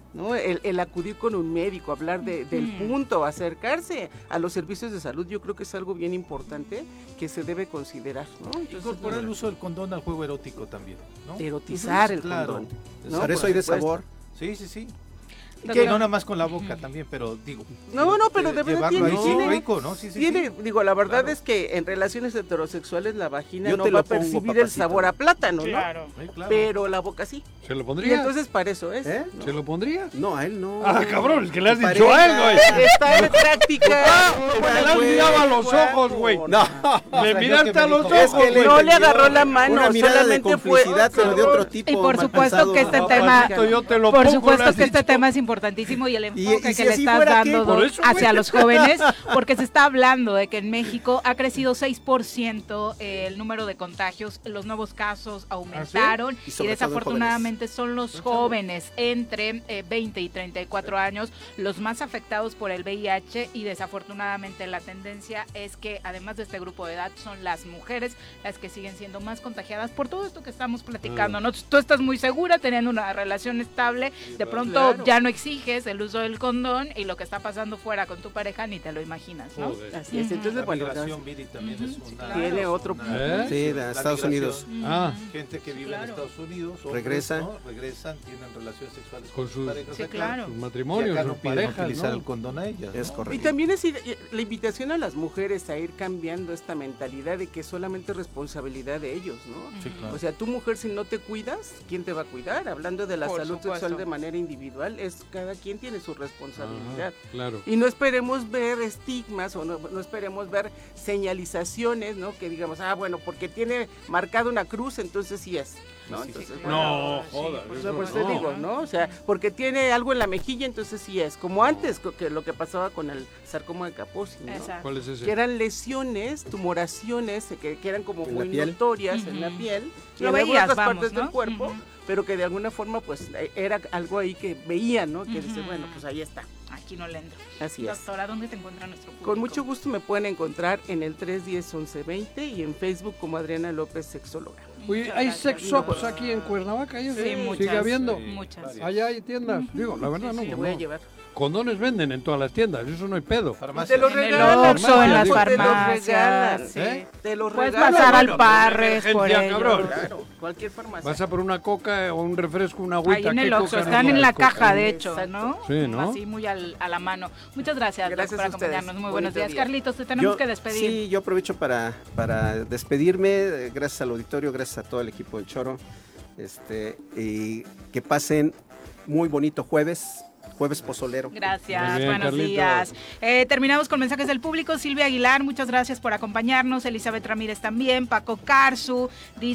¿no? El, el acudir con un médico, hablar de, del punto, acercarse a los servicios de salud, yo creo que es algo bien importante que se debe considerar, ¿no? Entonces, incorporar el uso del condón al juego erótico también, ¿no? Erotizar el claro. condón. ¿No? Por eso hay de sabor. Sí, sí, sí. Que Que no nada más con la boca también, pero digo. No, no, pero de verdad tiene, ahí, tiene, sí, rico, ¿no? Sí, sí, tiene, sí. digo, la verdad Claro. es que en relaciones heterosexuales la vagina Yo no te va lo a pongo, percibir el papacito. sabor a plátano, ¿no? Claro. Sí, claro. Pero la boca sí. ¿Se lo Y pondría? entonces para eso es. ¿Eh? ¿Se lo pondría? No, a él no. Ah, cabrón, es que le has Tu dicho pareja. algo, güey. Está en práctica. Porque le has mirado a los ojos, güey. No. Me miraste a los Es ojos, que le No le entendió agarró la mano, una mirada de solamente fue- complicidad, pero de otro tipo. Y por mal supuesto pensado. que este No, tema, Yo te lo por pongo, le supuesto has que este dicho. tema es importantísimo y el Y- enfoque y si que le así estás fuera, ¿qué? dando Por do- eso, hacia güey. los jóvenes, porque se está hablando de que en México ha crecido seis por ciento el número de contagios, los nuevos casos aumentaron Y y, sobre todo en desafortunadamente son los jóvenes entre eh, veinte y treinta y cuatro años los más afectados por el V I H y desafortunadamente la tendencia es que además de este grupo de edad son las mujeres las que siguen siendo más contagiadas por todo esto que estamos platicando, ¿no? Tú estás muy segura teniendo una relación estable, de pronto Claro. ya no exiges el uso del condón y lo que está pasando fuera con tu pareja ni te lo imaginas, ¿no? Joder. Así es, entonces La bueno, migración, Viri, también es una... tiene otro una- punto. ¿Eh? Sí, de la Estados migración. Unidos. Ah, Gente que vive en Estados Unidos, hombres, Regresa. ¿no? regresan, tienen relaciones sexuales Con sus- parejas Sí, acá, claro. sus y matrimonios, acá no sus piden parejas, utilizar ¿no? el condón a ellas. Es ¿no? correcto. Y también es ir- la invitación a las mujeres a ir cambiando esta mentalidad de que solamente es responsabilidad de ellos, ¿no? Sí, claro. O sea, tú mujer si no te cuidas, ¿quién te va a cuidar? Hablando de la Por salud supuesto. sexual de manera individual, es cada quien tiene su responsabilidad. Ajá, claro. Y no esperemos ver estigmas o no, no esperemos ver señalizaciones, ¿no? Que digamos, ah, bueno, porque tiene marcada una cruz, entonces sí es, ¿no? Sí, sí, Entonces, sí. bueno, No, sí, joder. por eso eso, por eso no. te digo, ¿no? O sea, porque tiene algo en la mejilla, entonces sí es. Como antes, co- que lo que pasaba con el sarcoma de Kaposi, ¿no? Exacto. ¿Cuál es ese? Que eran lesiones, tumoraciones, eh, que, que eran como ¿En muy la piel? notorias en la Ujú. piel. y Lo en algunas veías, otras vamos, partes ¿no? del cuerpo, Ujú. pero que de alguna forma, pues, eh, era algo ahí que veían, ¿no? Que dices, Ujú. bueno, pues ahí está. Aquí no le entro. Así es. Doctora, ¿dónde te encuentra nuestro público? Con mucho gusto me pueden encontrar en el tres uno cero, once veinte y en Facebook como Adriana López, sexóloga. Oye, Muchas ¿hay gracias. sex shops aquí en Cuernavaca? ¿Hay? Sí, muchas. ¿Sigue habiendo? Muchas. Allá hay tiendas. Digo, la verdad no. Te voy a no. llevar. Condones venden en todas las tiendas, eso no hay pedo. Farmacia. Te lo En el regalan. Oxxo, en las Te lo farmacias, regalan, sí. ¿Eh? Te lo Puedes regalan. pasar al bueno, Parres pero por emergencia, ello. cabrón. Claro, cualquier farmacia. Vas a por una coca o un refresco, una Ahí agüita. en ¿qué el coca Oxxo, no están hay? en la Coca. caja, de hecho, Exacto. ¿no? Sí, ¿no? Así muy al- a la mano. Muchas gracias, Doc, Gracias por a ustedes. acompañarnos. Muy buenos Bonito días. día. Carlitos, te tenemos Yo- que despedir. Sí, yo aprovecho para, para despedirme, eh, gracias al auditorio, gracias a todo el equipo del Choro, este, y que pasen muy bonito jueves, jueves pozolero. Gracias, Muy bien, buenos Carlitos. días. Eh, terminamos con mensajes del público. Silvia Aguilar, muchas gracias por acompañarnos. Elizabeth Ramírez también. Paco Carzu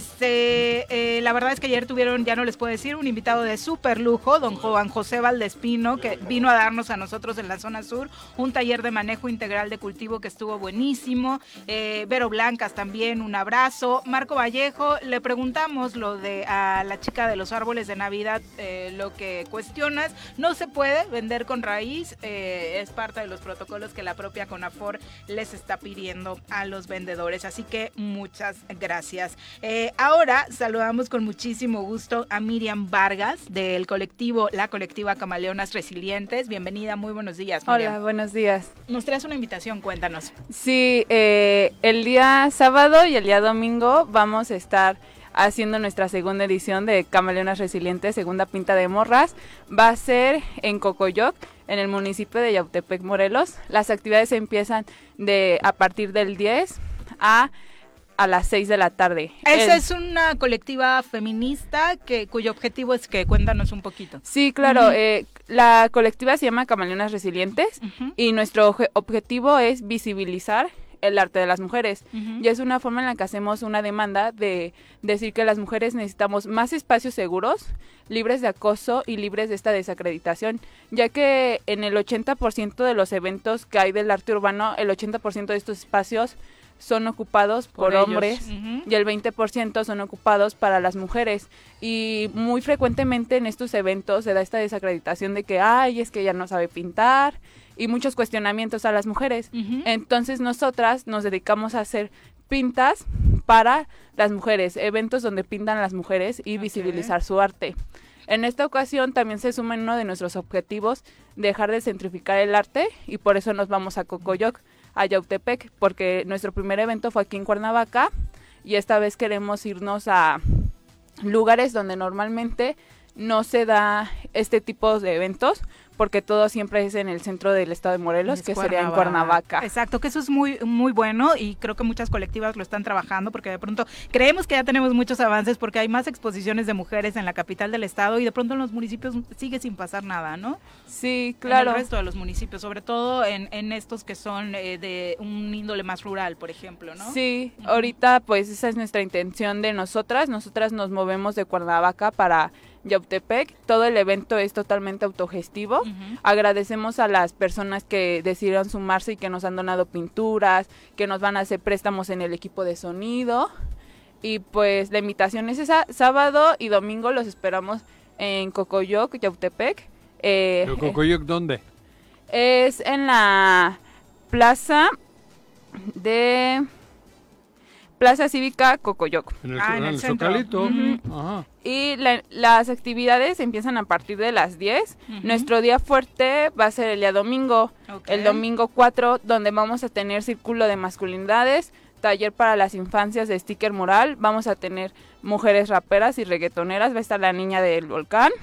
dice, eh, la verdad es que ayer tuvieron, ya no les puedo decir, un invitado de súper lujo, don Juan José Valdespino, que vino a darnos a nosotros en la zona sur un taller de manejo integral de cultivo que estuvo buenísimo. Eh, Vero Blancas también, un abrazo. Marco Vallejo, le preguntamos lo de a la chica de los árboles de Navidad, eh, lo que cuestionas, no se puede vender con raíz, eh, es parte de los protocolos que la propia CONAFOR les está pidiendo a los vendedores, así que muchas gracias. Eh, ahora saludamos con muchísimo gusto a Miriam Vargas del colectivo, la colectiva Camaleonas Resilientes. Bienvenida, muy buenos días, Miriam. Hola, buenos días. Nos traes una invitación, cuéntanos. Sí, eh, el día sábado y el día domingo vamos a estar haciendo nuestra segunda edición de Camaleonas Resilientes, segunda pinta de morras. Va a ser en Cocoyoc, en el municipio de Yautepec, Morelos. Las actividades empiezan de a partir del diez a a las seis de la tarde. Esa El- es una colectiva feminista que cuyo objetivo es que cuéntanos un poquito. Sí, claro. Ujú. eh, la colectiva se llama Camaleonas Resilientes Ujú. y nuestro oje- objetivo es visibilizar el arte de las mujeres. Ujú. Y es una forma en la que hacemos una demanda de decir que las mujeres necesitamos más espacios seguros, libres de acoso y libres de esta desacreditación, ya que en el ochenta por ciento de los eventos que hay del arte urbano, el ochenta por ciento de estos espacios son ocupados por, Por ellos. hombres Ujú. y el veinte por ciento son ocupados para las mujeres. Y muy frecuentemente en estos eventos se da esta desacreditación de que, ay, es que ella no sabe pintar, y muchos cuestionamientos a las mujeres. Ujú. Entonces nosotras nos dedicamos a hacer pintas para las mujeres, eventos donde pintan las mujeres y Ok. visibilizar su arte. En esta ocasión también se suma en uno de nuestros objetivos dejar de centrificar el arte y por eso nos vamos a Cocoyoc, a Yautepec, porque nuestro primer evento fue aquí en Cuernavaca y esta vez queremos irnos a lugares donde normalmente no se da este tipo de eventos, porque todo siempre es en el centro del estado de Morelos, es que Cuernavaca. Sería en Cuernavaca. Exacto, que eso es muy muy bueno y creo que muchas colectivas lo están trabajando porque de pronto creemos que ya tenemos muchos avances porque hay más exposiciones de mujeres en la capital del estado y de pronto en los municipios sigue sin pasar nada, ¿no? Sí, claro. En el resto de los municipios, sobre todo en, en estos que son eh, de un índole más rural, por ejemplo, ¿no? Sí, uh-huh. Ahorita pues esa es nuestra intención de nosotras, nosotras nos movemos de Cuernavaca para Yautepec, todo el evento es totalmente autogestivo. Uh-huh. Agradecemos a las personas que decidieron sumarse y que nos han donado pinturas, que nos van a hacer préstamos en el equipo de sonido. Y pues la invitación es esa, sábado y domingo los esperamos en Cocoyoc, Yautepec. Eh, ¿Pero Cocoyoc dónde? Es en la plaza de... Plaza Cívica Cocoyoc. En el, ah, en el, el Zocalito. Uh-huh. Ajá. Y la, las actividades empiezan a partir de las diez. Uh-huh. Nuestro día fuerte va a ser el día domingo, okay. El domingo cuatro, donde vamos a tener círculo de masculinidades, taller para las infancias de sticker mural, vamos a tener mujeres raperas y reggaetoneras, va a estar la niña del volcán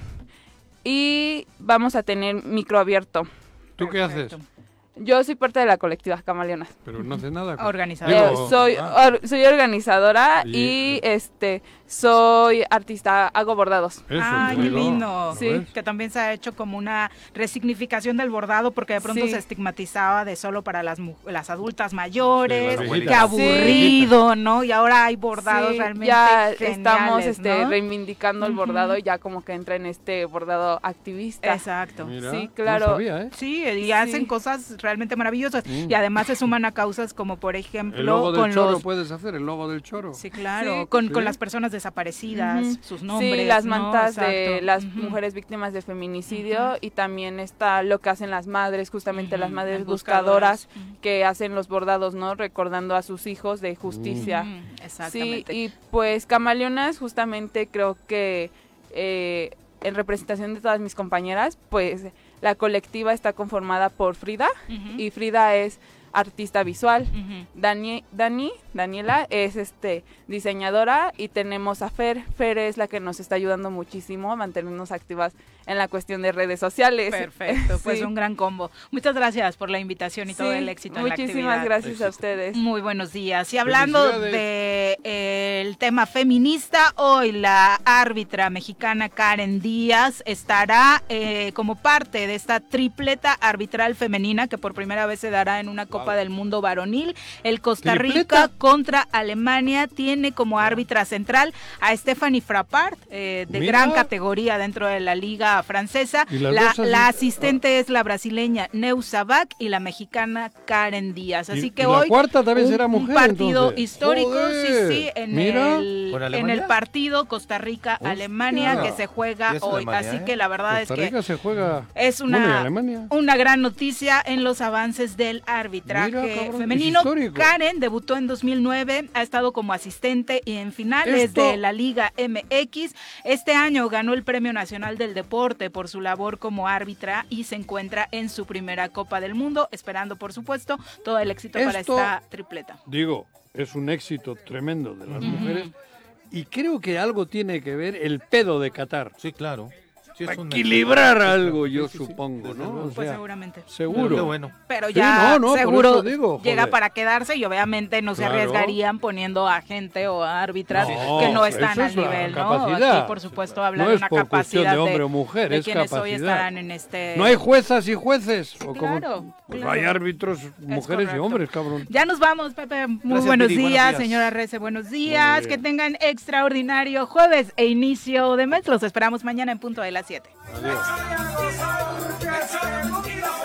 y vamos a tener micro abierto. ¿Tú qué haces? Yo soy parte de la colectiva Camaleonas. Pero no hace nada. Organizadora. Eh, soy, or, soy organizadora y, y este soy artista, hago bordados. Eso, ah, qué lindo. Sí, que también se ha hecho como una resignificación del bordado porque de pronto sí. se estigmatizaba de solo para las las adultas mayores, sí, qué aburrido, sí. ¿no? Y ahora hay bordados sí, realmente ya geniales, estamos este ¿no? reivindicando el bordado uh-huh. y ya como que entra en este bordado activista. Exacto. Mira, sí, claro. No sabía, ¿eh? Sí, y sí. hacen cosas realmente maravillosas mm. y además se suman a causas como por ejemplo el logo del con choro los... puedes hacer el logo del choro. Sí, claro, sí. Con, sí. con las personas desaparecidas, uh-huh. sus nombres, sí, las mantas ¿no? de las uh-huh. mujeres víctimas de feminicidio uh-huh. y también está lo que hacen las madres, justamente uh-huh. las madres buscadoras, buscadoras uh-huh. que hacen los bordados, ¿no? Recordando a sus hijos de justicia. Uh-huh. Exactamente. Sí, y pues Camaleonas justamente creo que eh, en representación de todas mis compañeras, pues la colectiva está conformada por Frida uh-huh. y Frida es artista visual. Uh-huh. Dani, Dani, Daniela es este diseñadora y tenemos a Fer. Fer es la que nos está ayudando muchísimo a mantenernos activas en la cuestión de redes sociales. Perfecto, sí. Pues un gran combo. Muchas gracias por la invitación y sí, todo el éxito en la actividad. Muchísimas gracias Éxito. a ustedes. Muy buenos días. Y hablando del de, eh, el tema feminista, hoy la árbitra mexicana Karen Díaz estará eh, como parte de esta tripleta arbitral femenina que por primera vez se dará en una Copa del Mundo varonil. El Costa ¿Tripleta? Rica contra Alemania tiene como árbitra central a Stephanie Frappart, eh, de Mira. gran categoría dentro de la liga francesa. La, la, la asistente es la brasileña Neusa Bach y la mexicana Karen Díaz. Así y, que y hoy la cuarta también un, será mujer, un partido entonces. histórico, Joder. sí, sí, en el, en el partido Costa Rica-Alemania Hostia. que se juega hoy. Alemania, Así eh? que la verdad Costa es que Rica se juega es una, bueno, una gran noticia en los avances del arbitraje Mira, cabrón, femenino. histórico. Karen debutó en dos mil nueve, ha estado como asistente y en finales Esto. de la Liga M X. Este año ganó el Premio Nacional del Deporte por su labor como árbitra y se encuentra en su primera Copa del Mundo, esperando por supuesto todo el éxito Esto, para esta tripleta. Digo, es un éxito tremendo de las uh-huh. mujeres y creo que algo tiene que ver el pedo de Qatar. Sí, claro. Sí, para equilibrar algo, yo sí, sí, supongo, sí, ¿no? O pues sea, seguramente. Seguro. Pero, bueno. Pero ya sí, no, no, seguro digo, llega para quedarse y obviamente no claro. se arriesgarían poniendo a gente o a árbitras no, que no están al es nivel, ¿no? Capacidad. Aquí, por supuesto, habla no de una es por capacidad de hombre de, o mujer, de es quienes capacidad. hoy estarán en este... No hay juezas y jueces. O claro, como, pues claro. hay árbitros, mujeres y hombres, cabrón. Ya nos vamos, Pepe. Muy Gracias, buenos, Piri, días, buenos días, señora Rece, buenos días. Que tengan extraordinario jueves e inicio de mes. Los esperamos mañana en punto de las siete. Adiós.